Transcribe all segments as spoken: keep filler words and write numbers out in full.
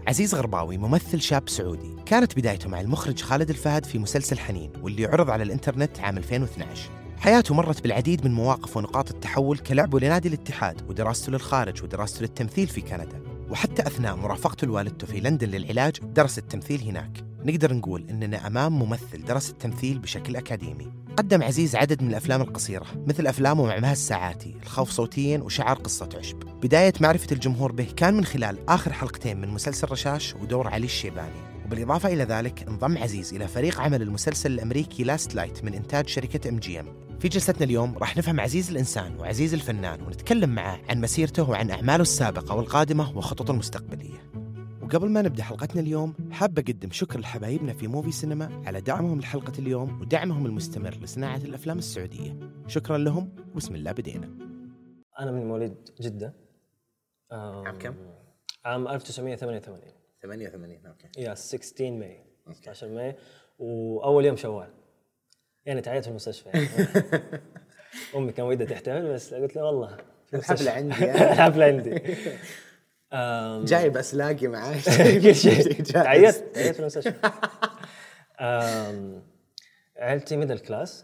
عزيز غرباوي ممثل شاب سعودي، كانت بدايته مع المخرج خالد الفهد في مسلسل حنين واللي عرض على الإنترنت عام ألفين واثني عشر. حياته مرت بالعديد من مواقف ونقاط التحول كلعبه لنادي الاتحاد ودراسته للخارج ودراسته للتمثيل في كندا، وحتى أثناء مرافقته لوالدته في لندن للعلاج درس التمثيل هناك. نقدر نقول إننا أمام ممثل درس التمثيل بشكل أكاديمي. قدم عزيز عدد من الأفلام القصيرة مثل أفلامه مع مها الساعاتي، الخوف صوتيا وشعر قصة عشب. بداية معرفة الجمهور به كان من خلال آخر حلقتين من مسلسل رشاش ودور علي الشيباني. وبالإضافة إلى ذلك انضم عزيز إلى فريق عمل المسلسل الأمريكي لاست لايت من إنتاج شركة إم جي إم. في جلستنا اليوم راح نفهم عزيز الإنسان وعزيز الفنان، ونتكلم معه عن مسيرته وعن أعماله السابقة والقادمة وخططه المستقبلية. وقبل ما نبدأ حلقتنا اليوم حاب أقدم شكر لحبايبنا في موفي سينما على دعمهم لحلقة اليوم ودعمهم المستمر لصناعة الأفلام السعودية. شكرا لهم، بسم الله بدينا. أنا من مواليد جدة. عام كم؟ عام ألف وتسعمية وثمانية وثمانين. ثمانية وثمانين أوكي. يا ستة عشر ماي. ستة عشر ماي وأول يوم شوال. يعني تعيت في المستشفى يعني. أمي كان ودها تحتفل بس قلت له والله الحفلة عندي. الحفلة عندي. جايب أسلاقي معاي. كل شيء. تعيت تعيت في المستشفى. عائلتي ميدل كلاس.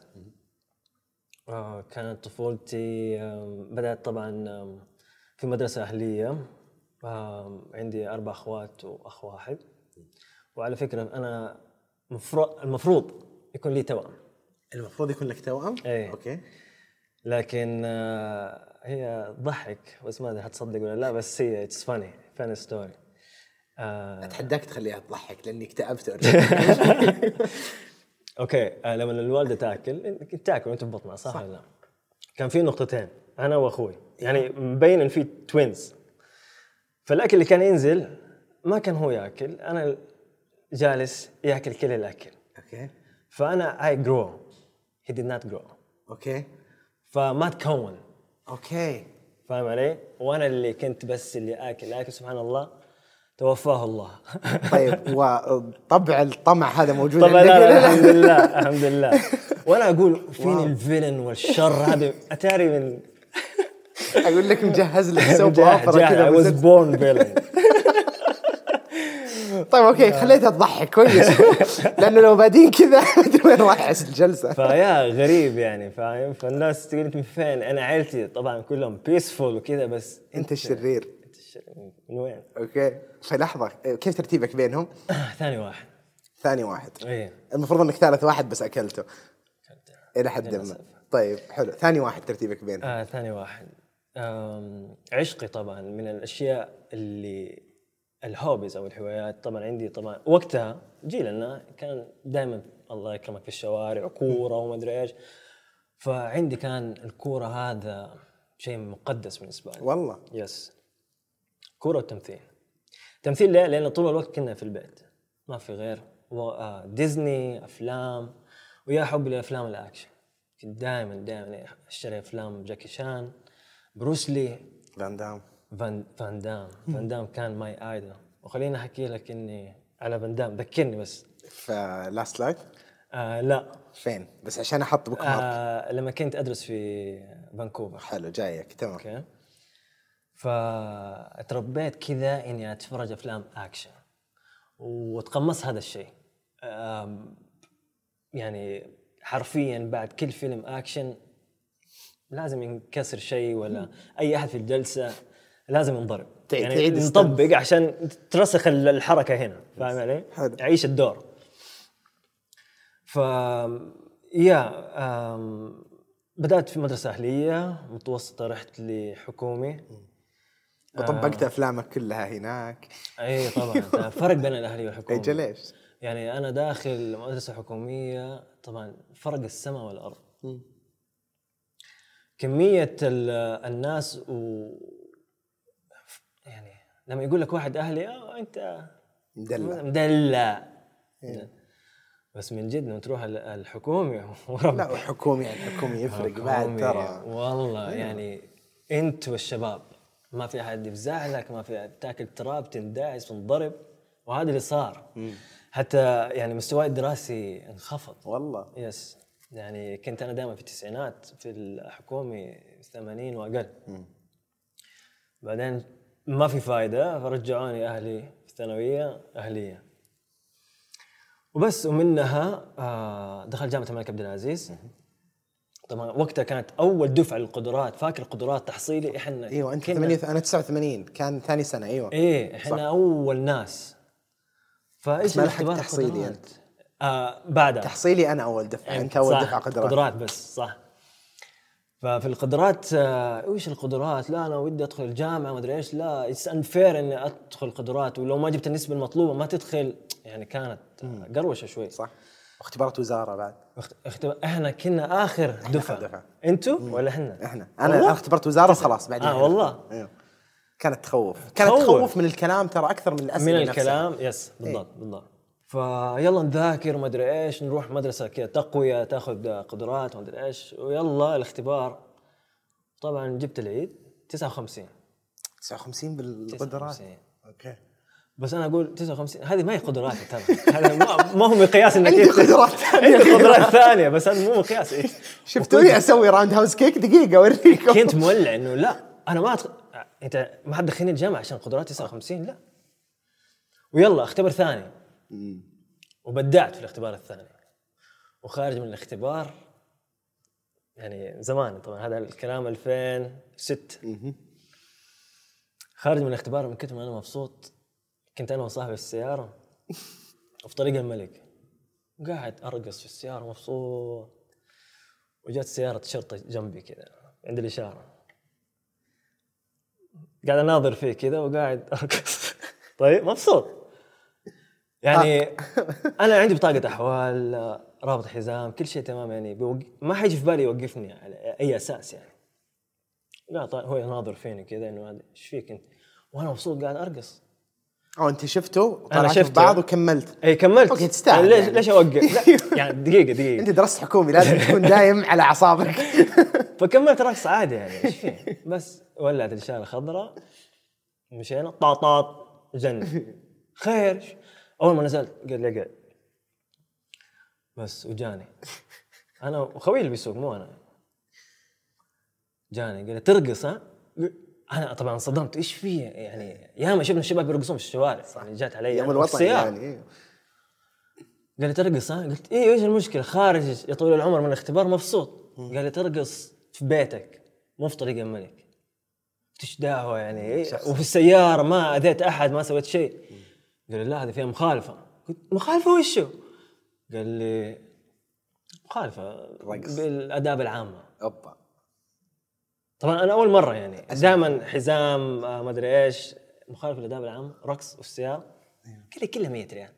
كانت طفولتي بدأت طبعا في مدرسة أهلية. عندي أربع أخوات وأخ واحد. وعلى فكرة أنا المفروض يكون لي توأم. المفروض يكون لك توأم؟ ايه. اوكي. لكن آه هي ضحك بس ما ادري هتصدق ولا لا، بس هي اتس فاني فان ستوري. اتحداك تخليها تضحك لاني اكتئبت. اوكي. آه لما الوالده تاكل انت تاكل وانت ببطنها صح ولا لا؟ كان في نقطتين انا واخوي يعني مبين ان في توينز. فالاكل اللي كان ينزل ما كان هو ياكل، انا جالس ياكل كل الاكل. اوكي. فانا I grow he did not grow. اوكي. فما تكون. اوكي. فاهم علي؟ وانا اللي كنت بس اللي اكل اكل سبحان الله توفاه الله. طيب وطبع الطمع هذا موجود طبعا عندك؟ لا لا الحمد لله الحمد لله. وانا اقول فين الفيلن والشر هذا اتاري من اقول لك مجهز لك سوب اوبرا كذا. I was born villain. طيب اوكي خليتها تضحك كويس. لانه لو بادين كذا ما وين راح الجلسه. فيا غريب يعني فاهم. فالناس تقول انت من فين؟ انا عائلتي طبعا كلهم بيسفول وكذا بس انت الشرير. انت الشرير من وين؟ اوكي. في لحظه كيف ترتيبك بينهم؟ ثاني واحد. ثاني واحد. ايه. المفروض انك ثالث واحد بس اكلته الى حد ما. طيب حلو. ثاني واحد ترتيبك بينهم؟ اه ثاني واحد. عشقي طبعا من الاشياء اللي الهوبيز او الهوايات. طبعا عندي طبعا وقتها جيلنا كان دائما الله يكرمك في الشوارع كوره وما ادري ايش. فعندي كان الكوره هذا شيء مقدس بالنسبه لي. والله. يس. كوره وتمثيل. تمثيل ليه؟ لان طول الوقت كنا في البيت ما في غير ديزني افلام ويا حب لافلام الاكشن. كنت دائما دائما اشتري افلام جاكي شان، بروسلي، فان دام. فان فان دام فان دام كان ماي ايدول. وخليني احكي لك اني على فان دام ذكرني بس. في لاست لايت؟ آه لا. فين؟ بس عشان احط بوك مارك. آه لما كنت ادرس في فانكوفر. حلو جايك تمام. اوكي. فتربيت كذا اني اتفرج افلام اكشن وتقمص هذا الشيء. يعني حرفيا بعد كل فيلم اكشن لازم ينكسر شيء ولا اي احد في الجلسه لازم ينضرب. يعني نطبق عشان ترسخ الحركه هنا. فاهم علي؟ يعيش الدور. ف يا بدأت في مدرسة أهلية متوسطة، رحت لحكومي وطبقت آه. أفلامك كلها هناك. أي طبعا. فرق بين الأهلي والحكومي. أي ليش؟ يعني أنا داخل مدرسة حكومية طبعا فرق السماء والأرض. م. كمية الناس و يعني لما يقول لك واحد أهلي آه أنت مدلع مدلع. بس من جد لما تروح الحكومي ورب لا الحكومي الحكومي يفرق بعد ترى والله. يعني أنت والشباب ما في أحد يفزعلك، ما في تاكل تراب تندعس تنضرب. وهذا اللي صار. م. حتى يعني مستواي الدراسي انخفض والله. يس. يعني كنت أنا دائما في التسعينات في الحكومي ثمانين وأقل. م. بعدين ما في فايدة فرجعوني أهلي في الثانويه اهليه. وبس. ومنها دخل جامعه الملك عبد العزيز. طبعا وقتها كانت اول دفعه للقدرات. فاكر قدرات تحصيلي احنا؟ ايوه انت ثمانية، انا تسعة وثمانين، كان ثاني سنه. ايوه ايه احنا صح. اول ناس. فايش الاختبار تحصيلي انت؟ آه بعدها تحصيلي انا اول دفعه، انت اول دفعه قدرات. قدرات بس صح. ففي القدرات آه وش القدرات؟ لا انا ودي ادخل الجامعه ما ادري ايش، لا اتس انفير اني ادخل قدرات ولو ما جبت النسبه المطلوبه ما تدخل. يعني كانت آه قروشه شوي. صح. واختبارات وزاره بعد. اختبار احنا كنا اخر دفعه, دفعة. انتوا ولا احنا؟ احنا انا انا اختبرت وزاره وخلاص بعدين. اه والله ايوه كانت تخوف، كانت تخوف, تخوف من الكلام ترى اكثر من الاسئله من الكلام نفسها. يس بالضبط ايه؟ بالضبط. فيلا نذاكر ما ادري ايش، نروح مدرسه كذا تقويه تاخذ قدرات ما ادري ايش، ويلا الاختبار. طبعا جبت العيد تسعة وخمسين تسعة وخمسين بالقدرات. اوكي بس انا اقول تسعة وخمسين هذه ما هي قدرات ترى. هذا ما هو مقياس انك عندي قدرات ثانيه. عندي قدرات ثانيه بس هذا مو مقياس. ايش شفتوني اسوي راوند هاوس كيك؟ دقيقه اوريكم. كنت مولع انه لا انا ما أدخل... انت ما حد دخلني الجامعه عشان قدرات تسعة وخمسين لا. ويلا اختبر ثاني. وبدعت في الاختبار الثاني وخارج من الاختبار. يعني زمان طبعا هذا الكلام ألفين وستة. خارج من الاختبار من كثر ما انا مبسوط كنت انا وصاحبي في السياره وفي طريق الملك قاعد ارقص في السياره مبسوط، وجت سياره شرطه جنبي كذا عند الاشاره، قاعد اناظر فيه كذا وقاعد ارقص. طيب مبسوط يعني. انا عندي بطاقه احوال، رابط حزام، كل شيء تمام يعني. بوق... ما حيجي في بالي يوقفني على اي اساس يعني. لا طيب هو يناظر فيني كذا انه هذا ايش فيك انت، وانا مبسوط قاعد ارقص. اه انت شفته؟ انا شفت بعض وكملت. اي كملت. اوكي تستاهل. ليش يعني. ليش اوقف؟ يعني دقيقه دقيقه انت درست حكومي لازم تكون دايم على اعصابك. فكملت رقص عادي يعني ايش فيه. بس ولعت الاشاره خضراء مشينا طاطاط جن خير. اول ما نزلت قال لي قاعد بس وجاني انا وخوي اللي بيسوق مو انا. جاني قال لي ترقص ها؟ انا طبعا صدمت ايش فيه يعني. ياما شفنا الشباب يرقصون في الشوارع يعني. جات علي يوم الوطن يعني. قال لي ترقص ها؟ قلت ايه ايش المشكله؟ خارج يا طويل العمر من الاختبار مبسوط. قال لي ترقص في بيتك مو في طريق الملك. ايش دعوه يعني إيه؟ وفي السياره ما اذيت احد ما سويت شيء. قال لي لا هذه فيها مخالفه. قلت مخالفه وشو؟ قال لي مخالفه بالاداب العامه. اوبا. طبعا انا اول مره يعني دائما حزام ما ادري ايش مخالفه الاداب العامه رقص والسياره. قال لي كلها مية ريال.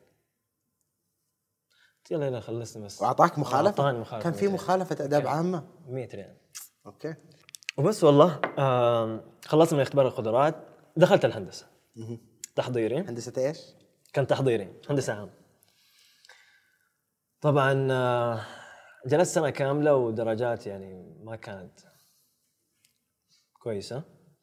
يلا يلا خلصني بس. واعطاك مخالفه؟ مخالفة كان في مخالفه اداب عامه مية ريال. اوكي. وبس والله خلصت من اختبار القدرات دخلت الهندسه. تحضيري. هندسه ايش؟ كان تحضيري هندسه عام. طبعا جلست سنه كامله ودرجات يعني ما كانت كويسه.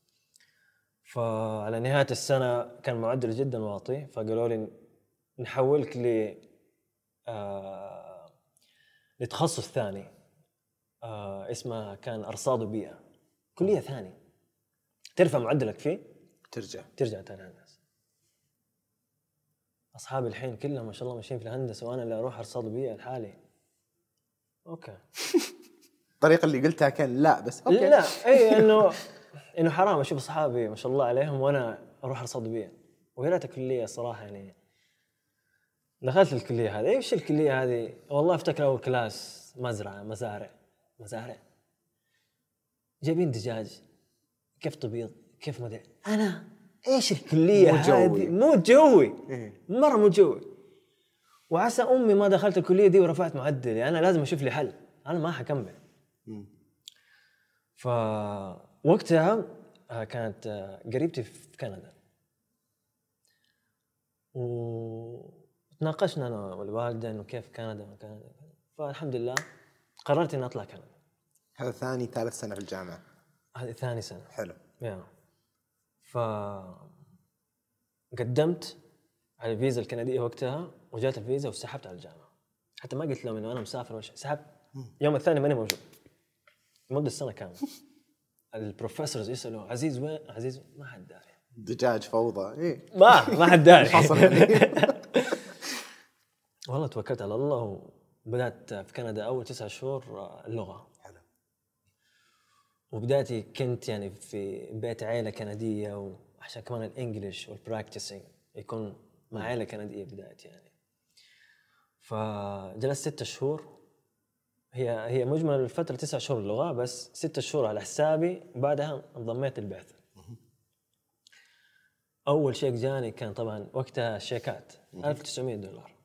فعلى نهايه السنه كان معدل جدا واطي، فقالوا لي نحولك ل آه لتخصص ثاني آه اسمه كان ارصاد وبيئه، كليه ثانيه ترفع معدلك فيه ترجع ترجع ثاني هندسه. اصحابي الحين كلهم ما شاء الله ماشيين في الهندسه وانا اللي اروح ارصاد وبيئه لحالي. اوكي. الطريقه اللي قلتها كان لا بس اوكي. لا اي انه انه حرام اشوف اصحابي ما شاء الله عليهم وانا اروح ارصاد بيئه. ويا ريت الكليه صراحه يعني. دخلت الكليه هذه. ايش الكليه هذه؟ والله افتكر اول كلاس مزرعه مزارع مزارع جايبين دجاج كيف تبيض كيف مدري. انا ايش الكليه هذه؟ مو جوي مره مو جوي. وعسى امي ما دخلت الكليه دي ورفعت معدلي. انا لازم اشوف لي حل، انا ما حكمل. فوقتها كانت قريبتي في كندا وتناقشنا انا والوالده انه كيف كندا وكندا. فالحمد لله قررت اني اطلع كندا. هذا ثاني ثالث سنه في الجامعه؟ هذه ثاني سنه. حلو. يا ف قدمت على الفيزا الكنديه وقتها وجات الفيزا وسحبت على الجامعه. حتى ما قلت لهم انه انا مسافر وش سحبت. يوم الثاني ماني موجود لمده سنه كامله. البروفيسورز يسالوا عزيز وين؟ عزيز ما حد داري. دجاج فوضى إيه ما ما حد داري. والله توكلت على الله وبدأت في كندا أول تسعة شهور اللغة. حلو. وبدايتي كنت يعني في بيت عائلة كندية، وعشان كمان الإنجليش والبراكتسينج يكون مع عائلة كندية بدايتي يعني. فجلست ستة شهور، هي هي مجمل الفترة تسعة شهور اللغة، بس ستة شهور على حسابي. بعدها انضميت البعثة. أول شيك جاني كان طبعا وقتها شيكات ألف وتسعمية دولار.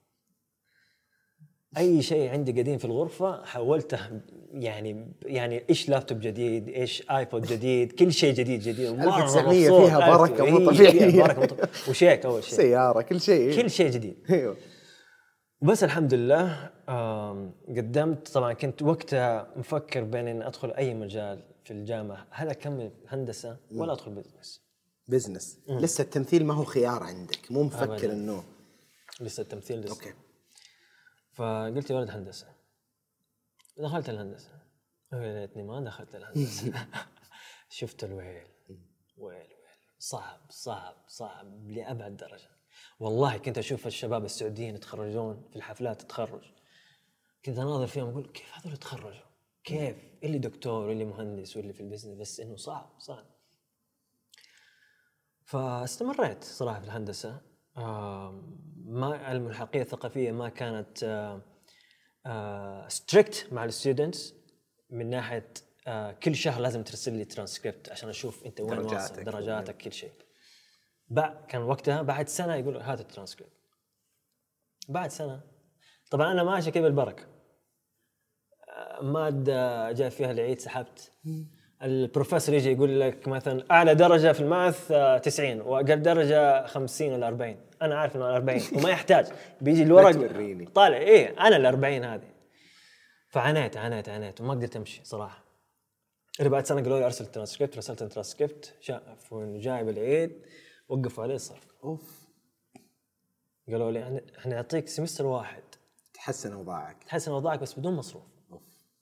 أي شيء عندي قديم في الغرفة حولته يعني يعني إيش لابتوب جديد، إيش آيبود جديد، كل شيء جديد جديد. ألف وتسعمية فيها بركة مو طبيعية. بركة مو طبيعية. وشيك أول شيء، سيارة، كل شيء كل شيء جديد. أيوه. بس الحمد لله قدمت. طبعا كنت وقتها مفكر بين إن أدخل أي مجال في الجامعة، هل أكمل هندسة ولا أدخل بزنس. بزنس لسه التمثيل ما هو خيار عندك، مو مفكر أبداً. إنه لسه التمثيل لسه. أوكي. فقلت يا ولد هندسة. دخلت الهندسة. يا ليتني ما دخلت الهندسة. شفت الويل ويل ويل صعب صعب صعب لأبعد درجة. والله كنت أشوف الشباب السعوديين يتخرجون في الحفلات التخرج، كنت أناظر فيهم أقول كيف هذول يتخرجوا، كيف اللي دكتور واللي مهندس واللي في البزنس، بس إنه صعب صعب. فاستمريت صراحة في الهندسة. ما الملحقية الثقافية ما كانت ستريكت مع الستودنتس من ناحية كل شهر لازم ترسل لي ترانسكريبت عشان أشوف أنت وين واصل، درجاتك، كل شيء. بعد كان وقتها بعد سنة يقول هات الترانسكريبت. بعد سنة طبعا أنا ماشي كيف البركة، مادة جاء فيها العيد سحبت. البروفيسور يجي يقول لك مثلا أعلى درجة في الماث تسعين وأقل درجة خمسين ولا أربعين، أنا عارف إنه أربعين وما يحتاج، بيجي الورق طالع إيه أنا الأربعين هذه. فعنيت عنيت عنيت وما قدرت أمشي صراحة. اللي بعد سنة قالوا لي أرسل ترانسكريبت، رسلت ترانسكريبت، شافوا إنه جاي بالعيد وقفوا عليه الصرف. أوف. قالوا لي إحنا نعطيك سمستر واحد تحسن أوضاعك تحسن أوضاعك بس بدون مصروف. أوف.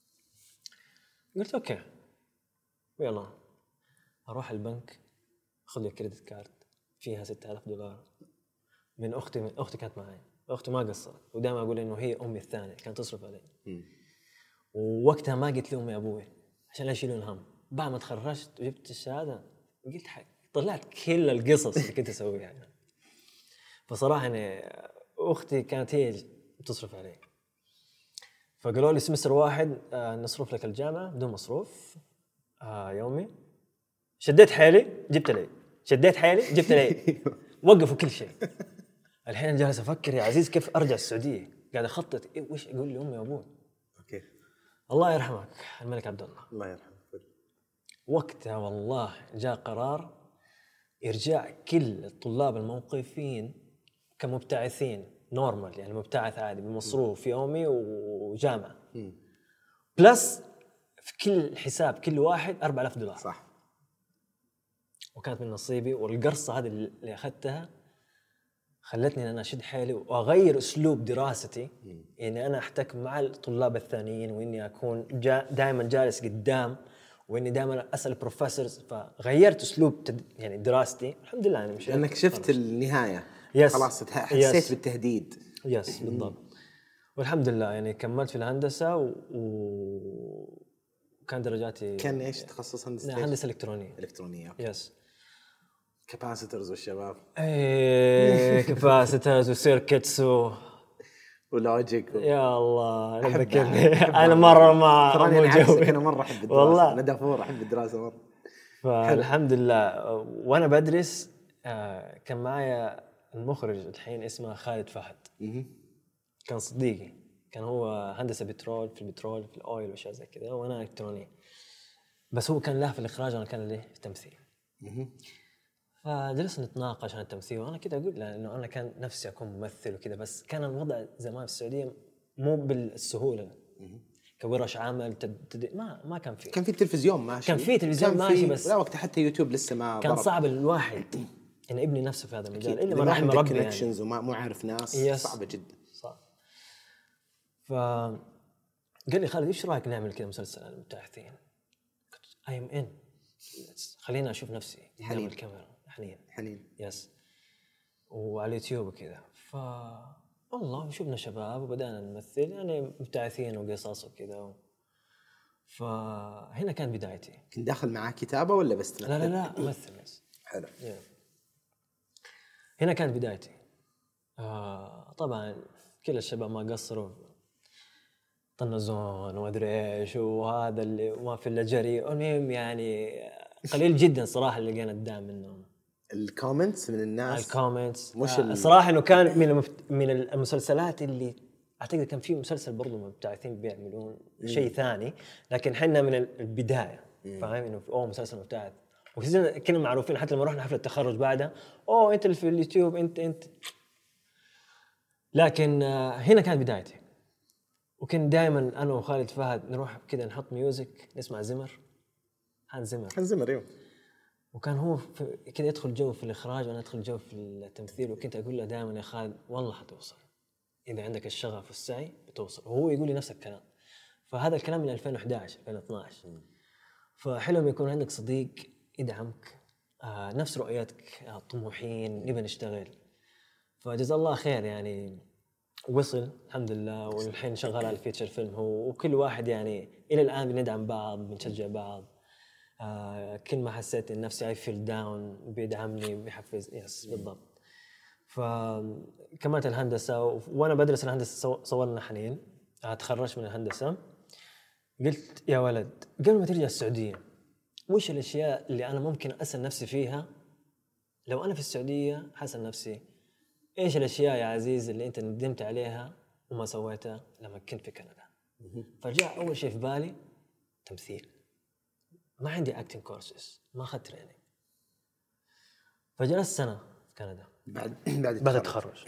قلت أوكي يلا أروح البنك أخذ لي كريدت كارد فيها ستة آلاف دولار من أختي. من أختي كانت معي، أختي ما قصرت ودائما أقول إنه هي أمي الثانية، كانت تصرف علي. م. ووقتها ما قلت لأمي أبوي عشان لا يشيلون هم. بعد ما تخرجت وجبت الشهادة قلت حق طلعت كل القصص اللي كنت أسويها يعني. فصراحة يعني أختي كانت هي تصرف علي. فقالوا لي سمستر واحد آه نصرف لك الجامعة بدون مصروف آه يومي. شديت حيلي جبت العيد، شديت حيلي جبت العيد. وقفوا كل شيء. الحين جالس أفكر يا عزيز كيف أرجع السعودية، قاعد أخطط إيه وش أقول لأمي وأبوي. أوكي. الله يرحمك الملك عبد الله. الله يرحمه. وقتها والله جاء قرار إرجاع كل الطلاب الموقفين كمبتعثين نورمال، يعني مبتعث عادي بمصروف يومي وجامعة م. بلس في كل حساب كل واحد أربعة آلاف دولار. صح. وكانت من نصيبي. والقرصة هذه اللي أخذتها خلتني أن أنا أشد حيلي وأغير أسلوب دراستي. م. يعني أنا أحتك مع الطلاب الثانيين وإني أكون جا دائما جالس قدام وإني دائما أسأل بروفيسورز. فغيرت أسلوب تد... يعني دراستي. الحمد لله أنا مشيت لأنك شفت النهاية. يس. خلاص حسيت يس. بالتهديد. يس بالضبط. والحمد لله يعني كملت في الهندسة و... وكان درجاتي. كان إيش تخصص هندسة؟ هندسة إلكترونية. إلكترونية. يس. كاباسيترز والشباب. إيه كاباسيترز وسيركتس و ولوجيك و... يا الله أنا ذكرني. أنا مرة ما تراني أنا عكسك، أنا مرة أحب الدراسة. والله أنا دافور أحب الدراسة مرة. فالحمد لله. وأنا بدرس كان معايا المخرج الحين اسمه خالد فهد. كان صديقي، كان هو هندسة بترول في البترول في الأويل وشيء زي كذا، وأنا إلكترونية. بس هو كان له في الإخراج وأنا كان لي في التمثيل. فجلسنا نتناقش عن التمثيل وأنا كده أقول له إنه أنا كان نفسي أكون ممثل وكذا، بس كان الوضع زمان في السعودية مو بالسهولة. كورش عمل تد... تد... ما ما كان فيه. كان في تلفزيون ماشي. كان في تلفزيون ماشي بس لا وقت حتى يوتيوب لسه ما كان ضرب. صعب الواحد إن ابني نفسه في هذا المجال إلا ما رحم ربي يعني. وما مو عارف ناس يس. صعبة جدا. صعب. فقال لي خالد إيش رأيك نعمل كذا مسلسل المبتعثين؟ قلت I'm in. خلينا أشوف نفسي قدام الكاميرا. حنين حنين يس، وعلى اليوتيوب وكذا. ف والله شفنا شباب وبدأنا نمثل يعني مبتعثين وقصص وكذا و... فهنا كان بدايتي. كنت داخل معاه كتابة ولا بس تمثل؟ لا لا لا أمثل بس. حلو. yeah. هنا كانت بدايتي. آه طبعا كل الشباب ما قصروا، طنزون وادري ايش وهذا اللي ما في الا جري. المهم يعني قليل جدا صراحه اللي لقينا الدعم منهم. الكومنتس من الناس، الكومنتس مش آه صراحه انه كان من المفت... من المسلسلات اللي اعتقد كان في مسلسل برضه مبتعثين بيعملون شيء ثاني، لكن حنا من البدايه فاهم انه اوه مسلسل مبتعث، وكنا معروفين حتى لما رحنا حفله التخرج بعدها اوه انت اللي في اليوتيوب انت انت لكن آه هنا كانت بدايتي. وكان دائما انا وخالد فهد نروح كذا نحط ميوزك نسمع زمر، هان زمر هان زمر ايوه. وكان هو كذا يدخل جو في الاخراج وانا ادخل جو في التمثيل، وكنت اقول له دائما يا خالد والله حتوصل، اذا عندك الشغف والسعي بتوصل، وهو يقول لي نفس الكلام. فهذا الكلام من ألفين وإحدى عشر ألفين واثني عشر. فحلو ما يكون عندك صديق يدعمك آه نفس رؤيتك، آه طموحين نبي نشتغل. فجزا الله خير يعني وصل الحمد لله، والحين شغال على الفيتشر فيلم هو، وكل واحد يعني إلى الآن بندعم بعض بنشجع بعض. آه كل ما حسيت إن نفسي I feel down بيدعمني بيحفز. يس بالضبط. فكملت الهندسة وأنا بدرس الهندسة صورنا حنين. آه تخرجت من الهندسة قلت يا ولد قبل ما ترجع السعودية وش الأشياء اللي أنا ممكن أسأل نفسي فيها لو أنا في السعودية حسن نفسي؟ إيش الأشياء يا عزيز اللي أنت ندمت عليها وما سويتها لما كنت في كندا؟ فرجع أول شيء في بالي تمثيل. ما عندي acting courses، ما أخذت training. فجلست سنة في كندا بعد بعد بعد التخرج.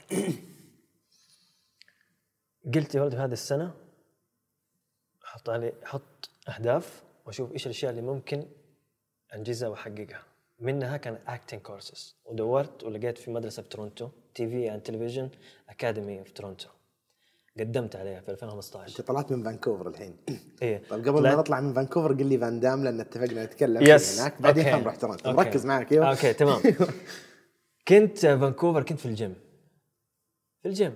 قلت يا ولد هذه السنة حط علي حط أهداف وأشوف إيش الأشياء اللي ممكن أنجزها وأحققها. منها كان acting courses، ودورت ولقيت في مدرسة في تورونتو تي في اند تلفزيون أكاديمي في تورونتو، قدمت عليها في ألفين وخمسة عشر. انت طلعت من فانكوفر الحين. إيه. طيب قبل ما نطلع من فانكوفر قل لي فان دام، لأن اتفقنا نتكلم يس. هناك بعدين أوكي. حنروح تورونتو. أوكي. مركز معك. ايوه اوكي تمام. كنت فانكوفر كنت في الجيم في الجيم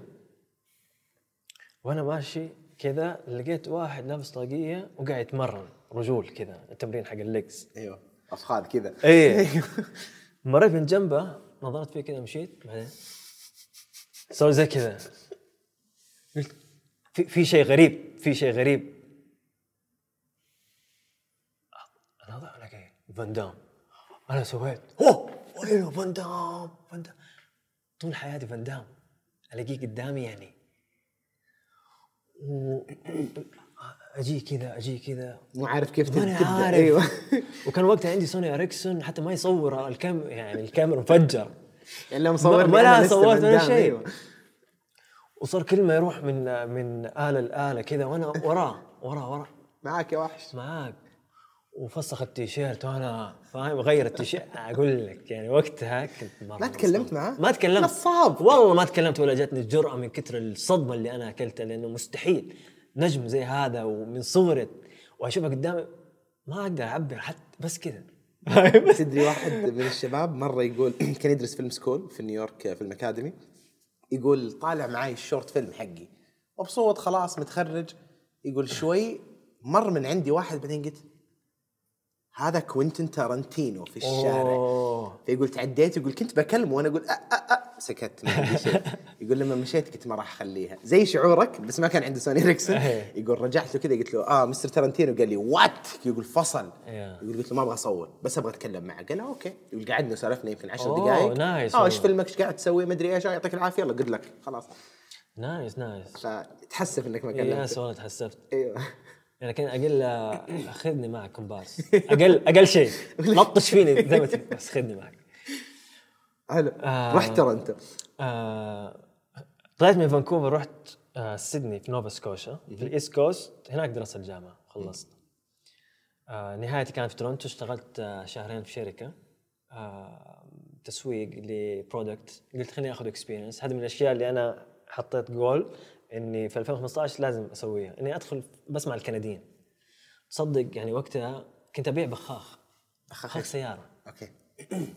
وانا ماشي كذا لقيت واحد لابس طاقية وقاعد يتمرن رجول كذا التمرين حق الليجز. ايوه افخاذ كذا. ايه مريت من جنبه نظرت فيه كذا مشيت بعدين سوي زي كذا قلت في في شيء غريب في شيء غريب. انا اضع لك ايه فان دام. انا سويت اوه ايوه فان دام فان دام طول حياتي فان دام الاقيه قدامي يعني و اجي كذا اجي كذا مو عارف كيف تبدا. ايوه وكان وقتها عندي سوني اريكسون حتى ما يصور الكام يعني الكاميرا مفجر يعني مصور ما لا صورت ولا شيء. أيوة. وصار كل ما يروح من من آلة لآلة كذا وانا وراه وراه وراه معاك يا وحش معاك. وفسخ التيشيرت وانا فاهم غير التيشيرت. اقول لك يعني وقتها كنت مرة ما تكلمت معاه؟ ما تكلمت نصاب والله ما تكلمت ولا جاتني الجرأة من كتر الصدمة اللي انا اكلتها، لانه مستحيل نجم زي هذا ومن صغري واشوفه قدامي ما اقدر اعبر حتى بس كذا. تدري واحد من الشباب مره يقول كان يدرس فيلم سكول في نيويورك في المكاديمي، يقول طالع معاي الشورت فيلم حقي مبسوط خلاص متخرج، يقول شوي مر من عندي واحد بعدين قلت هذا كوينتين تارانتينو في الشارع. أوه. فيقول تعديت يقول كنت بكلمه وانا اقول أه أه أه سكت ما عندي شيء. يقول لما مشيت قلت ما راح اخليها زي شعورك بس ما كان عنده سوني ريكسون. يقول رجعت له كذا قلت له اه مستر تارانتينو، قال لي وات، يقول فصل. يقول قلت له ما ابغى اصور بس ابغى اتكلم معه. قال اوكي. يقول قعدنا وسالفنا يمكن عشر دقائق. اه ايش فيلمك ايش قاعد تسوي ما ادري ايش، يعطيك العافيه يلا قلت لك خلاص. نايس نايس. فتحسف انك ما كلمت. يا سؤال تحسفت. ايوه يعني كان اقل اخذني معك كومبارس اقل اقل شيء لطش فيني زي ما تبي بس خذني معك. حلو. آه رحت تورنتو. آه طلعت من فانكوفر رحت آه سيدني في نوفا سكوشا في الايست كوست. هناك درست الجامعه خلصت. آه نهايتي كانت في تورنتو. اشتغلت آه شهرين في شركه آه تسويق لبرودكت. قلت خليني اخذ اكسبيرينس. هذه من الاشياء اللي انا حطيت جول اني في ألفين وخمسة عشر لازم اسويها، اني ادخل بس مع الكنديين. تصدق يعني وقتها كنت ابيع بخاخ بخاخ سياره. اوكي.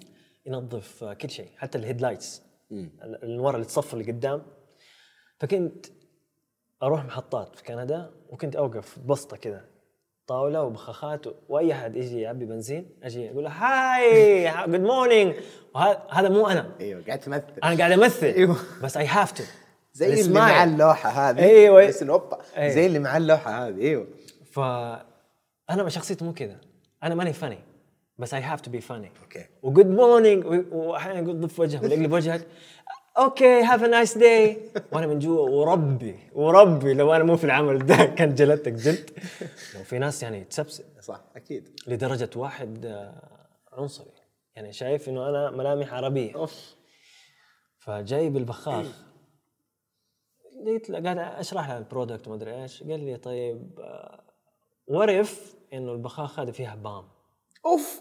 ينظف كل شيء حتى الهيدلايتس النوار اللي تصفر اللي قدام. فكنت اروح محطات في كندا وكنت اوقف بسطه كذا طاوله وبخاخات واي احد يجي يعبي بنزين اجي اقول له هاي جود مورنينج. وهذا مو انا. ايوه قاعد تمثل. انا قاعد امثل. أيوه. بس اي هاف تو زي اللي مع اللوحه هذه. ايوه بس نوبا أيوه. زي اللي مع اللوحه هذه. ايوه. فانا ما شخصيتي مو كذا. انا ماني فاني بس اي هاف تو بي فاني. اوكي. وجود مورنينج واحيانا يقول ضف وجهه ولا يقلب وجهك اوكي هاف ا نايس داي وانا من جوا وربي وربي لو انا مو في العمل ده كان جلدتك جلد. وفي ناس يعني تسبسب صح اكيد لدرجه واحد عنصري يعني شايف انه انا ملامح عربيه. اوف. فجاي بالبخاخ لقيت قاعد اشرح له البرودكت وما ادري ايش. قال لي طيب ورف انه البخاخ هذا فيها بام. اوف.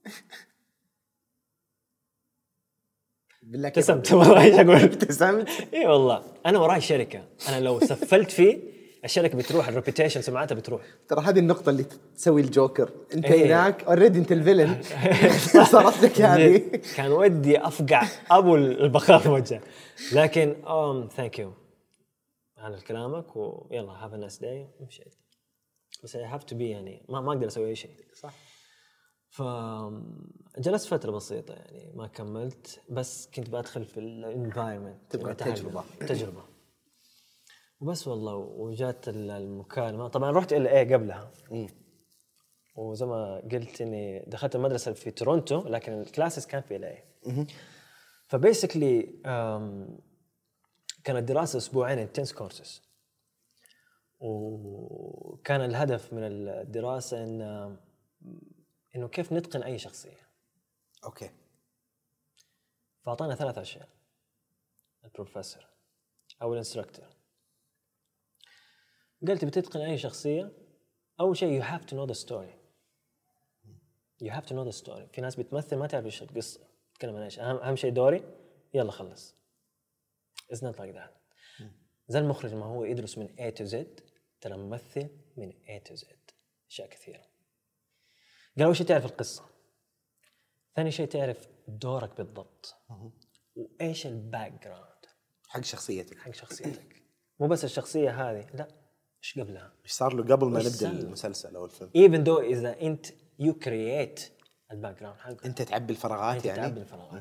بالله ابتسمت والله. ايش اقول؟ ابتسمت. اي والله انا وراي شركه انا لو سفلت فيه الشركه بتروح الريبيوتيشن سمعتها بتروح. ترى هذه النقطه اللي تسوي الجوكر انت إيه. هناك اوريدي انت الفيلن صارت لك هذه. كان ودي افقع ابو البخاخ وجهه لكن ام ثانك يو على كلامك ويلا هاف ا نايس داي ومشيت. بس اي هاف تو بي يعني ما ما اقدر اسوي اي شيء. صح. فجلست فترة بسيطة يعني ما كملت بس كنت بدخل في الانفايرمنت تبغى تجربة تجربة وبس والله. وجات المكالمة طبعا رحت ال اي قبلها م. وزي ما قلت اني دخلت المدرسة في تورونتو لكن الكلاسز كان في ال اي. فبيسكلي كانت دراسة اسبوعين انتنس كورسز وكان الهدف من الدراسة ان إنه كيف نتقن أي شخصية. أوكي. فأعطانا ثلاث أشياء البروفيسور أو الانستراكتور. قلت بتتقن أي شخصية أول شيء you have to know the story. you have to know the story. في ناس بتمثل ما تعرف إيش القصة تتكلم عن إيش. أهم أهم شيء دوري يلا خلص. It's not like that. زي المخرج ما هو يدرس من A to Z ترى ممثل من A to Z أشياء كثيرة. قال أول شيء تعرف القصة. ثاني شيء تعرف دورك بالضبط. وإيش الباك جراوند حق شخصيتك. حق شخصيتك. مو بس الشخصية هذه لا إيش قبلها. إيش صار له قبل ما نبدأ المسلسل أو الفيلم. even though إذا أنت you create الباك جراوند حقك. أنت تعبي الفراغات أنت يعني. تعبي الفراغات.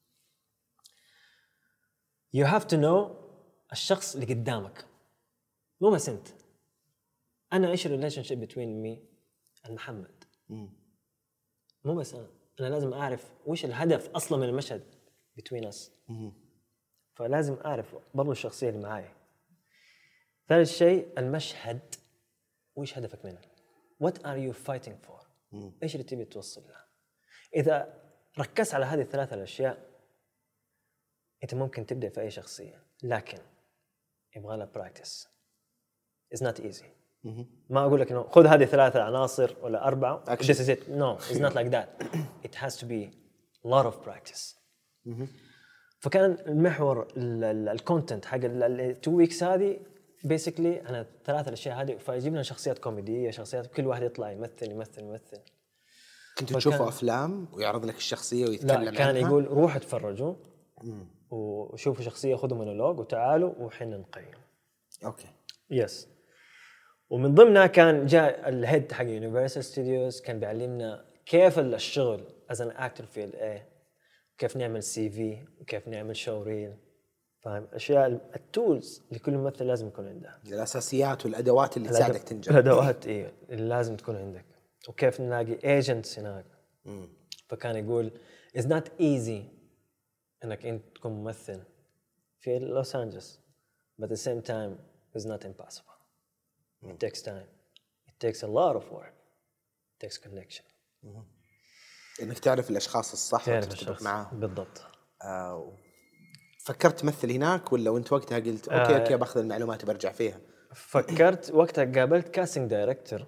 you have to know الشخص اللي قدامك. مو بس أنت. أنا إيش relationship between me and محمد. مو بس أنا. أنا لازم أعرف وش الهدف أصلاً من المشهد between us. فلازم أعرف برضو الشخصية اللي معاي. ثالث شيء المشهد وش هدفك منه. What are you fighting for. إيش اللي تبي توصل له. إذا ركز على هذه الثلاثة الأشياء أنت ممكن تبدأ في أي شخصية لكن يبغى لها practice. It's not easy. ما أقول لك إنه خذ هذه ثلاثة عناصر ولا أربعة. This is it. No, it's not like that. It has to be a lot of practice. فكان المحور الكونتنت حق التو ويكس هذه basically أنا ثلاثة الأشياء هذه. فجبنا شخصيات كوميدية شخصيات كل واحد يطلع يمثل يمثل يمثل. كنت تشوفوا أفلام ويعرض لك الشخصية ويتكلم عنها؟ لا كان عنها؟ يقول روح اتفرجوا وشوفوا شخصية خذوا مونولوج وتعالوا وحنا نقيم. أوكي. يس. ومن ضمنها كان جاء الهيد حق يونيفرسال ستوديوز كان بيعلمنا كيف الشغل as an actor في ال A كيف نعمل سي في وكيف نعمل شو ريل. فاهم أشياء التولز لكل ممثل لازم يكون عنده. الأساسيات والأدوات اللي تساعدك تنجح. الأدوات إيه اللي لازم تكون عندك. وكيف نلاقي ايجنتس هناك. مم. فكان يقول it's not easy انك انت تكون ممثل في لوس أنجلوس but at the same time it's not impossible. مم. It takes time. It takes a lot of work. It takes connection. مم. انك تعرف الاشخاص الصح وتتفق معاهم. بالضبط. آه. فكرت تمثل هناك ولا وانت وقتها قلت اوكي اوكي باخذ المعلومات وبرجع فيها؟ فكرت وقتها قابلت كاستنج دايركتور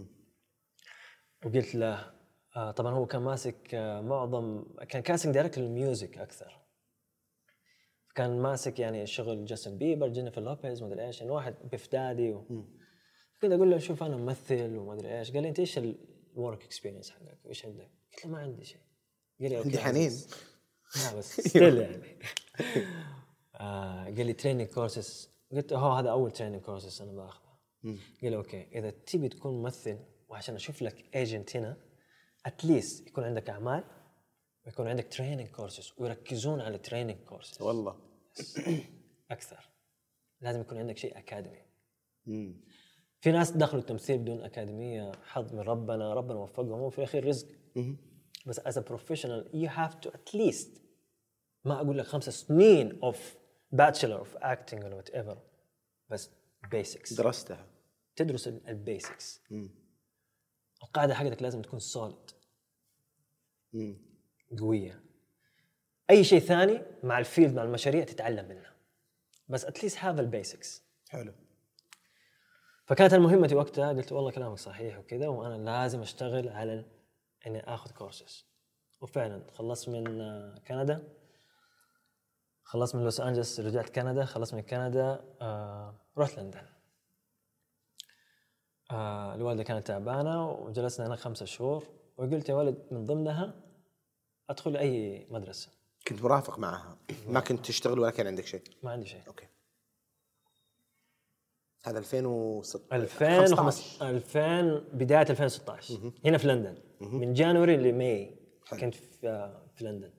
وقلت له آه طبعا هو كان ماسك آه معظم كان كاستنج دايركتور للميوزك اكثر. كان ماسك يعني شغل جاستن بيبر جينيفر لوبيز ما ادري ايش يعني واحد بفدادي و... كده اقول له شوف انا ممثل وما ادري ايش. قال لي انت ايش الورك اكسبيرينس حقك وايش عندك؟ قلت له ما عندي شيء قال لي عندي حنين. لا بس ستيل يعني. آه قال لي تريننج كورسز. قلت هو هذا اول تريننج كورسز انا باخذه. قال لي اوكي اذا تبي تكون ممثل وعشان اشوف لك ايجنت هنا اتليست يكون عندك اعمال ويكون عندك تريننج كورسز ويركزون على تريننج كورسز والله اكثر. لازم يكون عندك شيء اكاديمي. مم. في ناس دخلوا التمثيل بدون اكاديميه، حظ من ربنا، ربنا وفقهم، وفي الاخير رزق. مم. بس as a professional you have to at least ما اقول لك خمس سنين of bachelor of acting or whatever بس basics درستها، تدرس البيسكس. القاعده حقتك لازم تكون solid قويه. اي شيء ثاني مع الفيلد مع المشاريع تتعلم منه، بس at least have البيسكس. حلو. فكانت المهمة وقتها قلت والله كلامك صحيح وكذا، وانا لازم اشتغل على اني اخذ كورسز. وفعلا خلصت من كندا، خلصت من لوس أنجلس، رجعت كندا، خلصت من كندا آه، رحت لندن. آه، الوالدة كانت تعبانة وجلسنا هنا خمسة شهور، وقلت يا ولد من ضمنها أدخل أي مدرسة. كنت مرافق معها؟ ما كنت تشتغل ولا كان عندك شيء؟ ما عندي شيء. أوكي. هذا ألفين وستة ألفين وخمسة ألفين بداية ألفين وستة عشر هنا في لندن. من جانوري لماي كنت في, في لندن.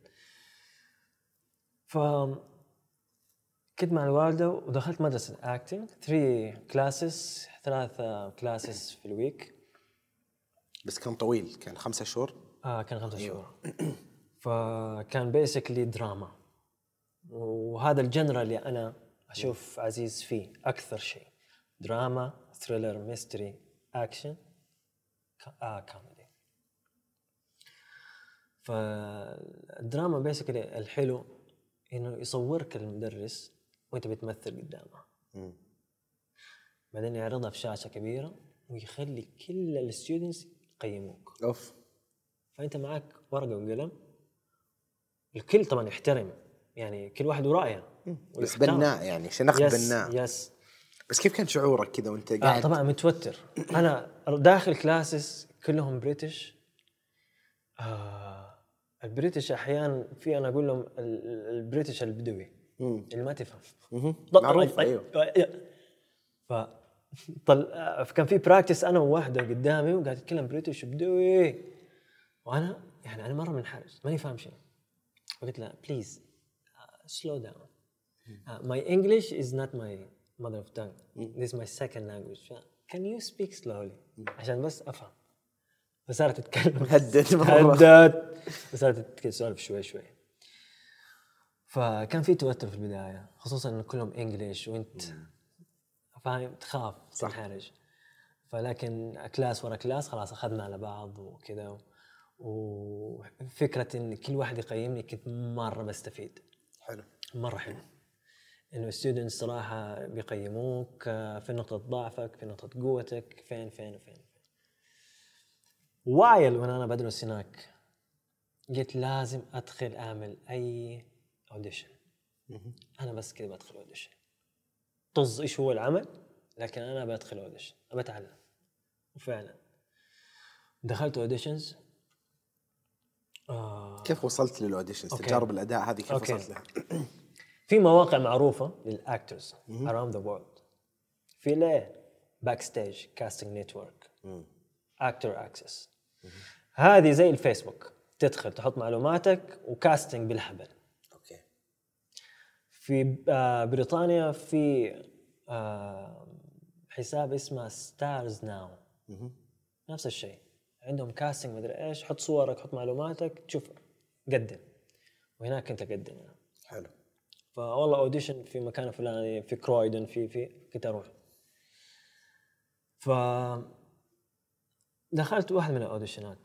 ف كنت مع الوالدة ودخلت مدرسة acting three classes ثلاثة classes في الويك. بس كان طويل، كان خمسة شهور. آه كان خمسة شهور. فكان basically دراما، وهذا الجنرال اللي أنا أشوف عزيز فيه أكثر شيء. دراما، ثريلر، ميستري، أكشن، آه كوميدي. فالدراما بيسكلي الحلو إنه يصورك المدرس وأنت بتمثل قدامه، بعدين يعرضها في شاشة كبيرة ويخلي كل الستودنتس يقيموك. أوف. فأنت معك ورقة وقلم، الكل طبعا يحترم، يعني كل واحد ورأيه، بس بناء يعني شنخ يس بناء. يس. بس كيف كان شعورك كذا وانت قاعد؟ آه طبعا متوتر. انا داخل كلاسز كلهم بريتش. آه البريتش احيانا في انا اقول لهم البريتش البدوي اللي ما تفهم. معروف. ايوه. ف طل... كان في براكتس انا وواحده قدامي وقاعد تتكلم بريتش بدوي، وانا يعني انا مره منحرج ماني فاهم شيء. قلت لها بليز سلو داون. my English is not my mother of tongue. This is my second language. Can you speak slowly? عشان بس أفهم. فصارت تتكلم. هدت مرة. هدت. فصارت تتكلم سؤال شوي شوي. فكان في توتر في البداية، خصوصا إن كلهم إنجليش وأنت فاهم تخاف تنحرج. فلكن كلاس ورا كلاس خلاص أخذنا على بعض وكذا، وفكرة إن كل واحد يقيمني كنت مرة بستفيد. حلو. مرة حلو. إنه الستودنتس صراحة بيقيموك في نقطة ضعفك، في نقطة قوتك، فين فين وفين. وايل وأنا أنا بدرس هناك قلت لازم أدخل أعمل أي أوديشن. أنا بس كده بدخل أوديشن، طز إيش هو العمل، لكن أنا بدخل أوديشن أبتعلم. وفعلا دخلت أوديشنز. آه. كيف وصلت للأوديشنز؟ تجارب الأداء هذه كيف أوكي. وصلت لها؟ في مواقع معروفة للأكترز around the world. في له backstage casting network actor access. هذه زي الفيسبوك، تدخل تحط معلوماتك وكاستنج بالهبل. أوكي. في آه بريطانيا في آه حساب اسمه ستارز ناو، نفس الشيء عندهم كاستنج مدري ايش، حط صورك حط معلوماتك تشوف قدم، وهناك كنت اقدم انا. حلو. فوالله اوديشن في مكان فلاني في كرويدن في في كنت اروح. ف دخلت واحد من الاوديشنات،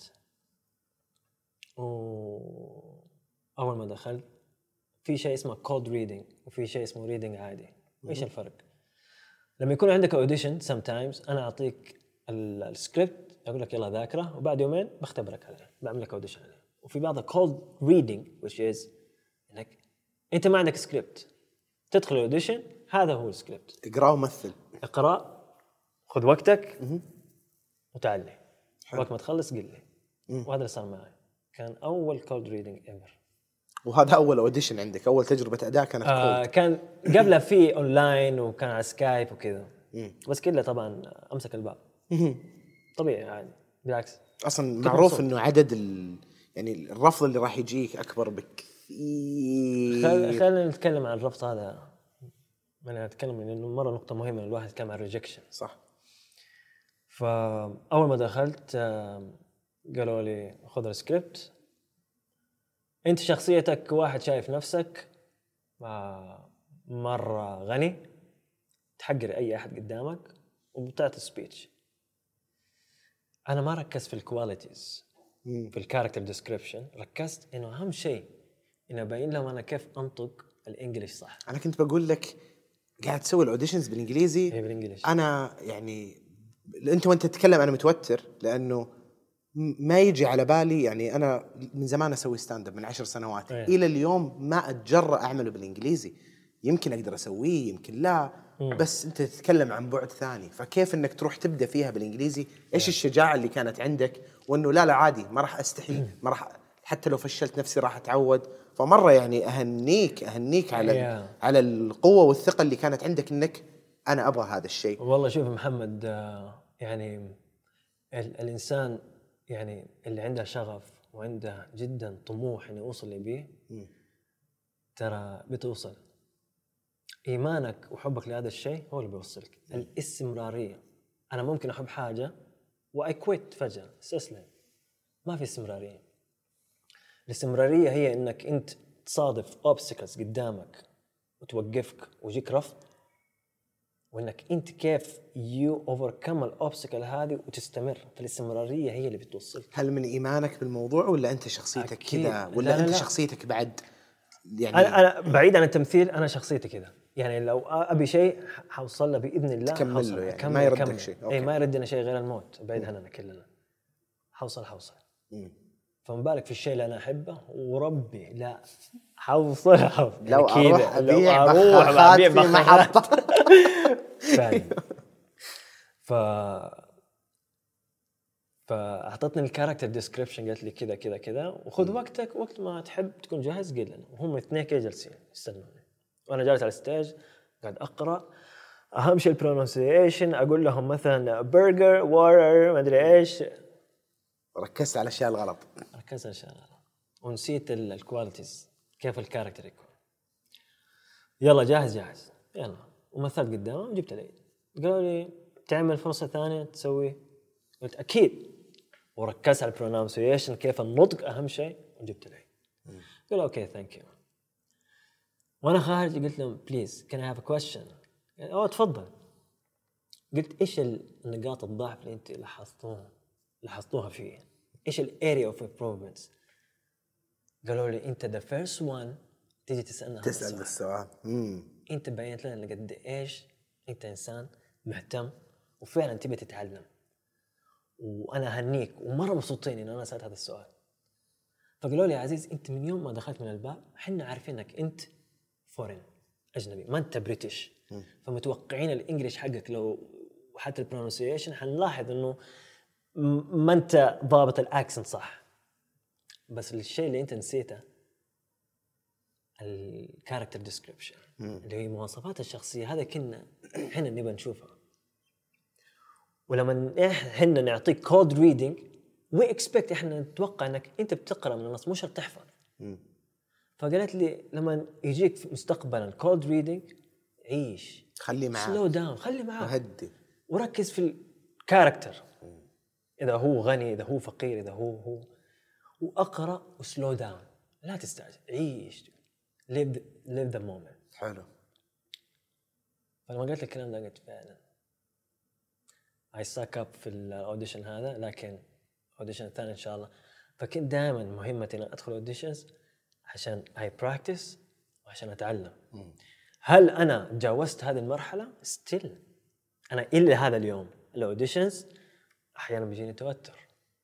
واول ما دخلت في شيء اسمه كود ريدنج وفي شيء اسمه ريدنج عادي. ايش الفرق؟ لما يكون عندك اوديشن sometimes انا اعطيك السكريبت اقول لك يلا ذاكره، وبعد يومين بختبرك عليه، بعمل لك اوديشن عليه. وفي بعض كود ريدنج which is انك انت ما عندك سكريبت، تدخل الاوديشن هذا هو السكريبت، اقرا ومثل. اقرا، خذ وقتك وتعلي، وقت ما تخلص قل لي. وهذا اللي صار معي. كان اول كولد ريدنج ايفر. وهذا اول اوديشن عندك؟ اول تجربه اداء كانت آه كولد؟ كان قبلها في اونلاين وكان على سكايب وكذا، بس كله طبعا امسك الباب طبيعي يعني. بالعكس اصلا معروف انه عدد ال... يعني الرفض اللي راح يجيك اكبر بكثير. خل... خلينا نتكلم عن الرفض هذا. انا اتكلم لانه مره نقطه مهمه الواحد يتكلم عن الريجكشن. صح. فاول ما دخلت قالوا لي خذ السكريبت، انت شخصيتك واحد شايف نفسك مره غني، تحقر اي احد قدامك وبتعطي سبيتش. انا ما ركزت في الكواليتيز في الكاركتر ديسكريبشن، ركزت انه اهم شيء انه ابين لهم انا كيف انطق الانجليش صح. انا كنت بقول لك قاعد تسوي الاوديشنز بالانجليزي. اي بالانجليزي. انا يعني انت وانت تتكلم انا متوتر، لانه ما يجي على بالي. يعني انا من زمان اسوي ستاند اب من عشر سنوات أيه. الى اليوم ما اتجرأ اعمله بالانجليزي. يمكن اقدر اسويه يمكن لا، مم. بس انت تتكلم عن بعد ثاني، فكيف انك تروح تبدا فيها بالانجليزي؟ ايش أيه. الشجاعه اللي كانت عندك؟ وانه لا لا عادي، ما راح استحي، ما راح حتى لو فشلت نفسي راح اتعود. فمره يعني اهنيك اهنيك على أيه. على القوه والثقه اللي كانت عندك انك انا ابغى هذا الشيء. والله شوف محمد، يعني الانسان يعني اللي عنده شغف وعنده جدا طموح انه يوصل اللي بيه، ترى بتوصل. ايمانك وحبك لهذا الشيء هو اللي بيوصلك. م. الاستمراريه. انا ممكن احب حاجه واي كويت فجاه استسلم، ما في استمراريه. الاستمراريه هي انك انت تصادف اوبستكلز قدامك وتوقفك ويجيك رفض، وانك انت كيف يو اوفركم الاوبستكل هذه وتستمر. فالاستمراريه هي اللي بتوصلك. هل من ايمانك بالموضوع ولا انت شخصيتك كذا ولا لا لا انت لا. شخصيتك بعد يعني انا انا بعيد عن التمثيل، انا شخصيتي كذا. يعني لو ابي شيء حوصل له باذن الله، تكمل له يعني ما يردك شيء. اي ما يردنا شيء غير الموت، بعيد عننا كلنا. حوصل حوصل فما بالك في الشيء اللي انا احبه، وربي لا حوصل حوصل. لو اروح ابيع اروح ابيع محطه فعلا. ف فاعطتني الكاركتر ديسكريبشن، قالت لي كذا كذا كذا، وخذ وقتك، وقت ما تحب تكون جاهز قل لنا. وهم اثنين كذا جالسين يستنوني، وانا جالس على الستيج قاعد اقرا. اهم شيء البرونسيشن، اقول لهم مثلا برجر وارر ما ادري ايش. ركزت على الاشياء الغلط ركزت على الاشياء الغلط ونسيت الكواليتيز، كيف الكاركتر يكون. يلا جاهز جاهز يلا، ومثلت قدامهم وجبت العيد. قالوا لي تعمل فرصه ثانيه تسوي؟ قلت اكيد، وركزت على البرونسيشن كيف النطق اهم شيء، وجبت العيد. قالوا اوكي ثانك يو. وانا خارج قلت لهم بليز كان اي هاف ا كويستشن. اوه تفضل. قلت ايش النقاط الضعف اللي انت لاحظتوها لاحظتوها فيه؟ ايش الاريا اوف امبروفمنتس؟ قالوا لي انت ذا فيرست وان تيجي تسالنا تسال السؤال. انت بينت لنا قد ايش انت انسان مهتم وفعلا تبي تتعلم، وانا اهنيك ومره مبسوطين ان انا سالت هذا السؤال. فقالوا لي يا عزيز انت من يوم ما دخلت من الباب احنا عارفينك انت فورين اجنبي، ما انت بريتش، فمتوقعين الانجليش حقك لو حتى البرونسيشن حنلاحظ انه ما انت ضابط الاكسنت صح. بس الشيء اللي انت نسيته الكاركتر ديسكريبشن اللي هي مواصفات الشخصيه. هذا كنا احنا نبغى نشوفها. ولما احنا نعطيك كود ريدنج وي اكسبكت، احنا نتوقع انك انت بتقرا من النص مش شرط تحفظ. فقالت لي لما يجيك مستقبلا كود ريدنج عيش، خلي معاه، سلو داون، خلي معاه وهدي، وركز في الكاركتر. اذا هو غني، اذا هو فقير، اذا هو هو واقرا وسلو داون، لا تستعجل، عيش، live live the moment. حلو. فلما قلت الكلام ده قلت فعلا I suck up في الاوديشن هذا، لكن اوديشن الثاني ان شاء الله. فكنت دائما مهمتي ان ادخل اوديشنز عشان I practice وعشان اتعلم. م. هل انا تجاوزت هذه المرحله؟ still انا الى هذا اليوم الاوديشنز احيانا بيجيني توتر،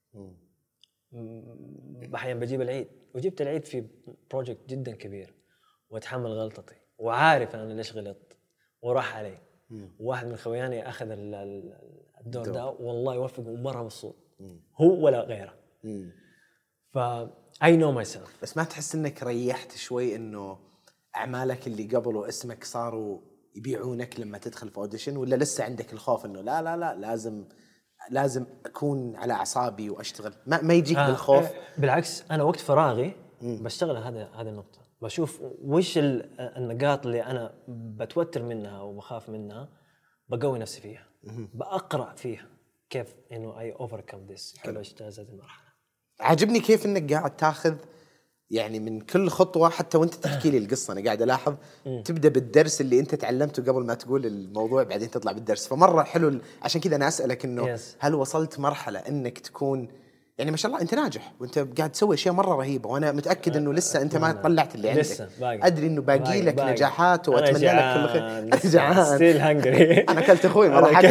احيانا بجيب العيد، وجبت العيد في بروجكت جدا كبير واتحمل غلطتي وعارف انا ليش غلطت وراح علي. واحد من خوياني اخذ الدور ده والله يوفقه ومره مبسوط، هو ولا غيره. ف I know myself. بس ما تحس انك ريحت شوي انه اعمالك اللي قبل واسمك صاروا يبيعونك لما تدخل في اوديشن، ولا لسه عندك الخوف انه لا لا لا لازم لازم اكون على اعصابي واشتغل؟ ما, ما يجيك آه بالخوف؟ بالعكس، انا وقت فراغي مم. بشتغل هذا هذه النقطه، بشوف وش النقاط اللي انا بتوتر منها وبخاف منها، بقوي نفسي فيها. مم. بقرا فيها كيف انه اي اوفركم ذس، كيف اجتاز هذه المرحله. عجبني كيف انك قاعد تاخذ يعني من كل خطوه، حتى وانت تحكي لي القصه انا قاعد الاحظ مم. تبدا بالدرس اللي انت تعلمته قبل ما تقول الموضوع، بعدين تطلع بالدرس. فمره حلو، عشان كذا انا اسالك انه yes. هل وصلت مرحله انك تكون يعني ما شاء الله انت ناجح وانت قاعد تسوي اشياء مره رهيبه، وانا متاكد انه لسه انت ما طلعت اللي عندك، لسه باقي. ادري انه باقي, باقي لك باقي. نجاحات، واتمنى لك كل خير. انا جعان ستيل هانجري. انا اكلت اخوي ما راح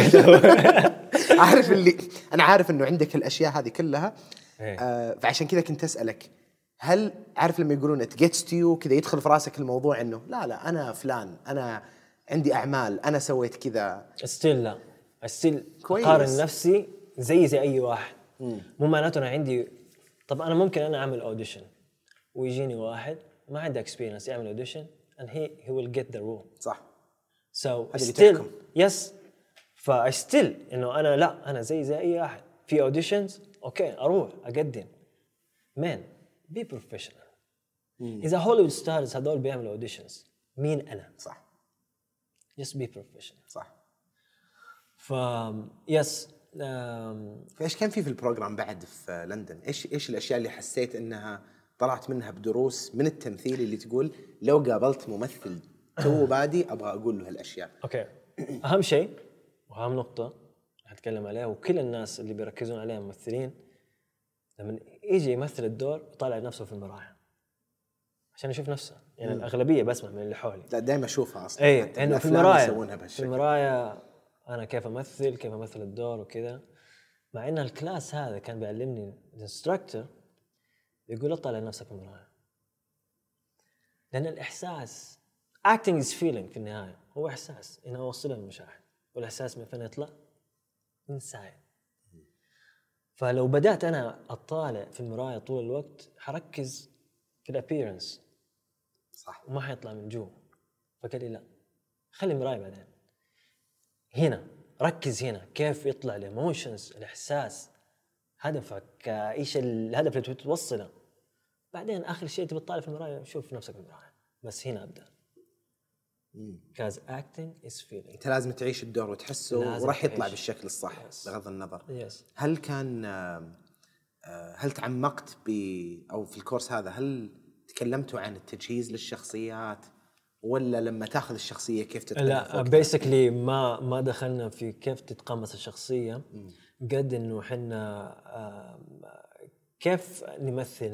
عارف اللي انا عارف انه عندك الاشياء هذه كلها. آه فعشان كذا كنت اسالك، هل عارف لما يقولون it gets to you كذا يدخل في راسك الموضوع انه لا لا انا فلان، انا عندي اعمال، انا سويت كذا؟ ستيل لا، ستيل اقارن نفسي زي زي اي واحد. مم. مو معناته انا عندي، طب انا ممكن انا اعمل اوديشن ويجيني واحد ما عنده اكسبيرينس يعمل اوديشن and he he will get the role. صح. so still yes. فا still انه انا لا، انا زي زي اي واحد في اوديشنز اوكي اروح اقدم. man be professional. مم. اذا هوليوود ستارز هذول بيعملوا اوديشنز، مين انا؟ صح. just be professional. صح. ف يس. فايش كان في في البروجرام بعد في لندن؟ ايش ايش الاشياء اللي حسيت انها طلعت منها بدروس من التمثيل اللي تقول لو قابلت ممثل تو بادي ابغى اقول له هالاشياء؟ اوكي. اهم شيء واهم نقطه هتكلم عليها وكل الناس اللي بيركزون عليها الممثلين، لما يجي يمثل الدور يطالع نفسه في المراية عشان يشوف نفسه. يعني مم. الأغلبية بسمع من اللي حولي، لا دايما أشوفها أصلاً. إيه إنه في المراية في المراية أنا كيف أمثل كيف أمثل الدور وكذا. مع إن الكلاس هذا كان بيعلمني الانستراكتور يقول اطلع نفسك في المراية، لأن الإحساس acting is feeling في النهاية، هو إحساس إنه أوصله للمشاهد، والإحساس من فين يطلع؟ inside. فلو بدأت أنا أطالع في المراية طول الوقت حركز في الابيرنس صح وما حيطلع من جوا. فقال لي لا، خلي المراية بعدين، هنا ركز هنا كيف يطلع الإيموشنز، الإحساس، هدفك، إيش الهدف اللي توصله. بعدين آخر شيء تبي تطالع في المراية شوف نفسك في المراية، بس هنا أبدأ. because acting is feeling. أنت لازم تعيش الدور وتحسه وراح يطلع بالشكل الصح. yes. بغض النظر. yes. هل كان هل تعمقت ب أو في الكورس هذا هل تكلمتوا عن التجهيز للشخصيات، ولا لما تاخذ الشخصية كيف تتقمص؟ لا basically ما ما دخلنا في كيف تتقمص الشخصية. م. قد إنه حنا كيف نمثل،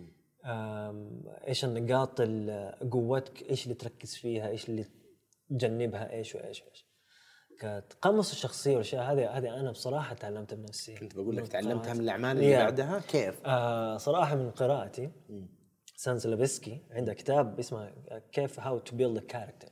ايش النقاط قوتك، ايش اللي تركز فيها، ايش اللي تجنبها، ايش وايش وايش. كتقمص الشخصيه والاشياء هذه هذه انا بصراحه تعلمتها بنفسي. كنت بقول لك تعلمتها من الاعمال اللي yeah. بعدها كيف؟ آه صراحه من قراءتي. سانزلافسكي عنده كتاب اسمه كيف هاو تو بيلد ا كاركتر،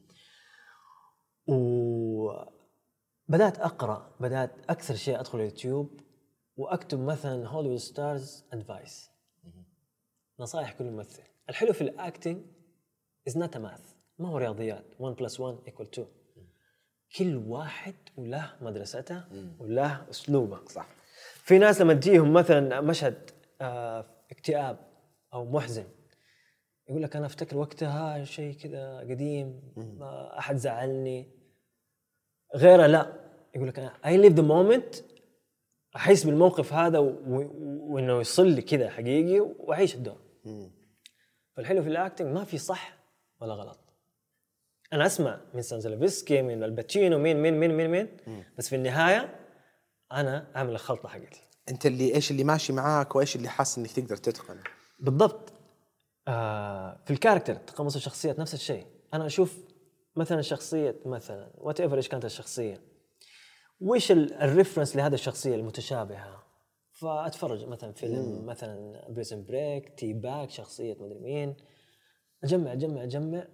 وبدات اقرا، بدات اكثر شيء ادخل اليوتيوب واكتب مثلا هوليوود ستارز ادفايس، نصائح كل ممثل. الحلو في الاكتنج is not a math، ما هو رياضيات one plus one equal two. كل واحد وله مدرسته وله اسلوبه. صح. في ناس لما تجيهم مثلا مشهد آه اكتئاب او محزن يقول لك انا افتكر وقتها شيء كذا قديم، ما احد زعلني. غيره لا، يقول لك انا I live the moment، احس بالموقف هذا وانه يصل لي كذا حقيقي واعيش الدور. مم. فالحلو في الاكتنج ما في صح ولا غلط. انا اسمع من سانزلافسكي، من الباتشينو، مين مين مين مين مين مم. بس في النهايه انا اعمل الخلطه حقتي. انت اللي ايش اللي ماشي معاك وايش اللي حاسس انك تقدر تتقن بالضبط. آه في الكاركتر تقمص الشخصيات نفس الشيء. انا اشوف مثلا شخصيه مثلا وات ايفر ايش كانت الشخصيه، وإيش الريفرنس لهذا الشخصية المتشابهة، فأتفرج مثلا فيلم مم. مثلا بريزن بريك، تي باك، شخصية مدري مين، أجمع أجمع أجمع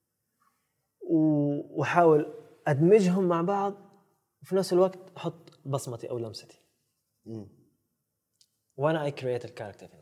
وأحاول أدمجهم مع بعض، وفي نفس الوقت أحط بصمتي أو لمستي. مم. وأنا I create الكاركتر في النهاية.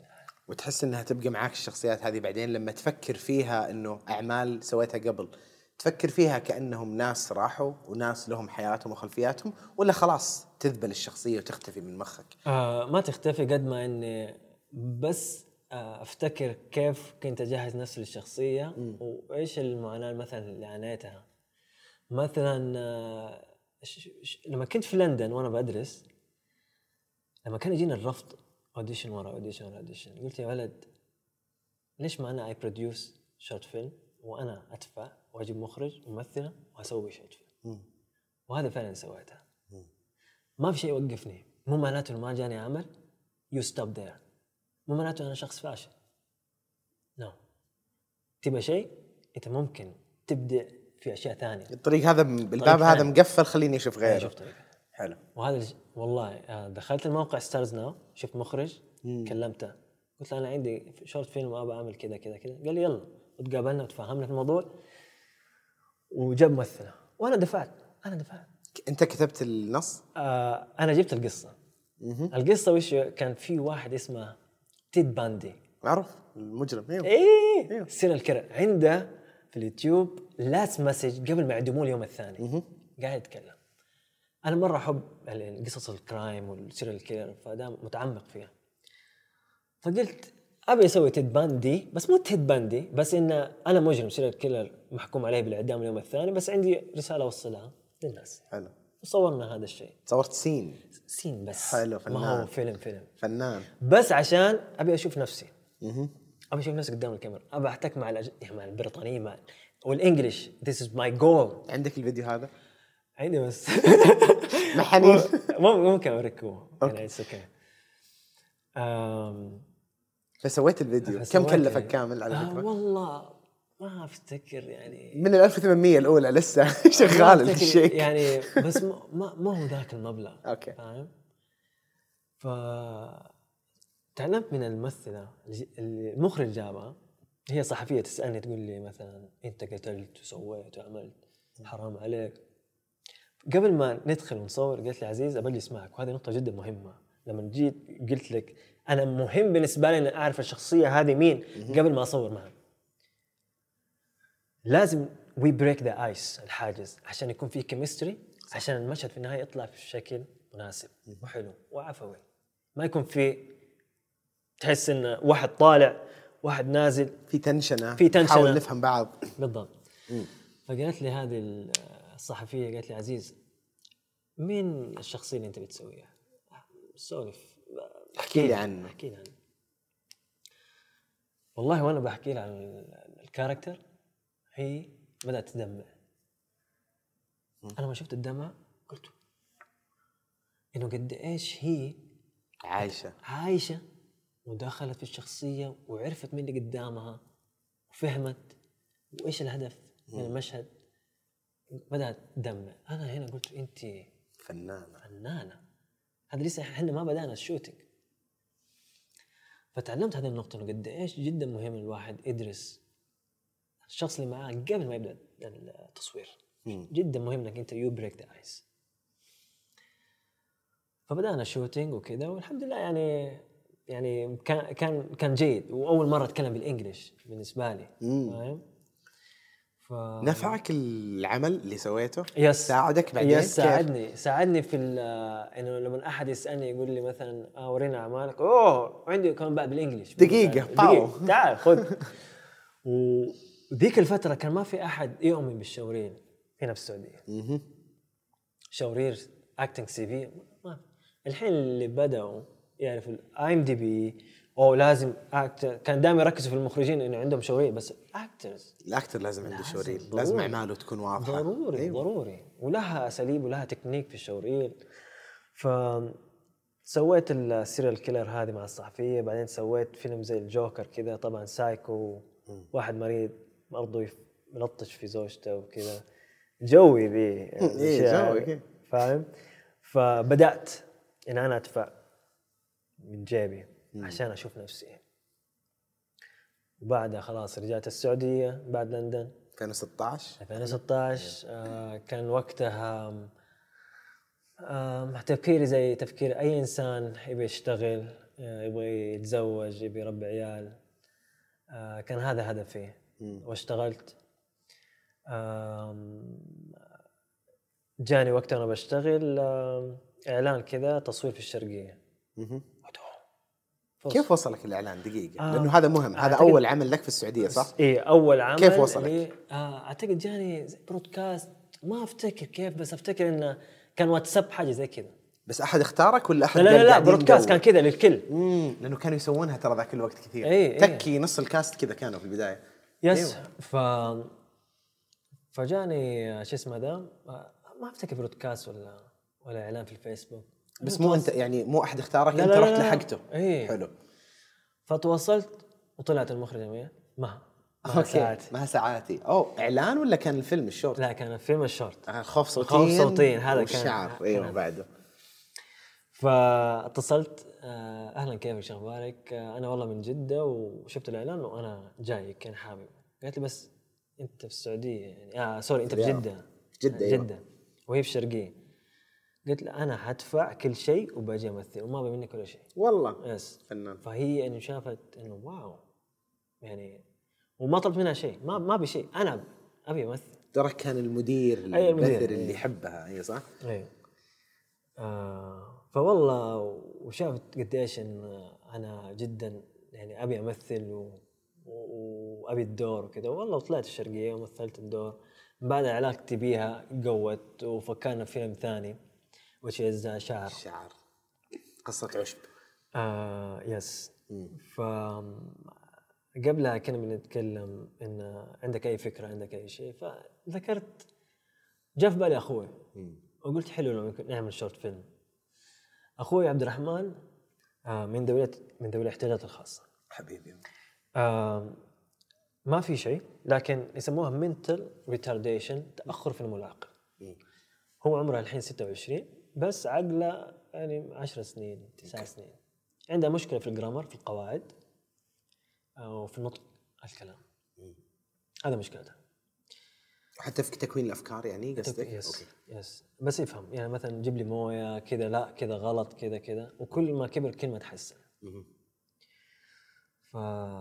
وتحس انها تبقى معاك الشخصيات هذه بعدين لما تفكر فيها انه اعمال سويتها قبل، تفكر فيها كانهم ناس راحوا وناس لهم حياتهم وخلفياتهم، ولا خلاص تذبل الشخصيه وتختفي من مخك؟ آه ما تختفي قد ما اني بس آه افتكر كيف كنت اجهز نفسي للشخصيه م. وايش المعاناه مثلا اللي عانيتها. مثلا آه ش ش لما كنت في لندن وانا بدرس، لما كان يجينا الرفض اوديشن ورا اوديشن ورا اوديشن، قلت يا ولد ليش ما انا اي بروديوس شورت فيلم وانا ادفع واجيب مخرج وممثله واسوي شورت فيلم. وهذا فعلا سويتها. م. ما في شيء يوقفني. مو معناته انه ما جاني عمل يو ستوب ذير، مو معناته انا شخص فاشل. نو no. تبى شيء انت ممكن تبدع في اشياء ثانيه. الطريق هذا بالباب هذا مقفل، خليني اشوف غيره. شوف طريقه حلو. وهذا والله دخلت الموقع ستارز ناو، شفت مخرج مم. كلمته قلت له انا عندي شورت فيلم ابى اعمل كذا كذا كذا، قال لي يلا، وتقابلنا وتفاهمنا في الموضوع وجاب ممثله وانا دفعت. انا دفعت. انت كتبت النص؟ آه انا جبت القصه. مم. القصه وش كان؟ في واحد اسمه تيد باندي، معروف المجرم. ايوه ايه ايوه سيريال كيلر، عنده في اليوتيوب لاست مسج قبل ما يعدموه اليوم الثاني. مم. قاعد يتكلم. انا مره احب قصص الكرايم والسيريال كيلر، فدا متعمق فيها. فقلت ابي اسوي تيد باندي، بس مو تيد باندي بس ان انا مجرم سيريال كيلر محكوم عليه بالاعدام اليوم الثاني، بس عندي رساله اوصلها للناس. حلو. وصورنا هذا الشيء. صورت سين سين بس. حلو. فنان. ما هو فيلم فيلم فنان. بس عشان ابي اشوف نفسي. اها ابي اشوف نفسي قدام الكاميرا، ابي احتك مع الأج... مع البريطانيين مع والانجليش. This is my goal. عندك الفيديو هذا؟ عندي بس محنين. ممكن اوريكوه. يعني اتس اوكي. امم فسويت الفيديو كم كلفك كامل على فكره؟ آه والله ما افتكر، يعني من ال ألف وثمانمية الاولى لسه شغال الشيء يعني، بس ما ما هو ذاك المبلغ. اوكي فاهم. ف تعلمت من الممثله المخرج جابها، هي صحفيه تسالني تقول لي مثلا انت قتلت وسويت وعملت، حرام عليك. قبل ما ندخل ونصور قالت لي عزيز ابغى اسمعك، وهذه نقطه جدا مهمه. لما جيت قلت لك انا مهم بالنسبه لي ان اعرف الشخصيه هذه مين قبل ما اصور معها. لازم وي بريك ذا ايس، الحاجز، عشان يكون في كيمستري، عشان المشهد في النهايه يطلع في شكل مناسب وحلو وعفوي. ما يكون في تحس ان واحد طالع واحد نازل، في تنشنه، في تنشنه، نحاول نفهم بعض. بالضبط. فقالت لي هذه الصحفيه، قالت لي عزيز مين الشخصيه اللي انت بتسويها؟ سولف، احكي لي عنه. احكي لي عنه. والله وانا بحكي لها عن الكاركتر هي بدأت تدمع. أنا ما شفت الدمع قلت إنه قد إيش هي عايشة عايشة ودخلت في الشخصية وعرفت مين اللي قدامها وفهمت وإيش الهدف من المشهد. بدأت تدمع. أنا هنا قلت أنت فنانة فنانة. هذا لسه إحنا ما بدأنا الشوتينج. فتعلمت هذه النقطة إنه قد إيش جدا مهم الواحد يدرس الشخص اللي معاه قبل ما يبدأ التصوير. مم. جدا مهم انك انت يو بريك ذا ايس. فبدأنا شوتينج وكذا، والحمد لله يعني يعني كان كان كان جيد، واول مرة اتكلم بالانجليش بالنسبة لي. فاهم. ف... نفعك العمل اللي سويته؟ يس. ساعدك بعدين؟ يس ساعدني ساعدني في انه لما احد يسالني يقول لي مثلا اه ورينا اعمالك، اوه عندي كمان بقى بالانجليش. دقيقة, دقيقة. تعال خذ. و وذيك الفترة كان ما في أحد يؤمن بالشورير هنا في السعودية. شورير أكتنج سي في ما. الحين اللي بدأوا يعرفوا الآي إم دي بي أو لازم أكتر، كان دائما يركزوا في المخرجين إنه عندهم شورير، بس أكترز الأكتر لازم عنده شورير، لازم أعماله تكون واضحة. ضروري أيوه. ضروري، ولها أساليب ولها تكنيك في الشورير. فسويت السيريال كيلر هذه مع الصحفية، بعدين سويت فيلم زي الجوكر كذا، طبعا سايكو، واحد مريض برضو يلطش في زوجته وكذا، جوي ذي يعني فاهم. فبدأت إن أنا أدفع من جيبي عشان أشوف نفسي. وبعدها خلاص رجعت السعودية بعد لندن ألفين وستة عشر ألفين وستة عشر. آه كان وقتها آه تفكيري زي تفكير أي إنسان يبي يشتغل، يبغى يتزوج، يبي يربي عيال. آه كان هذا هدفي. واشتغلت. جاني وقت أنا بشتغل إعلان كذا تصوير في الشرقية. كيف وصلك الإعلان دقيقة؟ آه لأنه هذا مهم، هذا أول عمل لك في السعودية صح؟ إيه أول عمل. كيف وصلك؟ آه أعتقد جاني برودكاست، ما أفتكر كيف، بس أفتكر إنه كان واتساب حاجة زي كذا. بس أحد اختارك ولا أحد؟ لا لا لا برودكاست كان كذا للكل. امم لأنه كانوا يسوونها ترى ذاك الوقت كثير. إيه تكي إيه. نص الكاست كذا كانوا في البداية. يس. أيوه. ف فجاني شو اسمه ذا، ما أفتكر برودكاست ولا ولا إعلان في الفيسبوك. بس مو أنت يعني مو أحد اختارك، أنت رحت لحقته. إيه. حلو. فتواصلت وطلعت المخرجة معي مها مها ساعاتي. مها ساعاتي. أو إعلان ولا كان الفيلم الشورت؟ لا كان الفيلم الشورت. آه خوف صوتين. خوف صوتين هذا كان. والشعر أيوه بعده. فاتصلت، أهلا كيفك شو أخبارك؟ أنا والله من جدة وشفت الإعلان وأنا جاي كان حابب. قالت لي بس أنت في السعودية يعني آه سوري أنت في جدة. جدة جدة. أيوه. وهي في الشرقية. قلت له أنا حدفع كل شيء وباجي أمثل وما أبي منك كل شيء. والله. يس. فنان. فهي إنه شافت إنه واو يعني، وما طلبت منها شيء، ما ما بشيء، أنا أبي أمثل. ترى كان المدير المدير اللي يحبها هي صح؟ أيوه. آه فوالله وشافت قديش إن أنا جدا يعني أبي أمثل و... وأبي الدور وكذا. والله وطلعت الشرقية ومثلت الدور. بعد علاقتي بيها قوت وفكرنا في فيلم ثاني وش إذا شعر. شعر قصة عشب. آه يس. ف قبلها كنا بنتكلم إن عندك أي فكرة، عندك أي شيء، فذكرت جاء في بالي أخوي وقلت حلو لو نعمل شورت فيلم. أخوي عبد الرحمن آه من دولة من دولة الاحتياجات الخاصة. حبيبي. آه ما في شيء، لكن يسموها mental retardation، تأخر في الملاحقة. هو عمره الحين ستة وعشرين بس عقله يعني عشر سنين تسع سنين. عنده مشكلة في الجرامر، في القواعد وفي النطق الكلام. هذا مشكلته. حتى في تكوين الأفكار يعني قصدك؟ يس. أوكي. يس. بس يفهم يعني مثلا جيب لي موية كذا، لا كذا غلط كذا كذا، وكل ما كبر كل ما تحسن. ف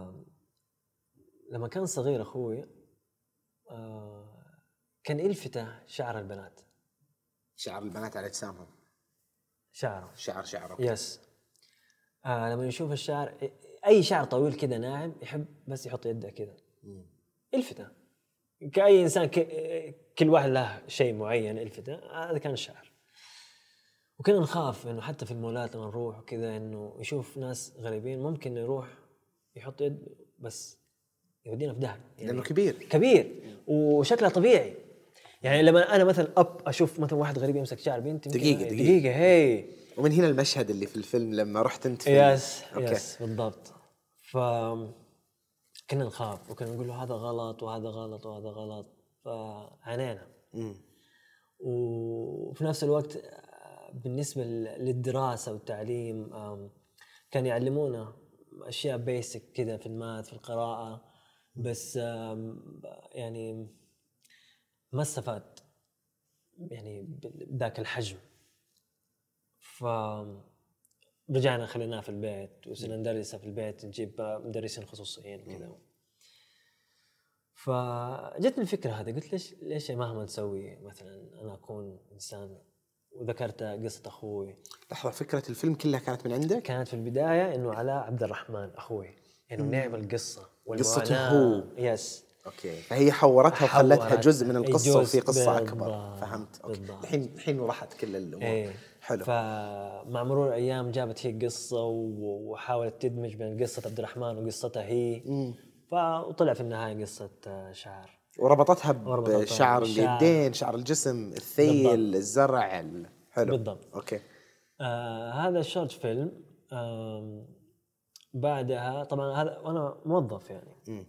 لما كان صغير أخوي آه كان يلفته شعر البنات. شعر البنات على أجسامهم. شعره. شعر شعره. يس. آه لما يشوف الشعر أي شعر طويل كذا ناعم يحب بس يحط يده كذا. يلفته. كأي إنسان ك... كل واحد له شيء معين يلفته. هذا كان الشعر. وكنا نخاف إنه حتى في المولات لما نروح وكذا إنه يشوف ناس غريبين ممكن يروح يحط يد بس يودينا في داهية يعني. لأنه كبير كبير وشكله طبيعي يعني. لما أنا مثلا أب أشوف مثلا واحد غريب يمسك شعر بنتي دقيقة دقيقة, دقيقة هي. ومن هنا المشهد اللي في الفيلم لما رحت أنت في يس يس بالضبط. فكنا نخاف وكنا نقول له هذا غلط وهذا غلط وهذا غلط، فعانينا. وفي نفس الوقت بالنسبة للدراسة والتعليم كان يعلمونا أشياء بيسك كذا في الماث في القراءة، بس يعني ما استفاد يعني بذاك الحجم. فرجعنا خليناه في البيت وصرنا ندرسه في البيت، نجيب مدرسين خصوصيين وكذا. فجتني الفكرة هذه، قلت ليش ليش مهما نسوي مثلا أنا أكون إنسان. وذكرت قصة أخوي. لحظة، فكرة الفيلم كلها كانت من عندك؟ كانت في البداية إنه على عبد الرحمن أخوي إنه يعني نعمل قصة قصته هو. يس. أوكي. فهي حورتها وخلتها جزء من القصة وفي قصة بالضبط. أكبر. فهمت. أوكي. الحين الحين وضحت كل الأمور. ايه. حلو. فمع مرور الأيام جابت هي قصة وحاولت تدمج بين قصة عبد الرحمن وقصتها هي. مم. فطلع في النهاية قصة شعر. وربطتها بشعر اليدين، شعر الجسم، الثيل، بالضبط. الزرع. حلو. بالضبط. أوكي. آه هذا الشورت فيلم. آه بعدها طبعا هذا وأنا موظف يعني. م.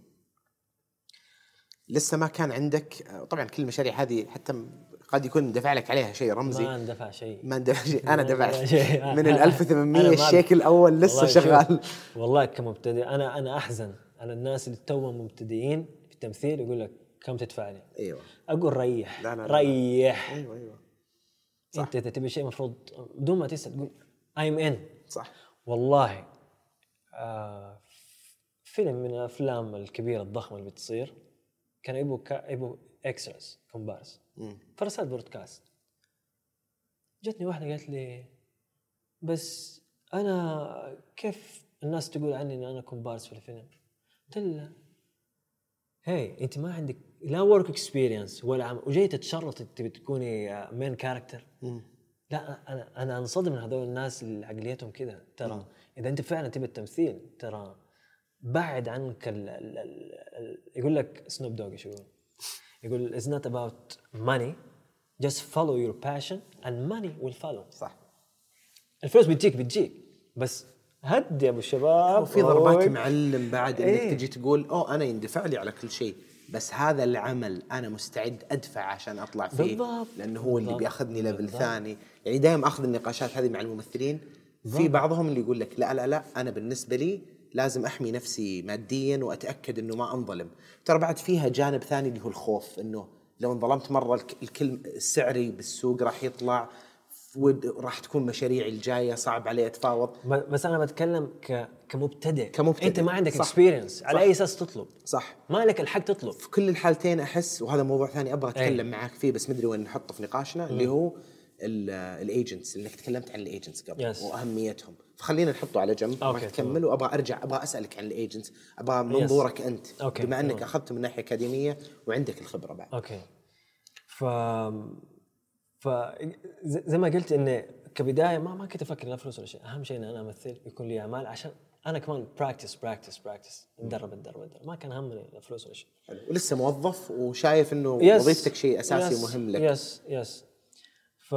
لسه ما كان عندك طبعا كل المشاريع هذه حتى قد يكون دفع لك عليها شيء رمزي. ما اندفع شيء. ما اندفع شيء. أنا دفعت من الألف وثمانمية الشيك الأول لسه شغال. والله كمبتدئ أنا أنا أحزن على الناس اللي توهم مبتدئين في التمثيل يقول لك كم تدفع لي. أيوة. أقول ريح. لا لا لا ريح. أيوة أيوة. صح. أنت تبي شيء مفروض بدون ما تسأل تقول I'm in. صح. والله آه فيلم من الافلام الكبيره الضخمه اللي بتصير، كان يبغوا كا يبغوا اكستراس كومبارس، فرسلت بودكاست. جتني واحده قالت لي بس انا كيف الناس تقول عني ان انا كومبارس في الفيلم؟ قلت لها هي انت ما عندك لا ورك اكسبيرينس ولا عم... وجاي تتشرط تبي تكوني مين كاركتر. لا انا انا انصدم من هذول الناس اللي عقليتهم كذا. ترى مم. اذا انت فعلا تبي التمثيل ترى بعد عنك ال ال ال يقول لك سنوب دوغ شو يقول يقول it's not about money just follow your passion and money will follow. صح. الفلوس بتجيك بتجيك بس هدي يا ابو الشباب. وفي ضربات معلم بعد انك ايه؟ تجي تقول اوه انا يندفع لي على كل شيء بس هذا العمل انا مستعد ادفع عشان اطلع فيه بالضبط. لانه هو بالضبط. اللي بياخذني ليفل ثاني. يعني دائما اخذ النقاشات هذه مع الممثلين بالضبط. في بعضهم اللي يقول لك لا لا لا انا بالنسبه لي لازم احمي نفسي ماديا واتاكد انه ما انظلم. ترى بعد فيها جانب ثاني اللي هو الخوف انه لو انظلمت مره الكلم السعري بالسوق راح يطلع وراح تكون مشاريعي الجايه صعب علي اتفاوض. بس انا بتكلم ك... كمبتدئ. كمبتدئ انت ما عندك اكسبيرينس على اي اساس تطلب؟ صح. ما لك الحق تطلب في كل الحالتين. احس وهذا موضوع ثاني ابغى اتكلم أي. معك فيه بس مدري وين نحطه في نقاشنا م. اللي هو الايجنتس اللي تكلمت عن الايجنتس قبل yes. واهميتهم، فخلينا نحطه على جنب ما تكمل وابغى ارجع ابغى اسالك عن الايجنتس، ابغى منظورك yes. انت okay. بما انك اخذته من ناحيه اكاديميه وعندك الخبره بعد. اوكي. ف ف زي ما قلت انه كبدايه ما ما كنت افكر لا فلوس ولا شيء، اهم شيء ان انا امثل يكون لي اعمال عشان انا كمان براكتس براكتس براكتس اتدرب اتدرب اتدرب ما كان همني لا فلوس ولا شيء. ولسه موظف وشايف انه yes. وظيفتك شيء اساسي yes. ومهم لك. يس يس. ف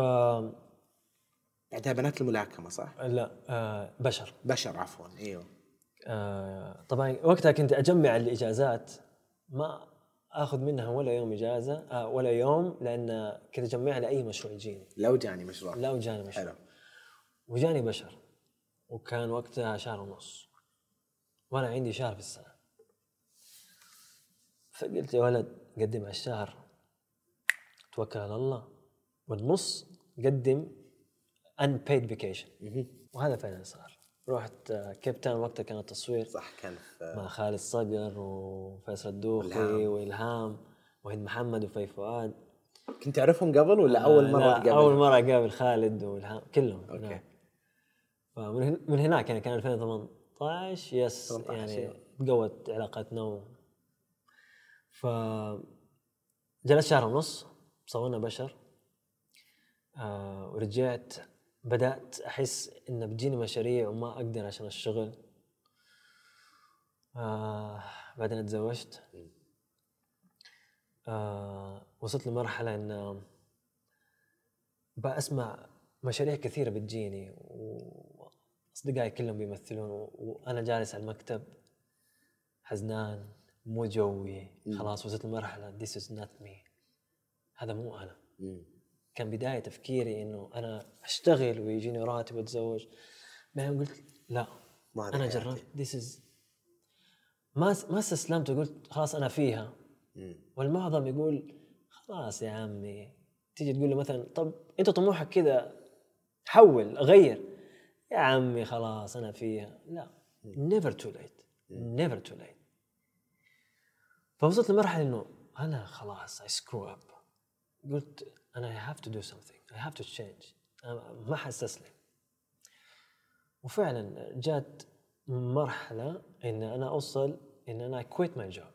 بعدها بنات الملاكمه صح؟ لا آه بشر بشر عفوا ايوه. آه طبعا وقتها كنت اجمع الاجازات ما اخذ منها ولا يوم اجازه آه ولا يوم لان كنت اجمعها لاي مشروع يجيني. لو جاني مشروع لو جاني مشروع حلو. وجاني بشر وكان وقتها شهر ونص وانا عندي شهر في السنه. فقلت يا ولد قدم على الشهر توكل على الله والنص قدم unpaid vacation. وهذا فعلا صار. رحت كيب تاون وقتها كان التصوير صح كان مع خالد صقر وفيصل الدوخي والهام وهند محمد وفي فؤاد. كنت تعرفهم قبل ولا اول مره تقابل؟ اول مره اقابل خالد والهام كلهم. اوكي. فمن من هناك يعني كان ألفين وثمانية عشر يس يعني تقوت علاقتنا. ف جلست شهر ونص صورنا بشر آه ورجعت بدأت أحس إن بتجيني مشاريع وما أقدر عشان الشغل. آه بعدين اتزوجت. آه وصلت لمرحلة إن بقى أسمع مشاريع كثيرة بتجيني وأصدقائي كلهم بيمثلون وأنا جالس على المكتب حزنان مو جوي. خلاص وصلت لمرحلة this is not me. هذا مو أنا. كان بداية تفكيري إنه أنا أشتغل ويجيني راتب وأتزوج. بعدين قلت لا أنا جربت this is ما ما استسلمت وقلت خلاص أنا فيها. مم. والمعظم يقول خلاص يا عمي تيجي تقول له مثلا طب أنت طموحك كذا حول غير يا عمي خلاص أنا فيها. لا مم. never too late مم. never too late. فوصلت لمرحلة إنه أنا خلاص I screw up. قلت أنا I have to do something I have to change. ما حستسلم. وفعلا جات مرحلة إن أنا أوصل إن أنا quit my job.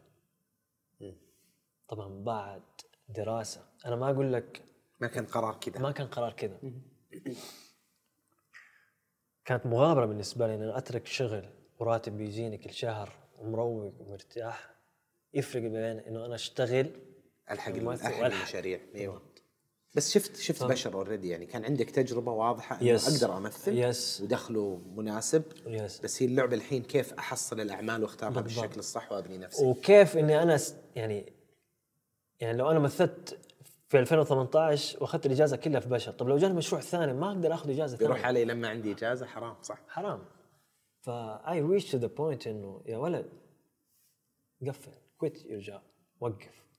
طبعا بعد دراسة أنا ما أقول لك ما كان قرار كذا ما كان قرار كذا. كانت مغامرة بالنسبة لي إن أنا أترك شغل وراتب بيجيني كل شهر ومروق ومرتاح يفرق بين إنه أنا أشتغل الحق المشاريع. ايوه بس شفت شفت طب. بشر اوريدي يعني كان عندك تجربه واضحه انه yes. اقدر امثل yes. ودخله مناسب yes. بس هي اللعبه الحين كيف احصل الاعمال واختارها بالشكل الصح وابني نفسي وكيف اني انا يعني يعني لو انا مثلت في ألفين وثمانية عشر واخذت الاجازه كلها في بشر. طب لو جاني مشروع ثاني ما اقدر اخذ اجازه ثانيه يروح علي لما عندي اجازه حرام صح حرام. فاي ريتش تو ذا بوينت انه يا ولد قفل quit your job وقف.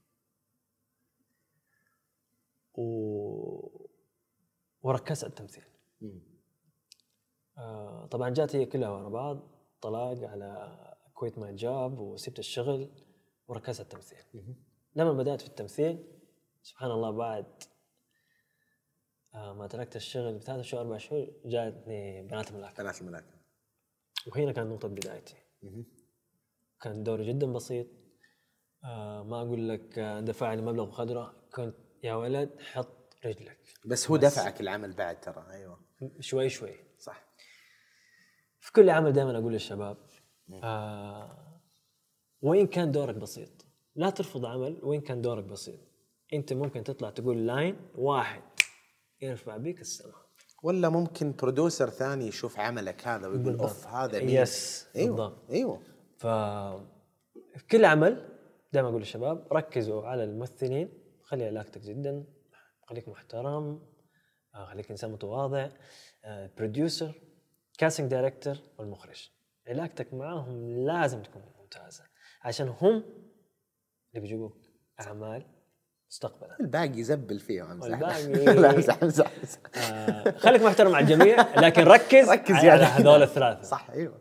و... وركزت على التمثيل. آه طبعا جات هي كلها ورا بعض طلاق على كويت ماي جاب وسبت الشغل وركزت التمثيل. لما بدأت في التمثيل سبحان الله بعد آه ما تركت الشغل بثلاثة شهور أربع شهور جاءتني بنات الملاك. بنات الملاك. وهنا كانت نقطة بدايتي. كان دوري جدا بسيط. آه ما أقول لك آه دفع لي مبلغ وخضرة، كنت يا ولد حط رجلك. بس هو بس دفعك العمل بعد ترى. أيوة شوي شوي صح. في كل عمل دائما أقول للشباب آه وين كان دورك بسيط لا ترفض عمل. وين كان دورك بسيط أنت ممكن تطلع تقول لاين واحد يرفع بيك السماء، ولا ممكن برودوسر ثاني يشوف عملك هذا ويقول اوف هذا مين. يس ايوه بالضبط. ايوه. ف في كل عمل دائما اقول للشباب ركزوا على الممثلين، خلي علاقتك جدا، خليك محترم، خليك انسان متواضع. بروديوسر، كاستنج دايركتور والمخرج، علاقتك معهم لازم تكون ممتازه عشان هم اللي بيجيبوك اعمال مستقبلا. الباقي يزبل فيه. الباقي لا امزح امزح. آه خليك محترم مع الجميع لكن ركز ركز على يعني هذول الثلاثه. صح ايوه.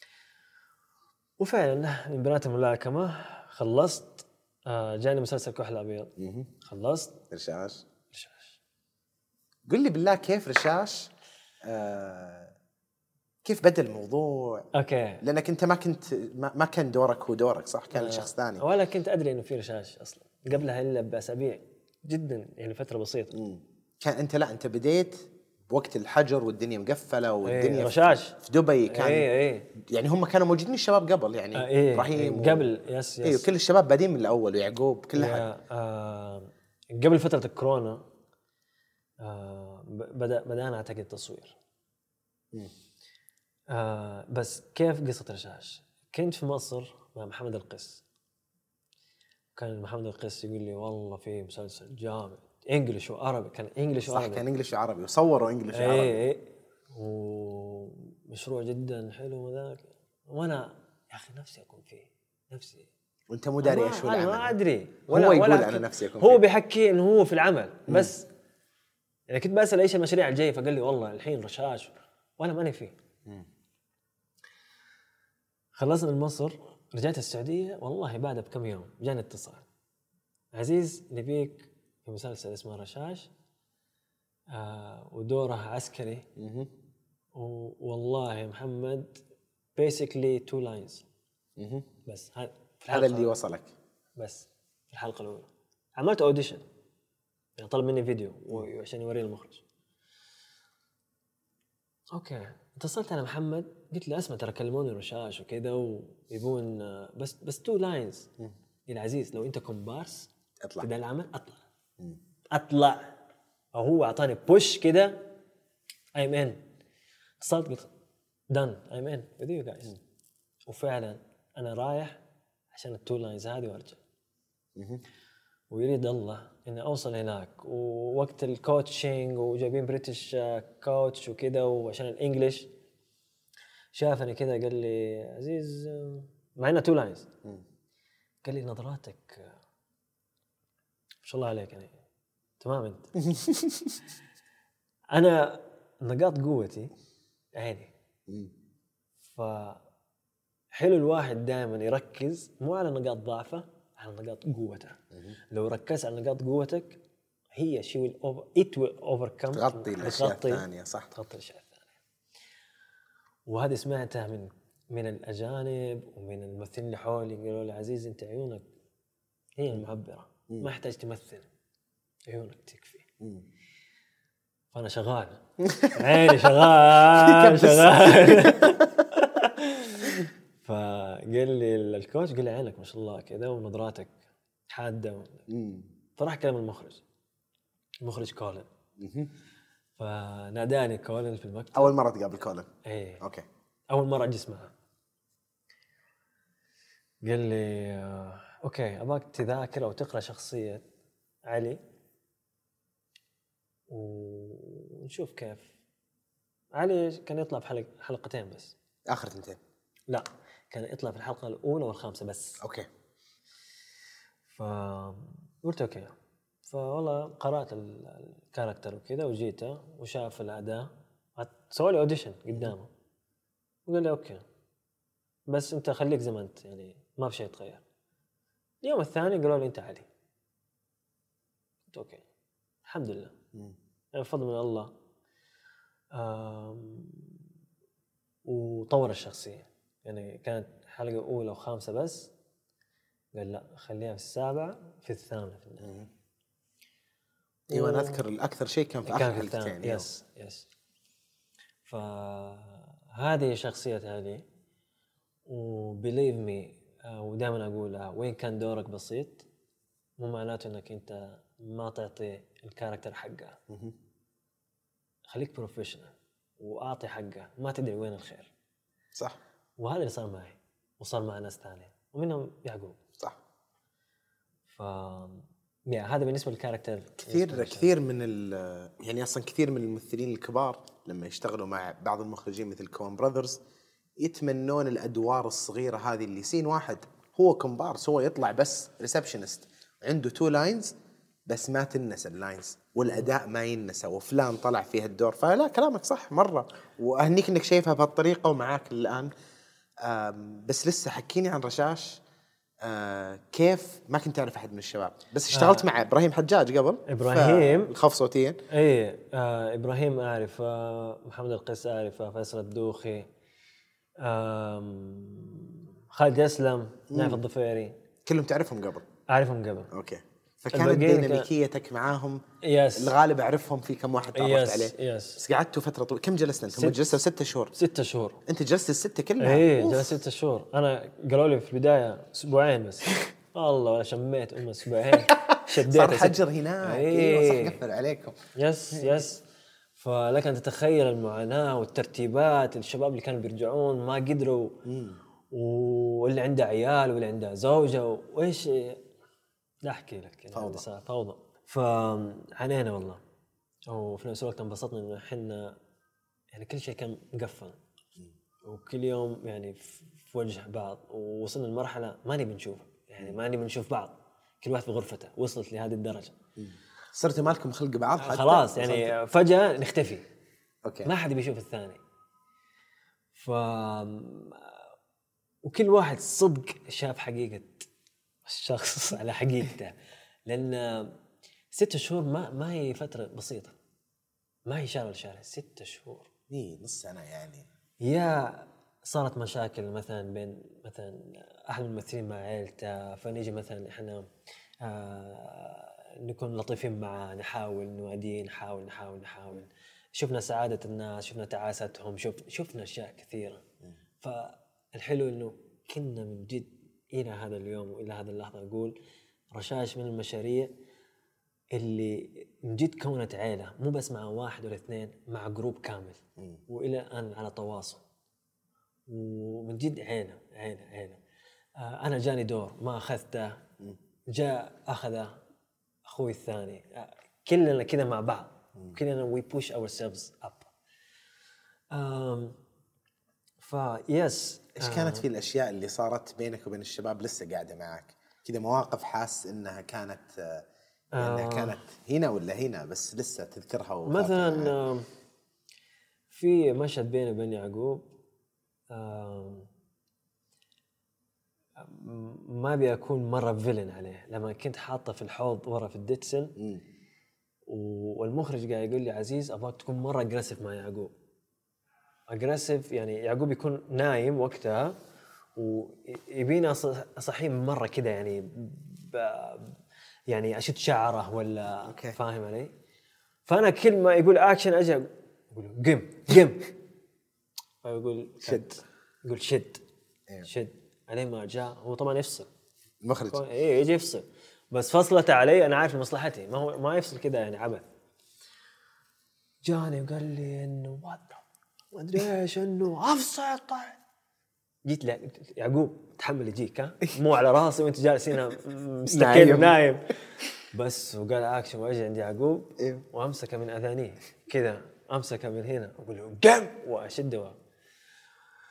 وفعلا من بنات الملاكمه خلصت. آه جاني مسلسل كحل ابيض. خلصت رشاش. رشاش قل لي بالله كيف رشاش آه كيف بدأ الموضوع؟ اوكي. لانك انت ما كنت ما, ما كان دورك هو دورك صح، كان آه شخص ثاني. ولا كنت ادري انه في رشاش اصلا قبلها الا باسابيع جدا، يعني فتره بسيطه. مم. كان انت لا انت بديت بوقت الحجر والدنيا مقفله والدنيا ايه رشاش في دبي كان ايه ايه. يعني هم كانوا موجودين الشباب قبل يعني آه ايه ابراهيم إيه قبل و... يس يس ايوه كل الشباب بادين من الاول ويعقوب كل حد. آه قبل فتره الكورونا آه بدا بدانا اعتقد التصوير. آه بس كيف قصه رشاش؟ كنت في مصر مع محمد القس، كان محمد القس يقول لي والله في مسلسل جامد انجلش وعربي. كان انجلش صح وعربي. كان انجلش وعربي وصوروا انجلش ايه وعربي. ايه ومشروع جدا حلو وذاك. وانا يا اخي نفسي اكون فيه نفسي. وانت مو داري ايش هو العمل. انا ما ادري ولا هو يقول انا نفسي اكون هو فيه. بيحكي انه هو في العمل بس. يعني كنت بسال ايش المشاريع الجايه فقال لي والله الحين رشاش وانا ماني فيه. مم. خلصنا من مصر رجعت السعوديه والله بعدها بكم يوم جاني اتصال، عزيز نبيك في مسلسل اسمه رشاش آه ودوره عسكري. والله يا محمد basically two lines بس. هذا اللي وصلك بس في الحلقة الأولى. عملت أوديشن يعني طلب مني فيديو عشان يوريه المخرج. أوكي اتصلت على محمد قلت له أسمع ترى كلموني رشاش وكذا ويبون بس بس two lines. يا عزيز لو أنت كومبارس اطلع في ذا العمل أطلع. مم. أطلع. وهو أعطاني بوش كده I'm in. اتصلت قلت done I'm in with you guys. مم. وفعلا أنا رايح عشان التو لاينز هذه وارجع. مم. ويريد الله إني أوصل هناك ووقت الكوتشينج وجايبين بريتش كوتش وكده وعشان الإنجليش شافني كده قال لي عزيز معنا تو لاينز. قال لي نظراتك ما شاء الله عليك يعني تمام انت. انا نقاط قوتي عيني. فحلو الواحد دائما يركز مو على نقاط ضعفه على نقاط قوته. لو ركزت على نقاط قوتك هي شيء will over it will overcome تغطي الاشياء الثانيه صح تغطي الاشياء الثانيه. وهذا سمعتها من من الاجانب ومن الممثلين اللي حولي قالوا لي عزيز انت عيونك هي المعبره ما يحتاج تمثل عيونك تكفي. فأنا شغال عيني شغال شغال. فقال لي الكوتش قال لي عينك ما شاء الله كذا ونظراتك حادة. فراح كلم المخرج المخرج كولن. فناداني كولن في المكتب. أول مرة تقابل كولن؟ إيه أوكي. أول مرة أجلس معه. قال لي أوكي أباك تذاكر أو تقرأ شخصية علي ونشوف كيف. علي كان يطلع في حلق حلقتين بس. آخر تنتين؟ لا كان يطلع في الحلقة الأولى والخامسة بس. أوكي. فقلت أوكي. فوالله قرأت الكاركتر وكذا وجيته وشاف الأداء سوى لي أوديشن قدامه وقال لي أوكي بس انت خليك زي ما انت، يعني ما في شيء يتغير. اليوم الثاني قالوا لي انت عادي. قلت اوكي الحمد لله، يعني بفضل من الله. وطور الشخصيه، يعني كانت حلقه اولى وخامسه بس، قال لا خليها في السابعه في الثامنه في النهايه. ايوه انا اذكر الاكثر شيء كان في اخر حلقتين. يس يس فهذه شخصيه هذه. وبليف مي، ودائما اقولها، وين كان دورك بسيط مو معناته انك انت ما تعطي الكاركتر حقه. خليك بروفيشنال واعطي حقه، ما تدري وين الخير. صح. وهذا اللي صار معي وصار مع ناس ثانيه ومنهم يعقوب. صح. ف يا هذا بالنسبه للكاركتر. كثير كثير من ال يعني اصلا كثير من الممثلين الكبار لما يشتغلوا مع بعض المخرجين مثل كوان براذرز يتمنون الادوار الصغيره هذه اللي سين واحد هو كومبارس، هو يطلع بس ريسبشنست عنده تو لاينز بس ما تنسى اللاينز والاداء ما ينسى، وفلان طلع في هالدور. فلا كلامك صح مره، واهنيك انك شايفها بهالطريقه ومعاك الان. بس لسه حكيني عن رشاش. آه كيف ما كنت أعرف أحد من الشباب، بس اشتغلت آه مع إبراهيم حجاج قبل. إبراهيم الخوف صوتيا. إيه آه إبراهيم أعرف، آه محمد القيس أعرف، آه فيصل الدوخي، آه خالد يسلم، نايف الضفيري، كلهم تعرفهم قبل؟ أعرفهم قبل. أوكي. فكانت ديناميكيتك كان... معاهم. يس. الغالب أعرفهم في كم واحد تعرفت عليه. يس. بس قعدتوا فترة طويلة. كم جلسنا أنتم؟ ست... جلسوا ستة شهور. ستة شهور. أنت جلست الستة كلها؟ إيه جلست ستة شهور. أنا قالوا لي في البداية أسبوعين بس. الله ولا شميت أم أسبوعين. شديت. صار حجر هناك. إيه صح قفل عليكم. يس يس. فلك أن تتخيل المعاناة والترتيبات. الشباب اللي كانوا بيرجعون ما قدروا، واللي عنده عيال واللي عنده زوجة وإيش. لا أحكي لك يعني فوضى. صار فوضى. فعنينا والله. وفي نفس الوقت انبسطنا إنه إحنا يعني كل شيء كان مقفل، وكل يوم يعني في وجه بعض، ووصلنا لمرحلة ما نبي نشوف، يعني ما نبي نشوف بعض، كل واحد في غرفته. وصلت لهذه الدرجة. صرتوا مالكم خلق بعض حتى خلاص يعني فجأة نختفي. أوكي. ما حد بيشوف الثاني. ف وكل واحد صدق شاف حقيقة الشخص على حقيقته. لأن ستة شهور ما ما هي فترة بسيطة، ما هي شهر لشهر، ستة شهور. إيه نص سنة يعني. يا صارت مشاكل مثلا بين مثلا أحد الممثلين مع عائلته، فنيجي مثلا إحنا آه نكون لطيفين معه، نحاول نواديه، نحاول نحاول نحاول شفنا سعادة الناس، شفنا تعاستهم، شوف شفنا أشياء كثيرة. فالحلو إنه كنا من جد إلى هذا اليوم وإلى هذا اللحظة أقول رشاش من المشاريع اللي من جد كونت عائلة، مو بس مع واحد ولا اثنين، مع جروب كامل. م. وإلى الآن على تواصل، ومن جد عائلة عائلة عائلة. آه أنا جاني دور ما أخذته، جاء أخذه أخوي الثاني، آه كلنا كذا مع بعض، كلنا we push ourselves up. آم فيس. إيش كانت في الأشياء اللي صارت بينك وبين الشباب لسه قاعدة معك كذا، مواقف حاس إنها كانت يعني آه كانت هنا ولا هنا بس لسه تذكرها؟ مثلا آه في مشهد بيني وبين يعقوب، آه ما أبي أكون مرة فيلن عليه، لما كنت حاطة في الحوض ورا في الديتسل والمخرج قاعد يقول لي عزيز أبغاك تكون مرة أجريسيف مع يعقوب. أجريسيف يعني يعقوب يكون نايم وقتها ويبينا أصحيه مرة كده، يعني يعني أشد شعره ولا أوكي. فاهم علي؟ فأنا كل ما يقول أكشن أجي أقول قم قم، فيقول شد، يقول شد شد عليه. ما جاء هو طبعا يفصل المخرج، إيه يجي يفصل، بس فصلته علي أنا عارف مصلحتي، ما هو ما يفصل كده يعني عبث. جاني وقال لي إنه ما أدري إيش إنه أفصل. طيب جيت له يعقوب تحمل يجيك، ها مو على راسي وأنت جالس هنا مستقيم نايم بس. وقال أكشن وأجي عند يعقوب وأمسكه من أذانيه كذا، أمسكه من هنا وأقول له قم وأشده.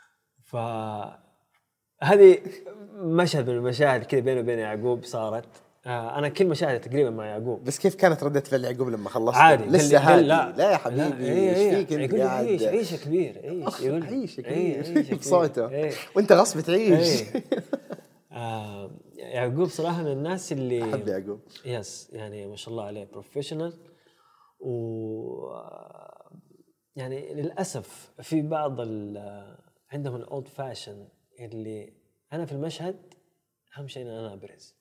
فهذه مشهد من المشاهد كذا بينه وبين يعقوب صارت آه انا كل مشاهد تقريبا مع يعقوب. بس كيف كانت ردة فعل يعقوب لما خلصت؟ عادي لسه هادي. لا. لا يا حبيبي ايش فيك انت قاعد؟ عيش عيش كبير عيش يقول عيش كبير بصوته ايه. وانت غصب تعيش. ايه. آه يعقوب صراحه من الناس اللي احب يعقوب. يس يعني ما شاء الله عليه بروفيشنال. و يعني للاسف في بعض عندهم الاولد فاشن اللي انا في المشهد اهم شيء ان انا ابرز.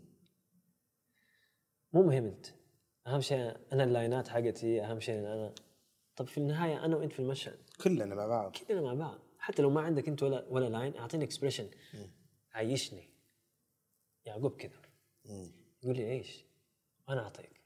مو مهم انت، اهم شيء انا اللاينات حقتي، اهم شيء ان انا. طب في النهايه انا وانت في المشهد كلنا مع بعض، كلنا مع بعض. حتى لو ما عندك انت ولا ولا لاين، اعطيني اكسبريشن عيشني. يعقوب كذا يقول لي عيش انا اعطيك.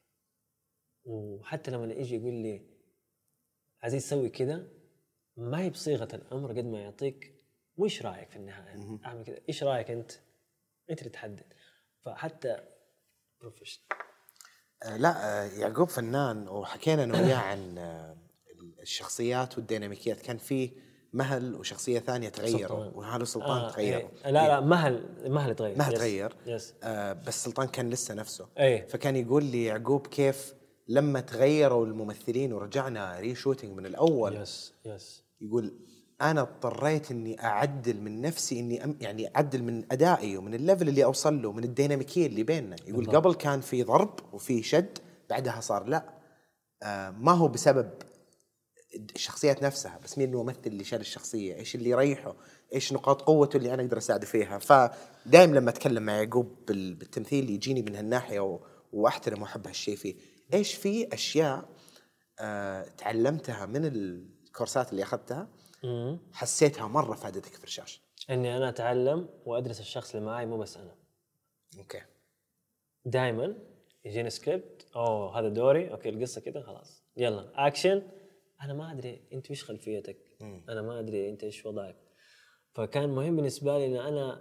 وحتى لما يجي يقول لي عزيز سوي كذا، ما هي بصيغه الامر قد ما يعطيك وش رايك في النهايه اعمل كذا، ايش رايك انت انت اللي تحدد. فحتى بروفيشنال. آه لا آه يعقوب فنان. وحكينا انا وياه عن آه الشخصيات والديناميكيات. كان في مهل وشخصيه ثانيه تغيروا، وهذا سلطان آه تغير. إيه. لا لا مهل مهل تغير مهل تغير يس. آه بس سلطان كان لسه نفسه. أيه. فكان يقول لي يعقوب كيف لما تغيروا الممثلين ورجعنا ري شوتينج من الاول. يس يس. يقول انا اضطريت اني اعدل من نفسي، اني أم يعني اعدل من ادائي ومن الليفل اللي اوصل له، من الديناميكيه اللي بيننا. يقول بالضبط. قبل كان في ضرب وفي شد، بعدها صار لا آه ما هو بسبب الشخصيات نفسها، بس مين الممثل اللي شال الشخصيه، ايش اللي يريحه، ايش نقاط قوته اللي انا اقدر اساعده فيها. فدائما لما اتكلم مع يعقوب بالتمثيل يجيني من هالناحيه واحترم واحب هالشيء فيه. ايش في اشياء آه تعلمتها من الكورسات اللي اخذتها حسيتها مره فادتك في الشاشه؟ اني انا اتعلم وادرس الشخص اللي معي، مو بس انا. اوكي. دائما يجيني سكريبت، اوه هذا دوري، اوكي القصه كده خلاص يلا اكشن. انا ما ادري انت وش خلفيتك، مم. انا ما ادري انت ايش وضعك. فكان مهم بالنسبه لي ان انا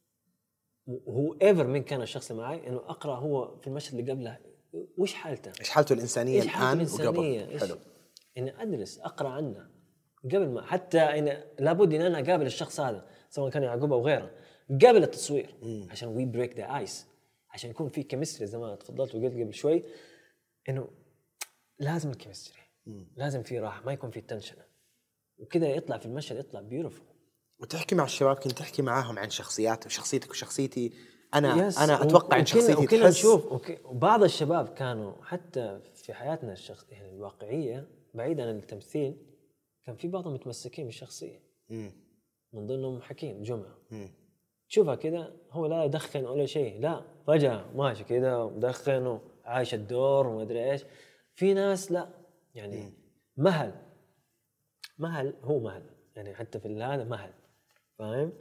هو ايفر من كان الشخص اللي معي انه اقرا هو في المشهد اللي قبله وش حالته، ايش حالته الانسانيه الان وقبل. حلو. اني ادرس اقرا عنه قبل ما حتى إن لابد ان انا اقابل الشخص هذا سواء كان يعقوب او غيره قبل التصوير. مم. عشان وي بريك ذا ايس، عشان يكون في كيمستري زي ما تفضلت وقلت قبل شوي انه لازم الكيمستري، لازم في راحه، ما يكون في تنشن، وكذا يطلع في المشهد يطلع بيوتيفول. وتحكي مع الشباب، كنت تحكي معاهم عن شخصيات وشخصيتك وشخصيتي. انا يس. انا اتوقع ان شخصيتي وكنا نشوف وبعض الشباب كانوا حتى في حياتنا الشخص يعني الواقعيه بعيدا عن التمثيل، كان في بعضهم متمسكين بالشخصيه. مم. من ضمنهم حكيم جمعه. مم. تشوفها كذا هو لا يدخن ولا شيء، لا فجاه ماشي كذا ومدخن وعايش الدور وما ادري ايش. في ناس لا يعني مم. مهل مهل هو مهل يعني حتى في هذا مهل، فاهم؟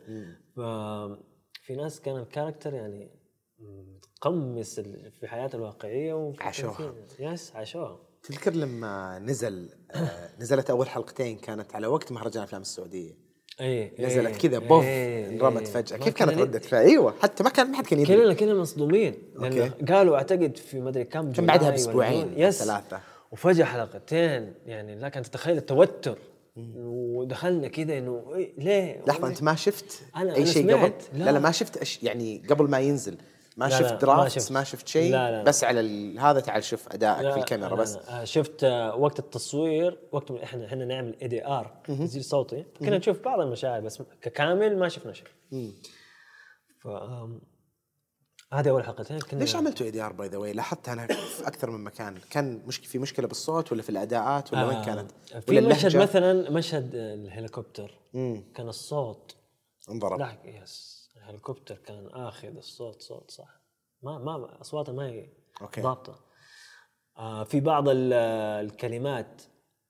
ففي ناس كان الكاركتر يعني متقمص في حياته الواقعيه عاشوها. يس عاشوها. تذكر لما نزل آه نزلت اول حلقتين كانت على وقت مهرجان الافلام السعوديه. ايه نزلت ايه كذا بوف ايه انرمت فجاه. كيف كانت ردة فعل؟ ايوه حتى ما كان ما حد كان يدري. كلنا كنا مصدومين لانه قالوا اعتقد في مدري كم كان بعدها باسبوعين ثلاثه، وفجاه حلقتين. يعني لا كانت تتخيل التوتر. ودخلنا كذا انه إيه ليه لحظه انت ما شفت أنا اي شيء قبل؟ لا. لا لا ما شفت أش... يعني قبل ما ينزل ما لا شفت درافت، ما شفت شيء. لا لا بس على ال... هذا تعال شوف ادائك لا في الكاميرا. لا بس لا. شفت وقت التصوير، وقت ما احنا احنا نعمل اي دي ار تسجيل صوتي، كنا نشوف بعض المشاهد بس ككامل ما شفنا شيء. ف هذه اول حلقتين. كنا ليش عملتوا اي دي ار باي ذا واي؟ لاحظت انا في اكثر من مكان. كان مشكله في مشكله بالصوت ولا في الاداءات ولا آه وين كانت؟ في مشهد مثلا مشهد الهليكوبتر مم. كان الصوت انضرب. لا يس الهليكوبتر كان اخذ الصوت صوت صح، ما ما اصواته ما هي ضابطه. آه في بعض الكلمات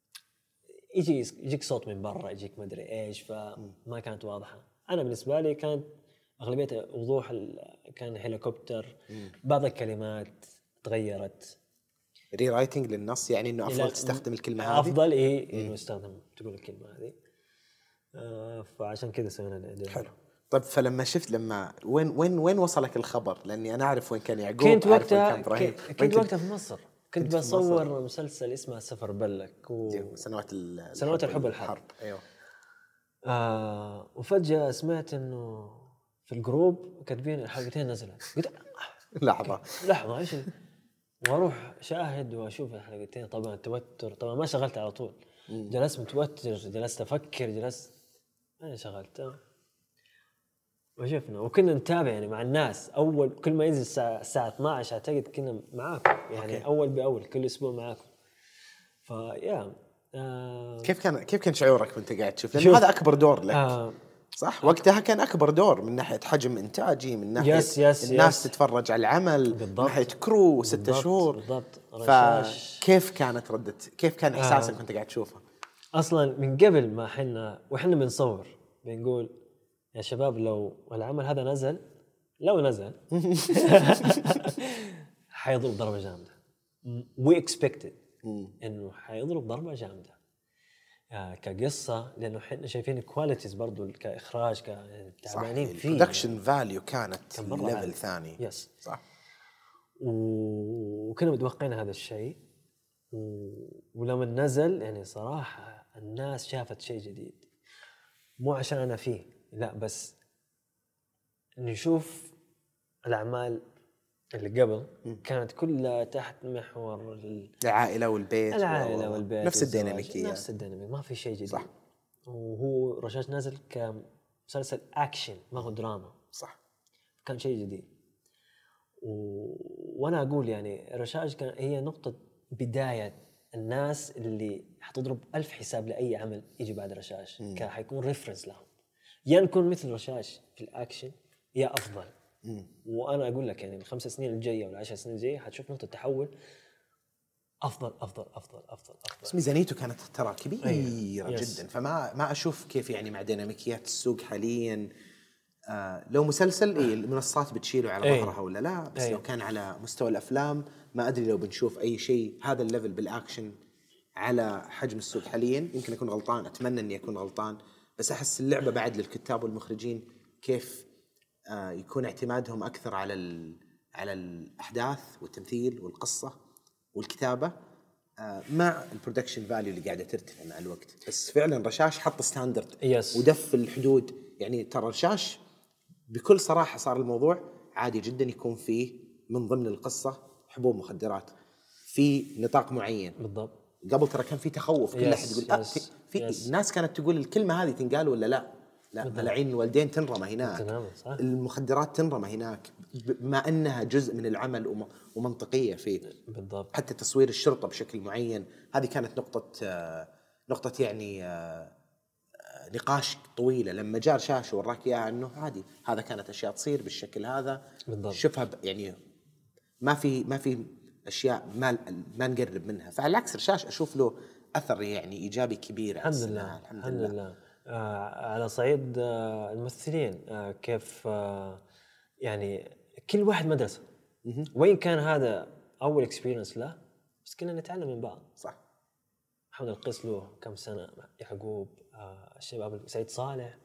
يجي يجيك صوت من برا، يجيك ما ادري ايش، فما كانت واضحه. انا بالنسبه لي كانت اغلبيه وضوح كان هليكوبتر. مم. بعض الكلمات تغيرت، ري رايتنج للنص، يعني انه افضل تستخدم الكلمه هذه. افضل ايه انه استخدم تقول الكلمه هذه. آه فعشان كذا سوينا الاداء. حلو. طيب فلما شفت لما وين وين وين وصلك الخبر؟ لاني انا اعرف وين كان يعقوب. كنت وقتها كنت, كنت وقتها في مصر. كنت بصور مصر. مسلسل اسمه سفر بلك و... سنوات سنوات الحب والحرب. ايوه. آه وفجاه سمعت انه في الجروب كاتبين الحلقتين نزلت. قلت لحظة لحظة إيش واروح شاهد واشوف الحلقتين. طبعا توتر، طبعا ما شغلت على طول، جلست متوتر، جلست افكر، جلست انا شغلت وشفنا وكنا نتابع يعني مع الناس. اول كل ما ينزل الساعه الساعه اثناشر اعتقد كنا معاكم يعني أوكي. اول باول كل اسبوع معاكم. فيا آه كيف كان كيف كان شعورك وانت قاعد تشوف؟ لأن هذا اكبر دور لك. آه صح، وقتها كان أكبر دور من ناحية حجم إنتاجي، من ناحية يس يس الناس يس تتفرج على العمل، بالضبط. من ناحية كرو ستة شهور بالضبط. فكيف كانت ردة كيف كان إحساسك آه. وانت قاعد تشوفها؟ أصلا من قبل ما حنا وإحنا بنصور بنقول يا شباب لو العمل هذا نزل لو نزل حيضرب ضربة جامدة. we expected إنه حيضرب ضربة جامدة كقصة، لأنه حنا شايفين الكواليتيز برضو كإخراج كتعبانين فيه. البرودكشن فاليو كانت ليفل ثاني. يس صح. وكنا متوقعين هذا الشيء، ولما نزل يعني صراحة الناس شافت شيء جديد، مو عشان أنا فيه لا، بس نشوف الأعمال اللي قبل كانت كلها تحت محور العائلة والبيت العائلة والبيت نفس الديناميكية نفس الديناميك، ما في شيء جديد. صح. وهو رشاش نازل كمسلسل أكشن ما هو دراما. صح. كان شيء جديد. و... وأنا أقول يعني رشاش كان هي نقطة بداية الناس اللي حتضرب ألف حساب لأي عمل يجي بعد رشاش، كان حيكون ريفرنس لهم، يا نكون مثل رشاش في الأكشن يا أفضل. مم. وأنا أقول لك يعني الخمس سنين الجاية والعشر سنين الجاية حتشوف نقطة تحول أفضل أفضل أفضل أفضل أفضل. بس ميزانيته كانت ترى كبيرة أيه. جدا، فما ما أشوف كيف يعني مع ديناميكيات السوق حاليا آه لو مسلسل إيه المنصات بتشيله على أيه. ظهرها ولا لا، بس أيه. لو كان على مستوى الأفلام ما أدري لو بنشوف أي شيء هذا الليفل بالأكشن على حجم السوق حاليا. يمكن أكون غلطان، أتمنى أني أكون غلطان، بس أحس اللعبة بعد للكتاب والمخرجين كيف آه يكون اعتمادهم أكثر على على الأحداث والتمثيل والقصة والكتابة آه مع البرودكشن فاليو اللي قاعدة ترتفع مع الوقت. بس فعلا رشاش حط ستاندرد yes. ودف الحدود. يعني ترى رشاش بكل صراحة صار الموضوع عادي جدا يكون فيه من ضمن القصة حبوب مخدرات في نطاق معين. بالضبط. قبل ترى كان في تخوف، كل أحد يقول آه في, في yes. الناس كانت تقول الكلمة هذه تنقال ولا لا لا، ملاعين الوالدين تنرمى هناك، المخدرات تنرمى هناك، بما أنها جزء من العمل ومنطقية فيه. بالضبط. حتى تصوير الشرطة بشكل معين، هذه كانت نقطة آه نقطة يعني آه نقاش طويلة. لما جاء رشاش وراك إياها أنه عادي هذا كانت أشياء تصير بالشكل هذا. بالضبط. شوفها يعني ما في ما في أشياء ما ما نقرب منها. فعلى العكس رشاش أشوف له أثر يعني إيجابي كبير. الحمد لله. الحمد, الحمد لله, لله. آه على صعيد آه الممثلين آه كيف آه يعني كل واحد مدرسة، وين كان هذا أول إكسبيرينس له، بس كنا نتعلم من بعض. صح. محمد القيس له كم سنة، يعقوب آه الشباب سعيد صالح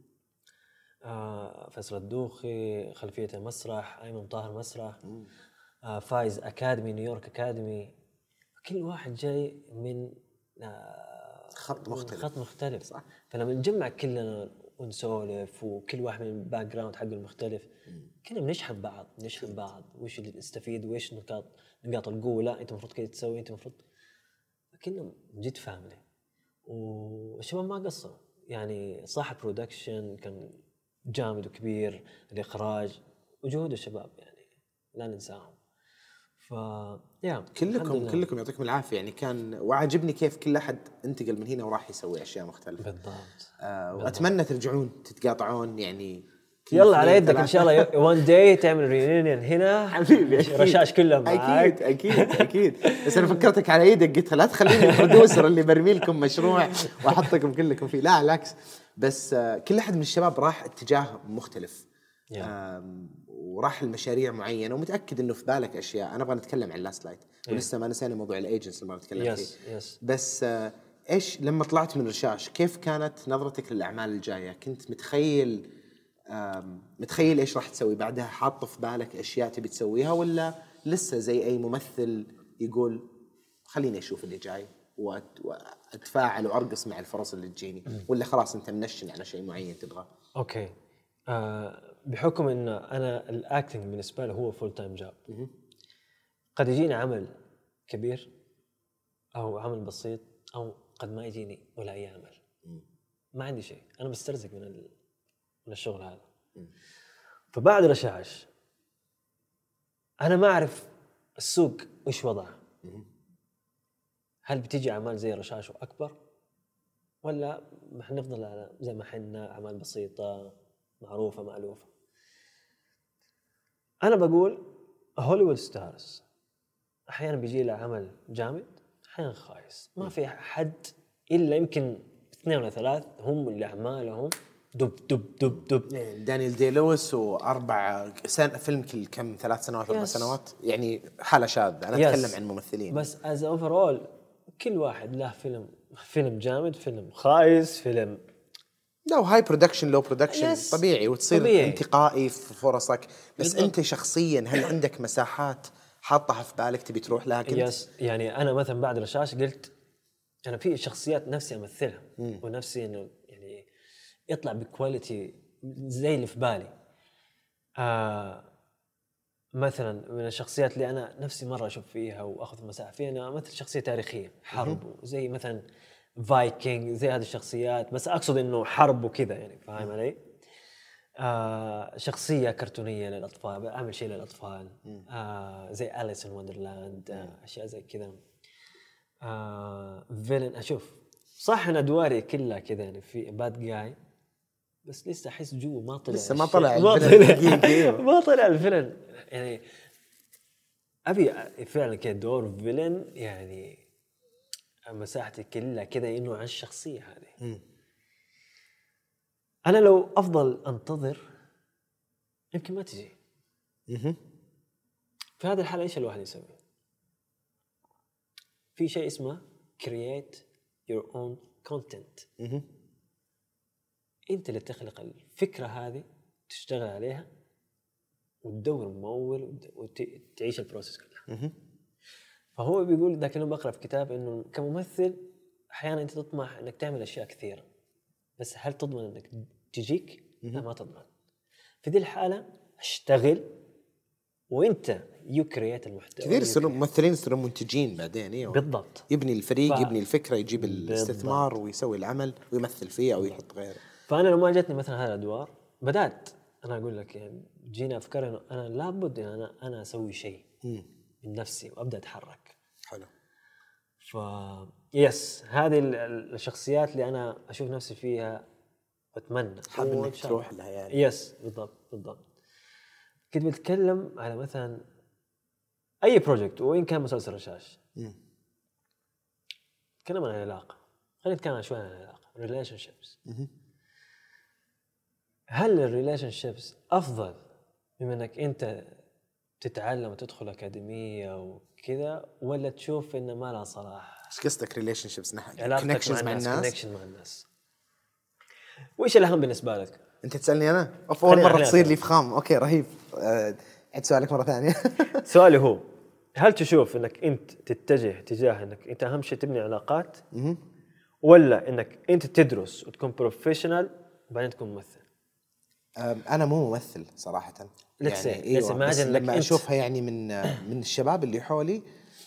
آه فيصل الدوخي خلفية المسرح، أيمن طاهر مسرح آه فايز أكاديمي نيويورك أكاديمي، كل واحد جاي من آه خط مختلف خط مختلف. صح. فلما نجمع كلنا ونسولف وكل واحد من الباك جراوند حقه المختلف كنا بنشحن بعض نشحن بعض وش اللي نستفيد وإيش نقاط نقاط القوة. لا أنت مفروض كده تسوي، أنت مفروض كنا جد فاميلي. والشباب ما قصروا يعني، صاحب برودكشن كان جامد وكبير، الإخراج وجهود الشباب يعني لا ننساهم. ف يا كلكم كلكم يعطيكم العافية يعني. كان وعجبني كيف كل أحد انتقل من هنا وراح يسوي أشياء مختلفة. بالضبط. آه وأتمنى ترجعون تتقاطعون يعني. يلا على يدك إن شاء الله وان داي تعمل ريونيون هنا حبيبي. رشاش كله معاك. أكيد أكيد أكيد. بس أنا فكرتك على يدك قلت لا تخليني البرودوسر اللي برمي لكم مشروع وأحطكم كلكم فيه. لا العكس، بس آه كل أحد من الشباب راح اتجاه مختلف وراح المشاريع معينة، ومتأكد إنه في بالك أشياء. أنا أبغى نتكلم عن لاست لايت ولسه ما نسينا موضوع الأيجنس اللي ما بتكلم فيه. yes, yes. بس آه إيش لما طلعت من رشاش كيف كانت نظرتك للأعمال الجاية؟ كنت متخيل متخيل إيش راح تسوي بعدها؟ حاط في بالك أشياء تبي تسويها ولا لسه زي أي ممثل يقول خليني أشوف اللي جاي وأتفاعل وأرقص مع الفرص اللي تجيني، ولا خلاص أنت منشن على شيء معين تبغى؟ أوكي آه بحكم ان انا الاكتنج بالنسبه لي هو فول تايم جاب، قد يجيني عمل كبير او عمل بسيط او قد ما يجيني ولا اي عمل. ما عندي شيء، انا بسترزق من من الشغل هذا. فبعد رشاش انا ما اعرف السوق ايش وضعه، هل بتيجي اعمال زي رشاش واكبر ولا حنفضل على زي ما حنا اعمال بسيطه معروفه مألوفه. انا بقول هوليوود ستارز احيانا بيجي له عمل جامد احيانا خايس، ما في حد الا يمكن اثنين ولا ثلاث هم اللي اعمالهم دب دب دب دب. دانيال دي لويس واربع سنة فيلم كل كم ثلاث سنوات اربع سنوات، يعني حاله شاذه. انا اتكلم عن ممثلين بس از اوفرول كل واحد له فيلم فيلم جامد، فيلم خايس، فيلم لو هاي برودكشن لو برودكشن طبيعي، وتصير طبيعي. انتقائي في فرصك. بس بالضبط. انت شخصيا هل عندك مساحات حاطها في بالك تبي تروح لها كنت؟ يس يعني انا مثلا بعد رشاش قلت انا في شخصيات نفسي امثلها م. ونفسي انه يعني يطلع بكواليتي زي اللي في بالي. آه مثلا من الشخصيات اللي انا نفسي مره اشوف فيها واخذ مساحه فيها، انا مثل شخصيه تاريخيه حرب زي مثلا فايكنج، زي هذه الشخصيات، بس اقصد انه حرب وكذا يعني، فاهم علي؟ آه شخصيه كرتونيه للاطفال، اعمل شيء للاطفال آه زي أليس إن وندرلاند، آه اشياء زي كذا. آه فيلن اشوف صح ان ادواري كلها كذا يعني في باد جاي، بس لسه احس جوا ما طلع لسه ما طلع ما طلع ما طلع الفيلن يعني. ابي فعلا كده دور فيلن يعني مساحتي كلها كذا انه عن الشخصيه هذه. م. انا لو افضل انتظر يمكن ما تجي. م- في هذه الحاله ايش الواحد يسوي؟ في شيء اسمه create your own content. م- انت اللي تخلق الفكره هذه، تشتغل عليها وتدور ممول وتعيش البروسيس كلها. فهو بيقول ذاك اليوم بقرأ في كتاب إنه كممثل أحيانا أنت تطمح إنك تعمل أشياء كثيرة، بس هل تضمن إنك تجيك؟ لا ما تضمن. في ذي الحالة اشتغل وأنت يو كريات المحتوى. كثير يصيرون ممثلين يصيرون منتجين بعدين. ايوه بالضبط. يبني الفريق ف... يبني الفكرة، يجيب الاستثمار ويسوي العمل ويمثل فيه أو يحط غيره. فأنا لو ما جتني مثلا هذه الأدوار بدأت أنا أقول لك يعني جينا أفكار إنه أنا لابد إن أنا أنا أسوي شيء م. من نفسي وأبدأ أتحرك. حلو. ف يس هذه الشخصيات اللي أنا أشوف نفسي فيها وأتمنى حاب إنك تروح لها يعني. يس بالضبط بالضبط. كنت بتكلم على مثلا أي بروجكت وإن كان مسلسل رشاش. نتكلم عن العلاقة، خلينا نتكلم شوي عن العلاقة relationships. هل الريليشنشيبس أفضل مما إنك أنت تتعلم وتدخل أكاديمية وكذا، ولا تشوف إنه ما لها صلاح؟ إيش قصدك ريليشنشيبس؟ نحن كونكشنز مع الناس. كونكشن مع الناس. وإيش الأهم بالنسبة لك؟ أنت تسألني أنا؟ أوف أول مرة تصير لي فخام. أوكي رهيب. أه عد سؤالك مرة ثانية. سؤالي هو هل تشوف إنك أنت تتجه تجاه إنك أنت أهم شيء تبني علاقات، ولا إنك أنت تدرس وتكون بروفيشنال وبعدين تكون ممثل؟ أنا مو ممثل صراحة يعني إيوه بس لما أشوفها يعني من من الشباب اللي حولي،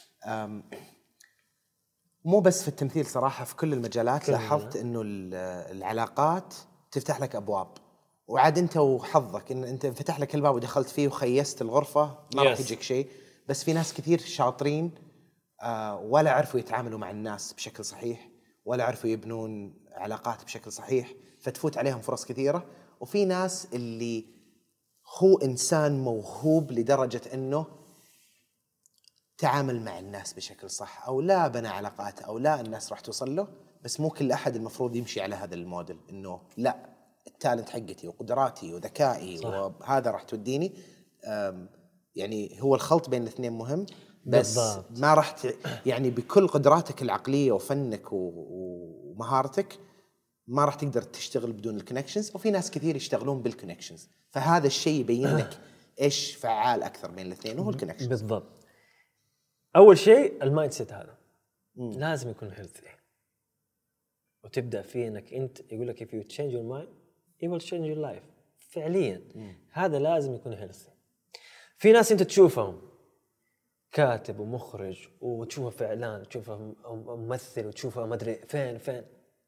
مو بس في التمثيل صراحة، في كل المجالات لاحظت إنه العلاقات تفتح لك أبواب، وعاد أنت وحظك إن أنت فتح لك الباب ودخلت فيه وخيست الغرفة ما راح يجيك شيء. بس في ناس كثير شاطرين ولا عرفوا يتعاملوا مع الناس بشكل صحيح، ولا عرفوا يبنون علاقات بشكل صحيح، فتفوت عليهم فرص كثيرة. وفي ناس اللي هو إنسان موهوب لدرجة أنه تعامل مع الناس بشكل صح، أو لا بنى علاقات، أو لا الناس راح توصل له. بس مو كل أحد المفروض يمشي على هذا الموديل، إنه لا التالنت حقتي وقدراتي وذكائي صح. وهذا راح توديني. يعني هو الخلط بين الاثنين مهم، بس بالضبط. ما راح ت... يعني بكل قدراتك العقلية وفنك ومهارتك ما راح تقدر تشتغل بدون الكونكشنز. وفي ناس كثير يشتغلون بالكونكشنز، فهذا الشيء يبين لك ايش فعال اكثر بين الاثنين، وهو الكونكشنز. بالضبط. اول شيء المايند سيت هذا مم. لازم يكون هيلثي، وتبدا فيه انك انت يقول لك if you change your mind it will change your life فعليا مم. هذا لازم يكون هيلثي. في ناس انت تشوفهم كاتب ومخرج وتشوفه في اعلان وتشوفه ممثل وتشوفه ما ادري فين فين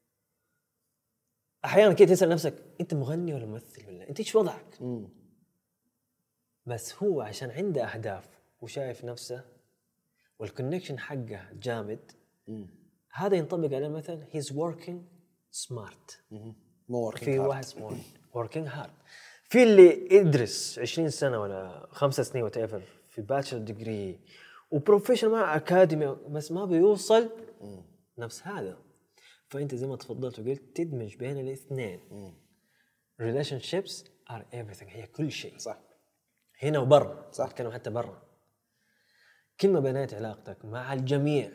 احيانا كده تسال نفسك انت مغني ولا ممثل ولا انت ايش وضعك؟ مم. بس هو عشان عنده اهداف وشايف نفسه والكونكشن حقه جامد مم. هذا ينطبق عليه مثلا he's working smart مو working في hard. واحد smart working hard. في اللي يدرس عشرين سنة ولا خمسة سنين whatever في باتشلر ديجري وبروفيشنال مع أكاديمي بس ما بيوصل مم. نفس هذا. فأنت زي ما تفضلت وقلت تدمج بين الاثنين. relationships are everything هي كل شيء صح هنا وبرا صح نتكلم حتى برا. كل ما بنيت علاقتك مع الجميع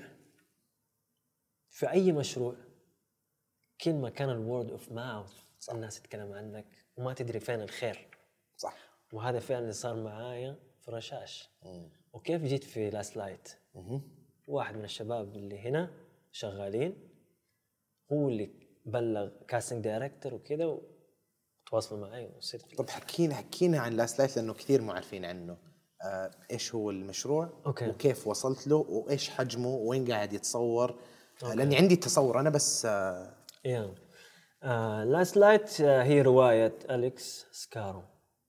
في أي مشروع كل ما كان الورد اوف ماوث الناس يتكلم عنك وما تدري فين الخير. صح. وهذا فعلا اللي صار معايا في رشاش. مم. وكيف جيت في لاست لايت واحد من الشباب اللي هنا شغالين هو اللي بلغ كاستنج دايركتور وكذا وتواصلوا معي وصرت. طب حكينا حكينا عن لاست لايت لانه كثير مو عارفين عنه. آه، ايش هو المشروع أوكي. وكيف وصلت له وايش حجمه وين قاعد يتصور؟ آه، لاني عندي تصور انا بس آه يا لاست لايت هي رواية أليكس سكارو.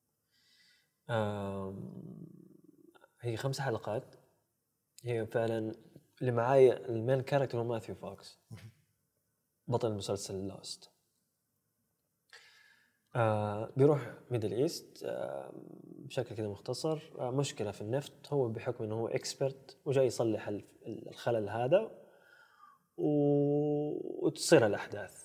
آه هي خمس حلقات. هي فعلا اللي معاي المين كاركتر هو ماثيو فوكس بطل المسلسل لوست. آه بيروح ميدل ايست آه بشكل كده مختصر. آه مشكلة في النفط هو بحكم انه هو اكسبرت وجاي يصلح الخلل هذا وتصير الأحداث.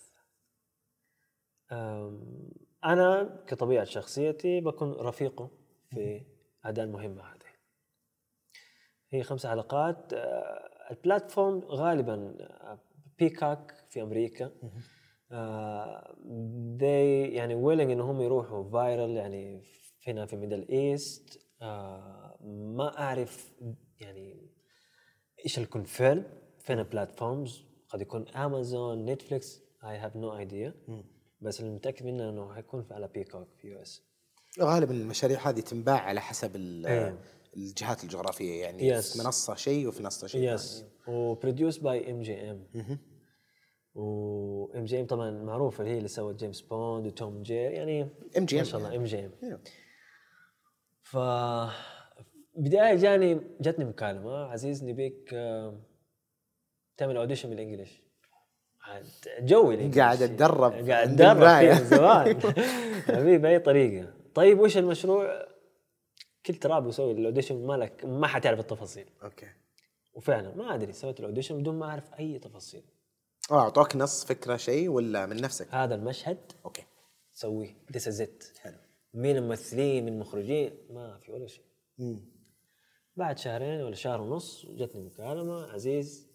آه أنا كطبيعة شخصيتي بكون رفيقه في أداء المهمة هذه. هي خمس حلقات. آه البلاتفورم غالبا بيكاك في أمريكا. آه they يعني willing إنهم يروحوا فايرل يعني هنا في ميدل إيست. آه ما أعرف يعني إيش الكونفيرم فين البلاتفورمز قد يكون أمازون نتفليكس I have no idea. بس اللي متأكد منه إنه هيكون على بيكاك في يو إس. غالبا المشاريع هذه تنباع على حسب أيه. الجهات الجغرافية يعني yes. في منصة شيء وفي منصة شيء yes. وبروديوس باي إم جي إم. و إم جي إم طبعا معروفة هي اللي سوت جيمس بوند وتوم جير يعني إم جي إم ما شاء الله إم جي إم. yeah. ف بداية جاني جتني مكالمة عزيز نبيك تعمل أوديشن بالإنجليش. جوي قاعد أتدرب قاعد أتدرب فيه من زمان أبي بأي طريقة. طيب وش المشروع؟ كل تراب وسوي الأوديشن مالك ما حتعرف التفاصيل. أوكي. وفعلا ما أدري سويت الأوديشن بدون ما أعرف أي تفاصيل. آه أعطوك نص فكرة شيء ولا من نفسك؟ هذا المشهد أوكي سويه this is it. حلو. مين الممثلين من المخرجين ما في ولا شيء. مم. بعد شهرين ولا شهر ونص جتني مكالمة عزيز.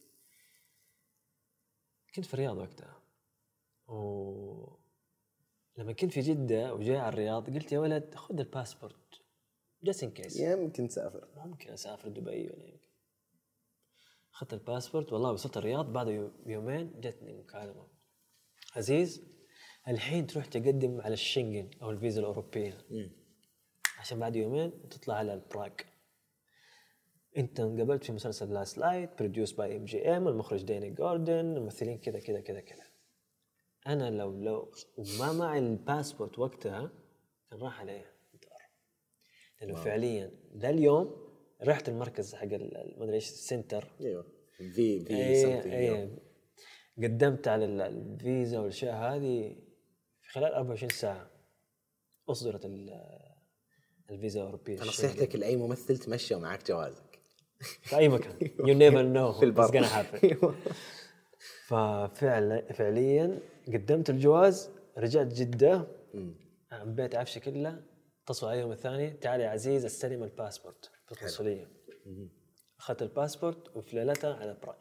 كنت في الرياض وقتها ولما كنت في جدة وجاي على الرياض قلت يا ولد خذ الباسبورت just in case يمكن تسافر ممكن أسافر دبي ولا يمكن. أخذت الباسبورت والله وصلت الرياض بعد يومين جتني مكالمة عزيز الحين تروح تقدم على الشنغن أو الفيزا الأوروبية م. عشان بعد يومين تطلع على البراغ. انت انقبلت في مسلسل لاست لايت بروديوس باي ام جي ام المخرج داني جوردن الممثلين كذا كذا كذا كذا. انا لو لو ما معي الباسبورت وقتها كان راح علي الدار لانه واو. فعليا ذا اليوم رحت المركز حق ما ادري ايش السنتر ايوه في في ايه قدمت على الفيزا والاشياء هذه في خلال أربعة وعشرين ساعه اصدرت الفيزا الاوروبيه. نصيحتك لاي ممثل تمشي ومعك جوازك في أي مكان you never know في البر. what's gonna happen. ففعلا فعليا قدمت الجواز رجعت جدة عبيت عفشة كلها اتصلوا علي يوم الثاني تعالي يا عزيز استلم الباسبورت في القنصلية. أخذت الباسبورت وفي ليلتها على براغ.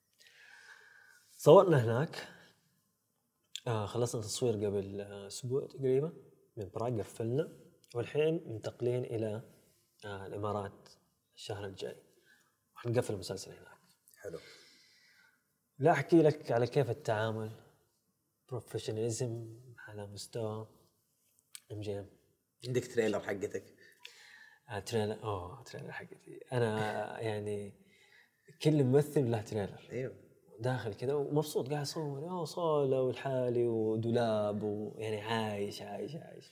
صورنا هناك آه خلصنا تصوير قبل أسبوع تقريبا من براغ قفلنا والحين منتقلين إلى آه الإمارات الشهر الجاي وحنقفل المسلسل هناك. حلو. لا أحكي لك على كيف التعامل بروفيشناليزم على مستوى إم جي إم عندك تريلر حقتك؟ آه تريلر اوه تريلر حقتي انا يعني كل ممثل له تريلر. ايوه داخل كذا ومبسوط قاعد اصور يا صاله والحالي ودولاب ويعني عايش عايش عايش.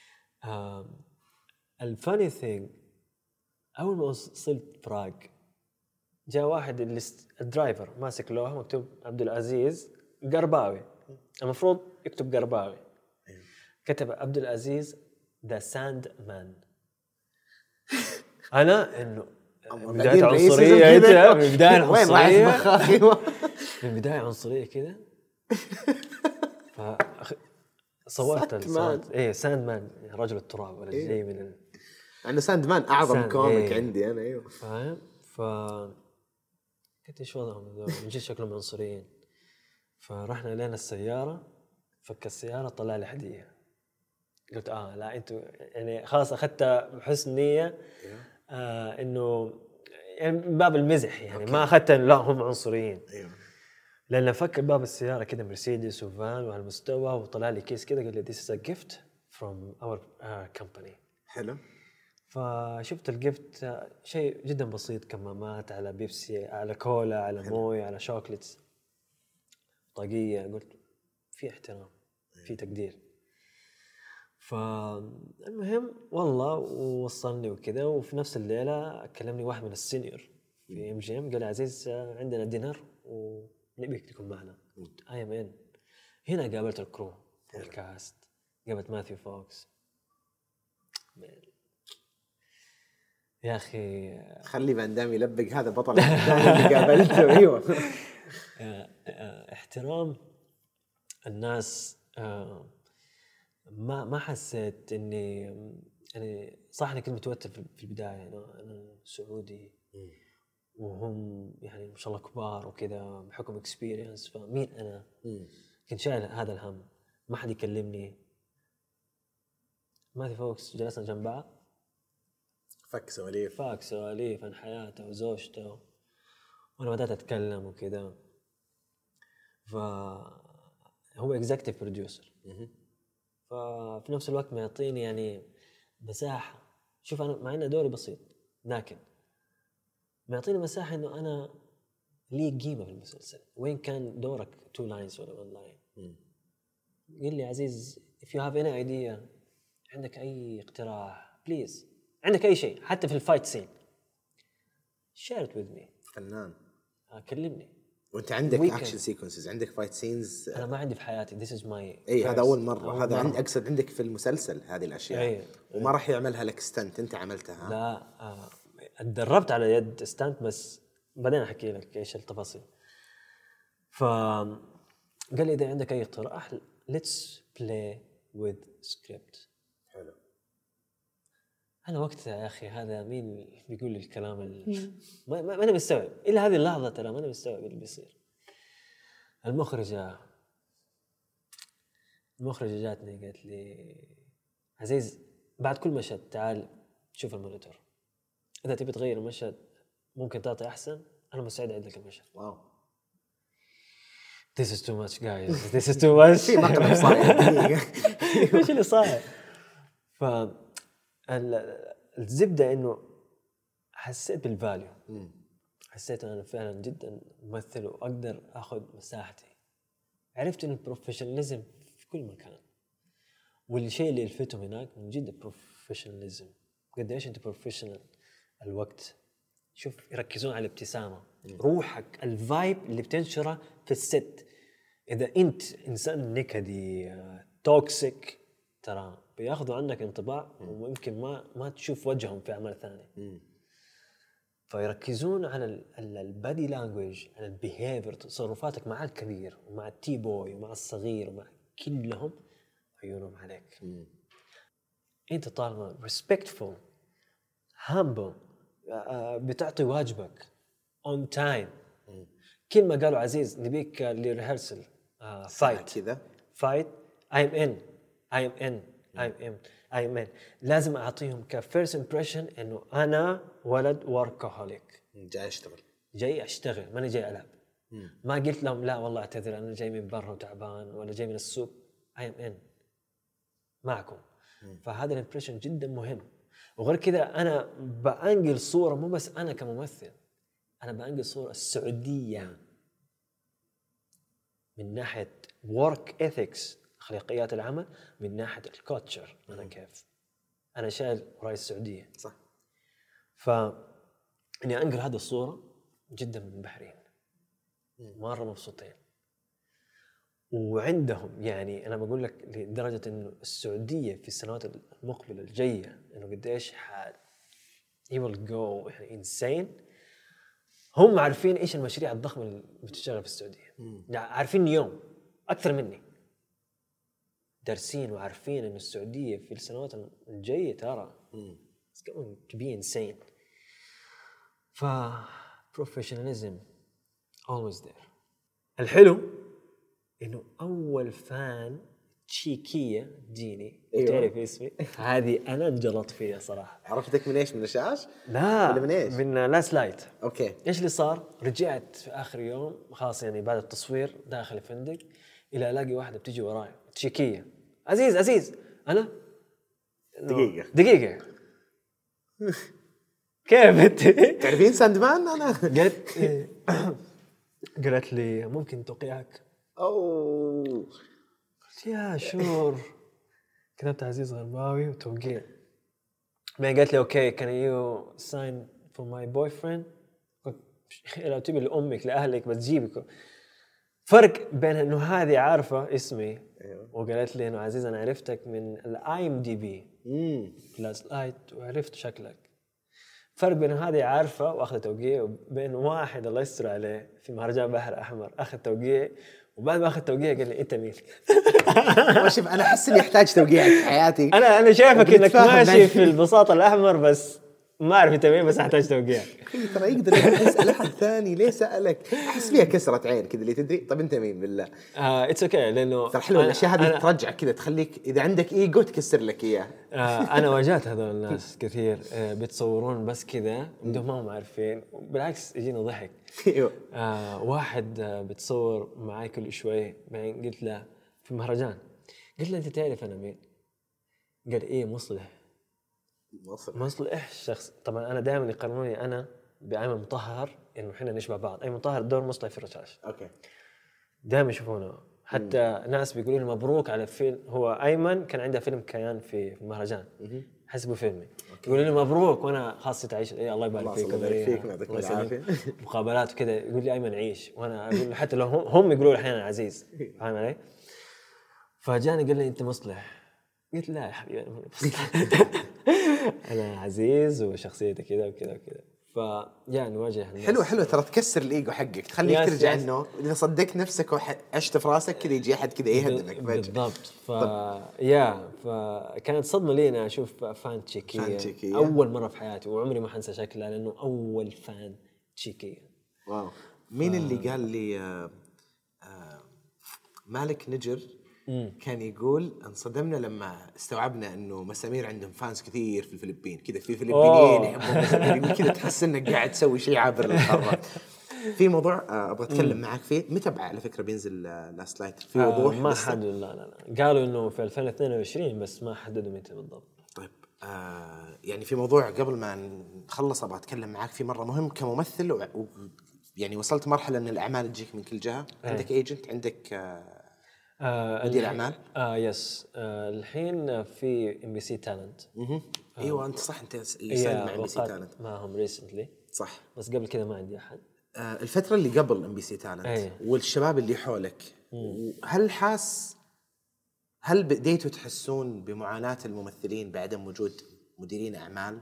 الفاني ثينج اول ما وصلت براغ جاء واحد اللي الدرايفر ماسك لوحه مكتوب عبد العزيز قرباوي، المفروض يكتب قرباوي، كتب عبد العزيز ذا ساند مان. انا انه بداية عنصرية كده من بداية عنصرية من بداية عنصرية كده. فصورت الصوت ايه ساند مان رجل التراب ولا جاي من ال... انا ساند مان اعظم كوميك عندي انا. ايوه فاهم. ف قلت ايش وضعهم من جد شكلهم عنصريين. فرحنا لين السيارة فك السيارة طلع لي هدية. قلت اه لا انتوا يعني خلاص اخذتها بحسن نية آه انه يعني باب المزح يعني أوكي. ما اخذت لا هم عنصريين. ايوه لان فك باب السياره كده مرسيدس وفان وهالمستوى وطلع لي كيس كده قال لي this is a gift from our uh, company. حلو. فشفت الجفت شيء جدا بسيط، كمامات على بيبسي على كولا على مويه على شوكليتس طاقيه. قلت في احترام في تقدير. فالمهم والله ووصلني وكذا. وفي نفس الليلة كلمني واحد من السينيور في ام جي ام قال عزيز عندنا دينر ونبيك تكون معنا. قلت اي ام ان. هنا قابلت الكرو الكاست، قابلت ماثيو فوكس. يا اخي خلي فان دام يلبق هذا بطل اللي قابلته. ايوه احترام الناس. ما ما حسيت اني يعني صح اني كنت متوتر في البدايه. انا انا سعودي وهم يعني ما شاء الله كبار وكذا بحكم اكسبيرينس، فمين انا؟ كنت شايل هذا الهم. ما حد يكلمني. ماثي فوكس جلسنا جنب بعض فك سواليف فك سواليف عن حياته وزوجته وانا بدأت اتكلم وكذا. فهو اكزيكتيف بروديوسر ففي نفس الوقت ما يعطيني يعني مساحة. شوف أنا مع إنه دوري بسيط لكن ما يعطيني مساحة إنه أنا لي قيمة في المسلسل وين كان دورك two lines ولا one line. قل لي عزيز if you have any idea، عندك أي اقتراح please، عندك أي شيء حتى في الفايت سين share it with me. فنان. كلمني. وانت عندك اكشن سيكونسز، عندك فايت سينز. انا ما عندي في حياتي this is my اي هذا اول مره. هذا عندي اقصد عندك في المسلسل هذه الاشياء. أيه. وما راح يعملها لك ستانت، انت عملتها. لا آه. اتدربت على يد ستانت بس بعدين احكي لك ايش التفاصيل. ف قال لي اذا عندك اي اقتراح let's play with script. حلو. انا وقتها يا اخي هذا مين بيقول لي الكلام اللي ما, ما انا مستوعب الى هذه اللحظه، ترى ما انا مستوعب اللي بيصير. المخرجه المخرجه جاتني قالت لي عزيز بعد كل مشهد تعال شوف المونيتور، اذا تبي تغير المشهد ممكن تعطي احسن، انا مستعد اعيد لك المشهد. واو this is too much guys this is too much. في مقلب صاير. ايش اللي صاير؟ ف الزبدة إنه حسيت بالفاليو، حسيت أنا فعلا جدا ممثل وأقدر أخذ مساحتي. عرفت إن البروفيشناليزم في كل مكان، والشيء اللي يلفتهم هناك من جد البروفيشناليزم. قديش أنت بروفيشنال. الوقت شوف يركزون على الابتسامة، روحك، الفايب اللي بتنشره في الست. إذا أنت إنسان نكدي توكسيك ترى بياخذوا عنك انطباع وممكن ما ما تشوف وجههم في اعمال ثانيه. فيركزون على البادي لانجويج، على البيهيفير، تصرفاتك مع الكبير ومع التي بوي ومع الصغير ومع كلهم عيونهم عليك. مم. انت طالما ريسبكتفول هامبل بتعطي واجبك اون تايم. كل ما قالوا عزيز نبيك لريهرسل فايت كذا فايت ايم ان ايم ان ايم ان ايم ان لازم اعطيهم كفيرست امبريشن انه انا ولد وركهوليك جاي اشتغل جاي اشتغل ماني جاي العب. مم. ما قلت لهم لا والله اعتذر انا جاي من برا وتعبان ولا جاي من السوق. ايم ان معكم. فهذا الامبريشن جدا مهم. وغير كذا انا بانقل صوره مو بس انا كممثل، انا بانقل صوره السعوديه من ناحيه work ethics اخلاقيات العمل، من ناحيه الكوتشر انا كيف انا شايل راي السعوديه صح. ف اني انقل هذه الصوره جدا منبهرين مره مبسوطين. وعندهم يعني انا بقول لك لدرجه انه السعوديه في السنوات المقبله الجايه انه قديش حال he will go يعني insane. هم عارفين ايش المشاريع الضخمه اللي بتشتغل في السعوديه، يعني عارفين يوم اكثر مني، دارسين وعارفين انه السعوديه في السنوات الجايه ترى it's going to be insane. ف professionalism always there. الحلو انه اول فان تشيكيه تجيني أيوة. تعرف اسمي هذه انا انجلط فيها صراحه. عرفتك من ايش؟ من الشاش؟ لا ولا من ايش؟ من لاست لايت. اوكي. ايش اللي صار؟ رجعت في اخر يوم خلاص يعني بعد التصوير داخل الفندق الى الاقي واحده بتجي وراي تشيكيه، عزيز عزيز انا دقيقه دقيقه كيف انت تعرفين ساند مان؟ انا قالت قالت لي ممكن توقيعك؟ اوه قلت يا شور كتبت عزيز غرباوي وتوقيع. بعدين قالت لي اوكي كان يو ساين فور ماي بوي فريند. قلت لو تبي لامك لاهلك بس جيبك. فرق بين انه هذه عارفه اسمي وقالت لي انه عزيز انا عرفتك من الاي ام دي بي كلاس لايت وعرفت شكلك. فرق بين هذه عارفه واخذ توقيع وبين واحد الله يستر عليه في مهرجان بحر احمر اخذ توقيع وبعد ما اخذ توقيع قال لي انت مين؟ شوف انا احس اني احتاج توقيعك في حياتي. انا انا شايفك انك ماشي في البساط الاحمر بس ما اعرف انت مين، بس احتاج توقيع. ترى يقدر يسال احد ثاني ليه سالك؟ احس فيها كسره عين كذا اللي تدري طب انت مين بالله. اه اتس اوكي لانه ترى حلو الاشياء هذه ترجعك كذا تخليك اذا عندك ايجو تكسر لك اياه. آه انا واجهت هذول الناس كثير آه بيتصورون بس كذا بدون ما هم عارفين، بالعكس يجينا ضحك. ايوه آه واحد آه بتصور معي كل شوي بعدين قلت له في مهرجان قلت له انت تعرف انا مين؟ قال ايه مصلح. مصلح مصلح شخص طبعا انا دائما يقارنوني انا بايمن مطهر انه احنا نشبه بعض. ايمن مطهر دور مصلح في الرشاش اوكي دائما يشوفونه. حتى مم. ناس بيقولوا لي مبروك على فيلم. هو ايمن كان عنده فيلم كيان في المهرجان حسبه فيلمي يقولوا لي مبروك وانا خاصه تعيش إيه الله يبارك فيك الله يبارك فيك يعطيك العافيه مقابلات وكذا يقول لي ايمن عيش وانا اقول له حتى لو هم, هم يقولوا لي احيانا عزيز فاهم علي. فجاني قال لي انت مصلح قلت لا يا حبيبي انا مصلح انا عزيز وشخصيتي كذا وكذا وكذا. فيعني نواجه حلو حلو ترى تكسر الايجو حقك تخليك ترجع ياس. انه اذا صدقت نفسك وعشت في راسك كذا يجي احد كذا يهدمك بالضبط. ف يا فكانت صدمه لي انا اشوف فان تشيكيه اول مره في حياتي وعمري ما حنسى شكلها لانه اول فان تشيكيه. واو مين ف... اللي قال لي آه آه مالك نجر مم. كان يقول انصدمنا لما استوعبنا انه مسامير عندهم فانس كثير في الفلبين كذا في فلبينيين يحبون مسامير كذا تحس انك قاعد تسوي شيء عابر للقاره. في موضوع ابغى اتكلم معك فيه متى على فكره بينزل لاست لايت في وضوح آه ما حدد لا لا لا قالوا انه في ألفين واثنين وعشرين بس ما حددوا متى بالضبط. طيب آه يعني في موضوع قبل ما نخلص ابغى اتكلم معك في مره مهم كممثل و... و... يعني وصلت مرحله ان الاعمال تجيك من كل جهه عندك ايجنت عندك آه آه مدير اعمال اه يس آه الحين في ام بي سي تالنت. اها ايوه انت صح انت يسال مع ام بي سي تالنت معهم ريسنتلي صح بس قبل كذا ما عندي احد. آه الفتره اللي قبل ام بي سي تالنت والشباب اللي حولك هل حاس هل بديتوا تحسون بمعاناه الممثلين بعدم وجود مديرين اعمال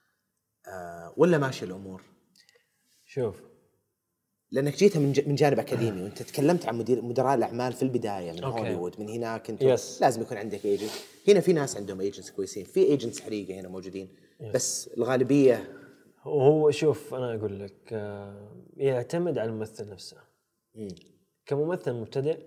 آه ولا ماشي الامور؟ شوف لانك جيتها من من جانب اكاديمي وانت تكلمت عن مدير مدراء الاعمال في البدايه من أوكي. هوليوود من هناك انت يس. لازم يكون عندك ايجنت. هنا في ناس عندهم ايجنتس كويسين في ايجنتس حريقه هنا موجودين يس. بس الغالبيه هو شوف انا اقول لك يعتمد على الممثل نفسه. م. كممثل مبتدئ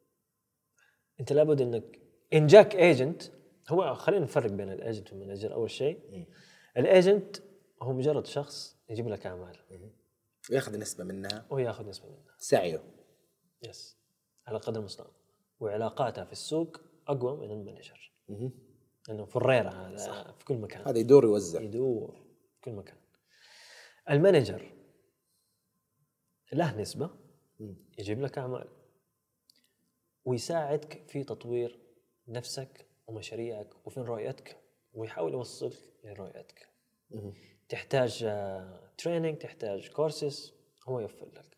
انت لابد انك ان جاك ايجنت هو خلينا نفرق بين الايجنت والمانجر. اول شيء الايجنت هو مجرد شخص يجيب لك اعمال وياخذ نسبة منها وياخذ نسبة منها سعيه يس على قدر المستطاع وعلاقاتها في السوق أقوى من المانجر. انه فريرة هذا في كل مكان، هذا يدور يوزع يدور في كل مكان. المانجر له نسبة، يجيب لك اعمال ويساعدك في تطوير نفسك ومشاريعك وفين رؤيتك، ويحاول يوصلك لرؤيتك. تحتاج تريننج، تحتاج كورسز، هو يوفر لك.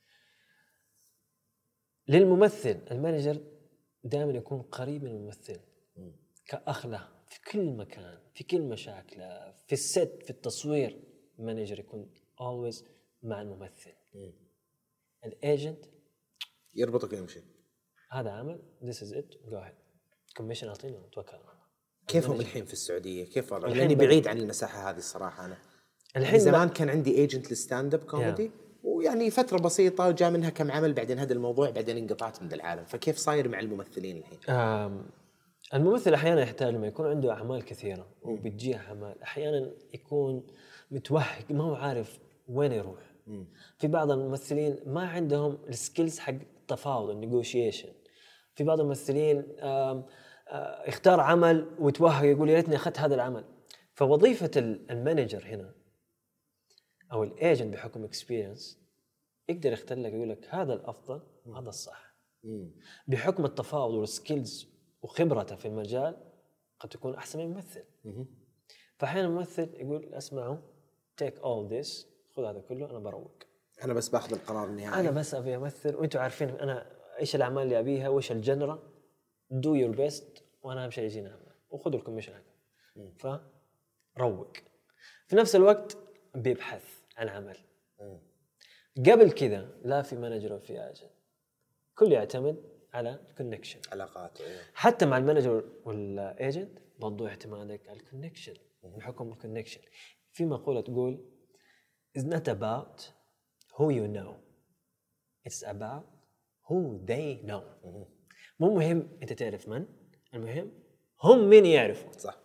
للممثل المانجر دائما يكون قريب من الممثل، كأخ له في كل مكان، في كل مشاكله، في الست، في التصوير. المانجر يكون always مع الممثل. الايجنت يربطك ويمشي، هذا عمل this is it go ahead كوميشن اعطيني وتوكل على الله. كيفهم الحين في السعوديه؟ كيف وضعهم؟ لاني بعيد عن المساحه هذه الصراحه. انا الحين زمان كان عندي ايجنت للستاند اب كوميدي، ويعني فتره بسيطه وجاء منها كم عمل، بعدين هذا الموضوع بعدين انقطعت من العالم. فكيف صاير مع الممثلين الحين؟ الممثل احيانا يحتاج لما يكون عنده اعمال كثيره وبتجيه اعمال، احيانا يكون متوهق ما هو عارف وين يروح. م. في بعض الممثلين ما عندهم السكيلز حق التفاوض النيغوشيشن. في بعض الممثلين آم آم يختار عمل ويتوهق يقول يا ريتني اخذت هذا العمل. فوظيفه المانجر هنا او الايجنت بحكم اكسبيرينس يقدر يختار لك، يقول لك هذا الافضل وهذا الصح. م. بحكم التفاوض والسكيلز وخبرته في المجال قد تكون احسن من الممثل. م. فاحيانا الممثل يقول اسمعوا take all this، خذ هذا كله، انا بروق، انا بس باخذ القرار النهائي، انا بس ابي امثل وانتم عارفين انا ايش الاعمال اللي ابيها وايش الجنرا، do your best وانا اهم شيء يجينا اعمال وخذوا الكوميشن هذا. فروق. في نفس الوقت بيبحث عن عمل. م. قبل كذا لا في مانجر ولا في ايجنت، كل يعتمد على الكونكشن، علاقات. أيوه. حتى مع المانجر والايجنت برضو اعتمادك على الكونكشن. بحكم الكونكشن في مقولة تقول it's not about who you know it's about who they know. مو مهم انت تعرف من، المهم هم مين يعرفوا. صح.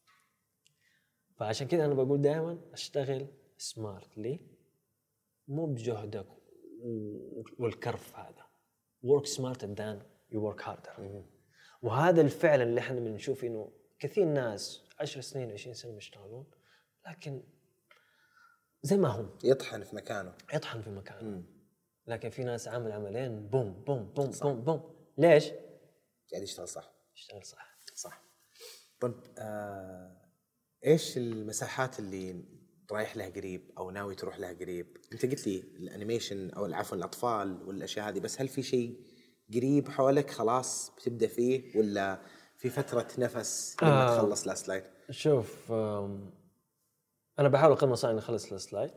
فعشان كده انا بقول دائما اشتغل سمارتلي، مو بجهدك والكرف هذا. work smarter than you work harder. وهذا الفعل اللي احنا بنشوف انه كثير ناس عشر سنين عشرين سنة بيشتغلون لكن زي ما هم، يطحن في مكانه يطحن في مكانه. مم. لكن في ناس عمل عملين بوم بوم بوم صح. بوم بوم. ليش؟ قاعد يشتغل صح. يشتغل صح. صح. طب آه، ايش المساحات اللي رايح لها قريب او ناوي تروح لها قريب؟ انت قلت لي الانيميشن او عفوا الاطفال والاشياء هذه، بس هل في شيء قريب حولك خلاص بتبدا فيه، ولا في فتره نفس لما آه تخلص لاست لايت؟ شوف انا بحاول قدر المستطاع اني اخلص لاست لايت،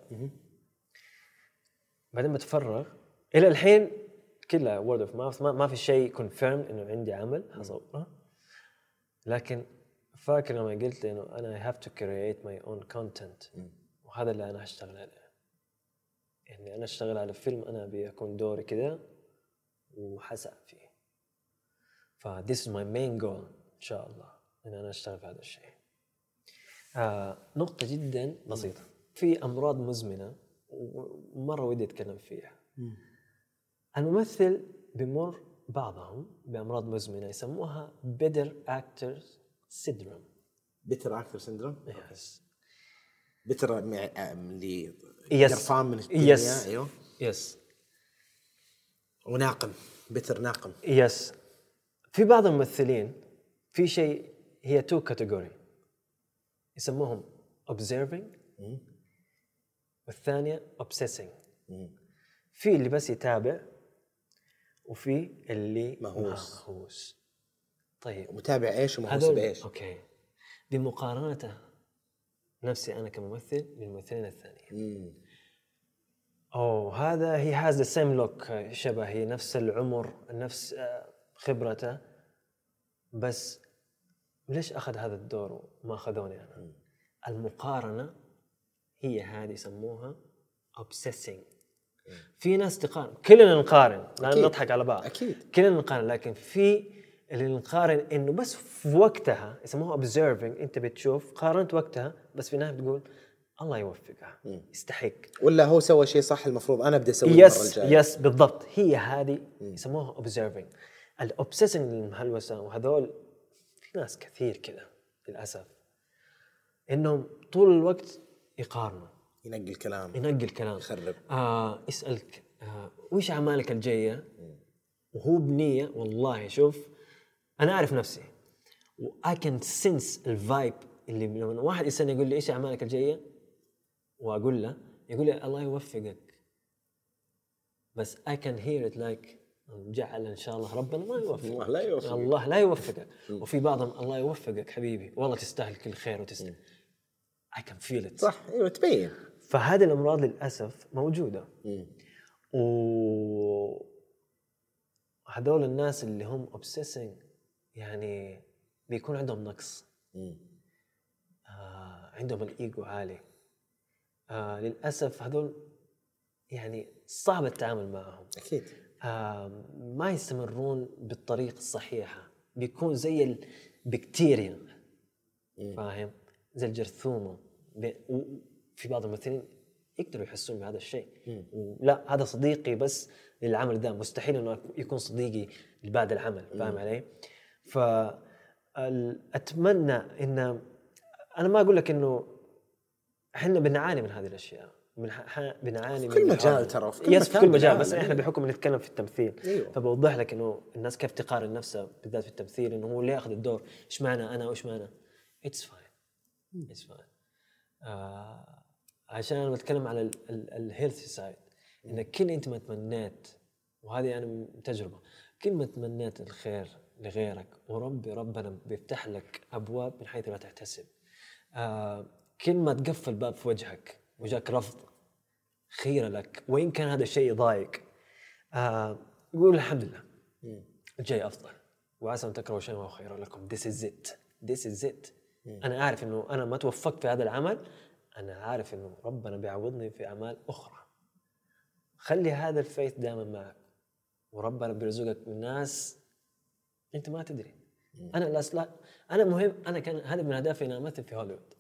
بعدين بتفرغ. الى الحين كلها وورد اوف ماوث، ما في شيء كونفيرم انه عندي عمل حصوره. لكن فاكر لما قلت انه انا I have to create my own content، وهذا اللي انا هشتغل عليه. يعني انا اشتغل على فيلم انا ابي اكون دوري كذا وحسأ فيه. ف this is my main goal ان شاء الله ان انا اشتغل في هذا الشيء. آه نقطة جدا بسيطة، في امراض مزمنة ومرة ودي اتكلم فيها. م. الممثل بمر بعضهم بامراض مزمنة يسموها bitter actors syndrome. bitter actor syndrome. يس. bitter اللي قرفان من الدنيا. يس. ايوه يس. وناقم، bitter ناقم. يس. في بعض الممثلين في شيء هي تو كاتيجوري يسموهم observing م. والثانية obsessing. م. في اللي بس يتابع وفي اللي مهووس. مهووس. طيب متابع ايش ومهووس بايش؟ اوكي. بمقارنته نفسي انا كممثل بالممثلين الثانيين. اوه هذا هي has the same look، شبهي، نفس العمر، نفس خبرته، بس ليش اخذ هذا الدور وما اخذوني انا؟ م. المقارنه هي هذه يسموها obsessing. م. في ناس تقارن، كلنا نقارن، لا نضحك على بعض، اكيد كلنا نقارن، لكن في اللي نقارن انه بس في وقتها يسموها observing. انت بتشوف قارنت وقتها بس في النهايه بتقول الله يوفقها، م. يستحق، ولا هو سوى شيء صح المفروض انا بدي اسويه المره الجايه. يس بالضبط، هي هذه يسموها observing. الاوبسيسنج المهلوسه، وهذول في ناس كثير كذا للاسف انهم طول الوقت يقارنوا، ينقي الكلام ينقي الكلام يخرب. آه يسالك آه وش اعمالك الجايه، وهو بنيه. والله شوف انا اعرف نفسي و I can sense الفايب اللي لما واحد يسالني يقول لي ايش اعمالك الجايه واقول له يقول لي الله يوفقك، بس I can hear it like جعل ان شاء الله ربنا ما يوفقك، الله لا يوفقك، الله لا يوفقك. وفي بعضهم الله يوفقك حبيبي والله تستاهل كل خير وتستاهل. I can feel it. صح ايوه تبين. فهذه الامراض للاسف موجوده. و هذول الناس اللي هم obsessing يعني بيكون عندهم نقص، آه عندهم الايجو عالي. آه للاسف هذول يعني صعب التعامل معهم. اكيد آه ما يستمرون بالطريقه الصحيحه، بيكون زي البكتيريا فاهم، زي الجرثومه. وفي بعض الممثلين يقدروا يحسون بهذا الشيء، ولا هذا صديقي بس للعمل ده، مستحيل انه يكون صديقي بعد العمل، فاهم علي؟ فأتمنى إن أنا ما أقول لك إنه إحنا بنعاني من هذه الأشياء، بنعاني في كل من مجال ترى، في كل, في كل مجال، بس إحنا بحكم نتكلم في التمثيل. أيوه. فبوضح لك إنه الناس كيف تقارن نفسها بالذات في التمثيل، إنه هو اللي يأخذ الدور، إيش معنى أنا وإيش معنى it's fine it's fine. آه عشان أنا بتكلم على الهيلثي سايد، إنك كل أنت ما تمنيت، وهذه أنا تجربة، كل ما تمنيت الخير لغيرك وربي ربنا بيفتح لك أبواب من حيث لا تحتسب. آه كل ما تقفل باب في وجهك وجاك رفض خير لك، وإن كان هذا الشيء يضايق، آه يقول الحمد لله الجاي أفضل، وعسى أن تكرهوا شيئا وهو خير لكم. this is it this is it. أنا أعرف إنه أنا ما توفقت في هذا العمل، أنا عارف إنه ربنا بيعوضني في أعمال أخرى. خلي هذا الفيث دائما معك، وربنا بيرزقك من ناس انت ما تدري. انا لا انا مهم، انا كان هذا من اهدافي اني امثل في هوليوود،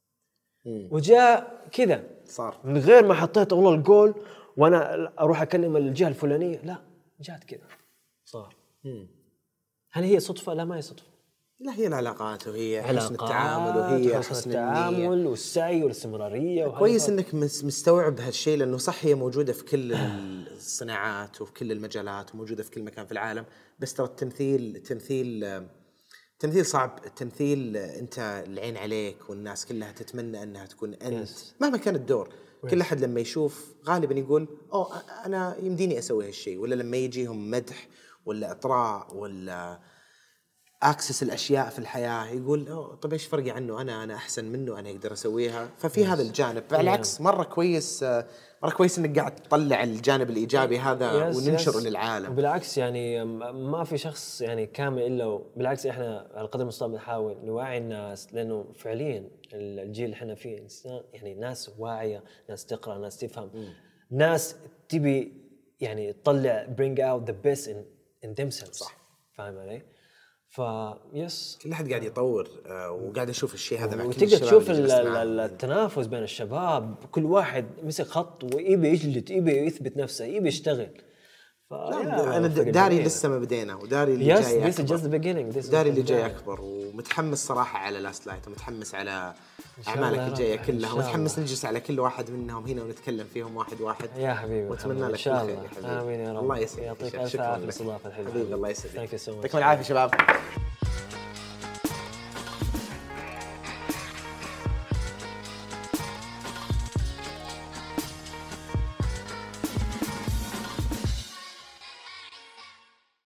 وجاء كذا صار من غير ما حطيت والله الجول وانا اروح اكلم الجهه الفلانيه، لا جات كذا صار. مم. هل هي صدفه؟ لا ما هي صدفه، لا هي العلاقات وهي حسن التعامل وهي حسن, حسن التعامل والسعي والاستمراريه. كويس انك مستوعب هالشيء، لانه صح هي موجوده في كل الصناعات وفي كل المجالات وموجوده في كل مكان في العالم، بس ترى التمثيل تمثيل تمثيل صعب. التمثيل انت العين عليك والناس كلها تتمنى انها تكون انت مهما كان الدور. كل احد لما يشوف غالبا يقول اوه انا يمديني اسوي هالشيء، ولا لما يجيهم مدح ولا اطراء ولا اكسس الاشياء في الحياه يقول أوه طب ايش فرقي عنه، انا انا احسن منه، انا اقدر اسويها. ففي yes. هذا الجانب بالعكس مره كويس، مره كويس انك قاعد تطلع الجانب الايجابي هذا yes, وننشره yes. للعالم. بالعكس يعني ما في شخص يعني كامل الا، بالعكس احنا على قدر المستطاع بنحاول نوعي الناس، لانه فعليا الجيل اللي احنا فيه انسان يعني ناس واعيه، ناس تقرا، ناس تفهم، م. ناس تبي يعني تطلع bring out the best in, in themselves. صح. فاهم علي؟ فيس كل أحد قاعد يطور آه وقاعد يشوف الشيء هذا مع كل الشباب. وتقدر تشوف التنافس بين الشباب، كل واحد مسك خط ويبي يجلد، يبي يثبت نفسه، يبي يشتغل. أنا داري لسه ما بدينا، وداري اللي yes, جاي أكبر. داري اللي جاي أكبر، ومتحمس صراحة على لاست لايت، ومتحمس على أعمالك الجاية كلها، ومتحمس نجلس على كل واحد منهم هنا ونتكلم فيهم واحد واحد يا حبيبي. وأتمنى لك كل خير يا حبيبي. آمين يا رب. الله يسعدك، يعطيك ألف عافية الاستضافة الحلوة حبيبي. الله يسعدك، يعطيكم العافية شباب.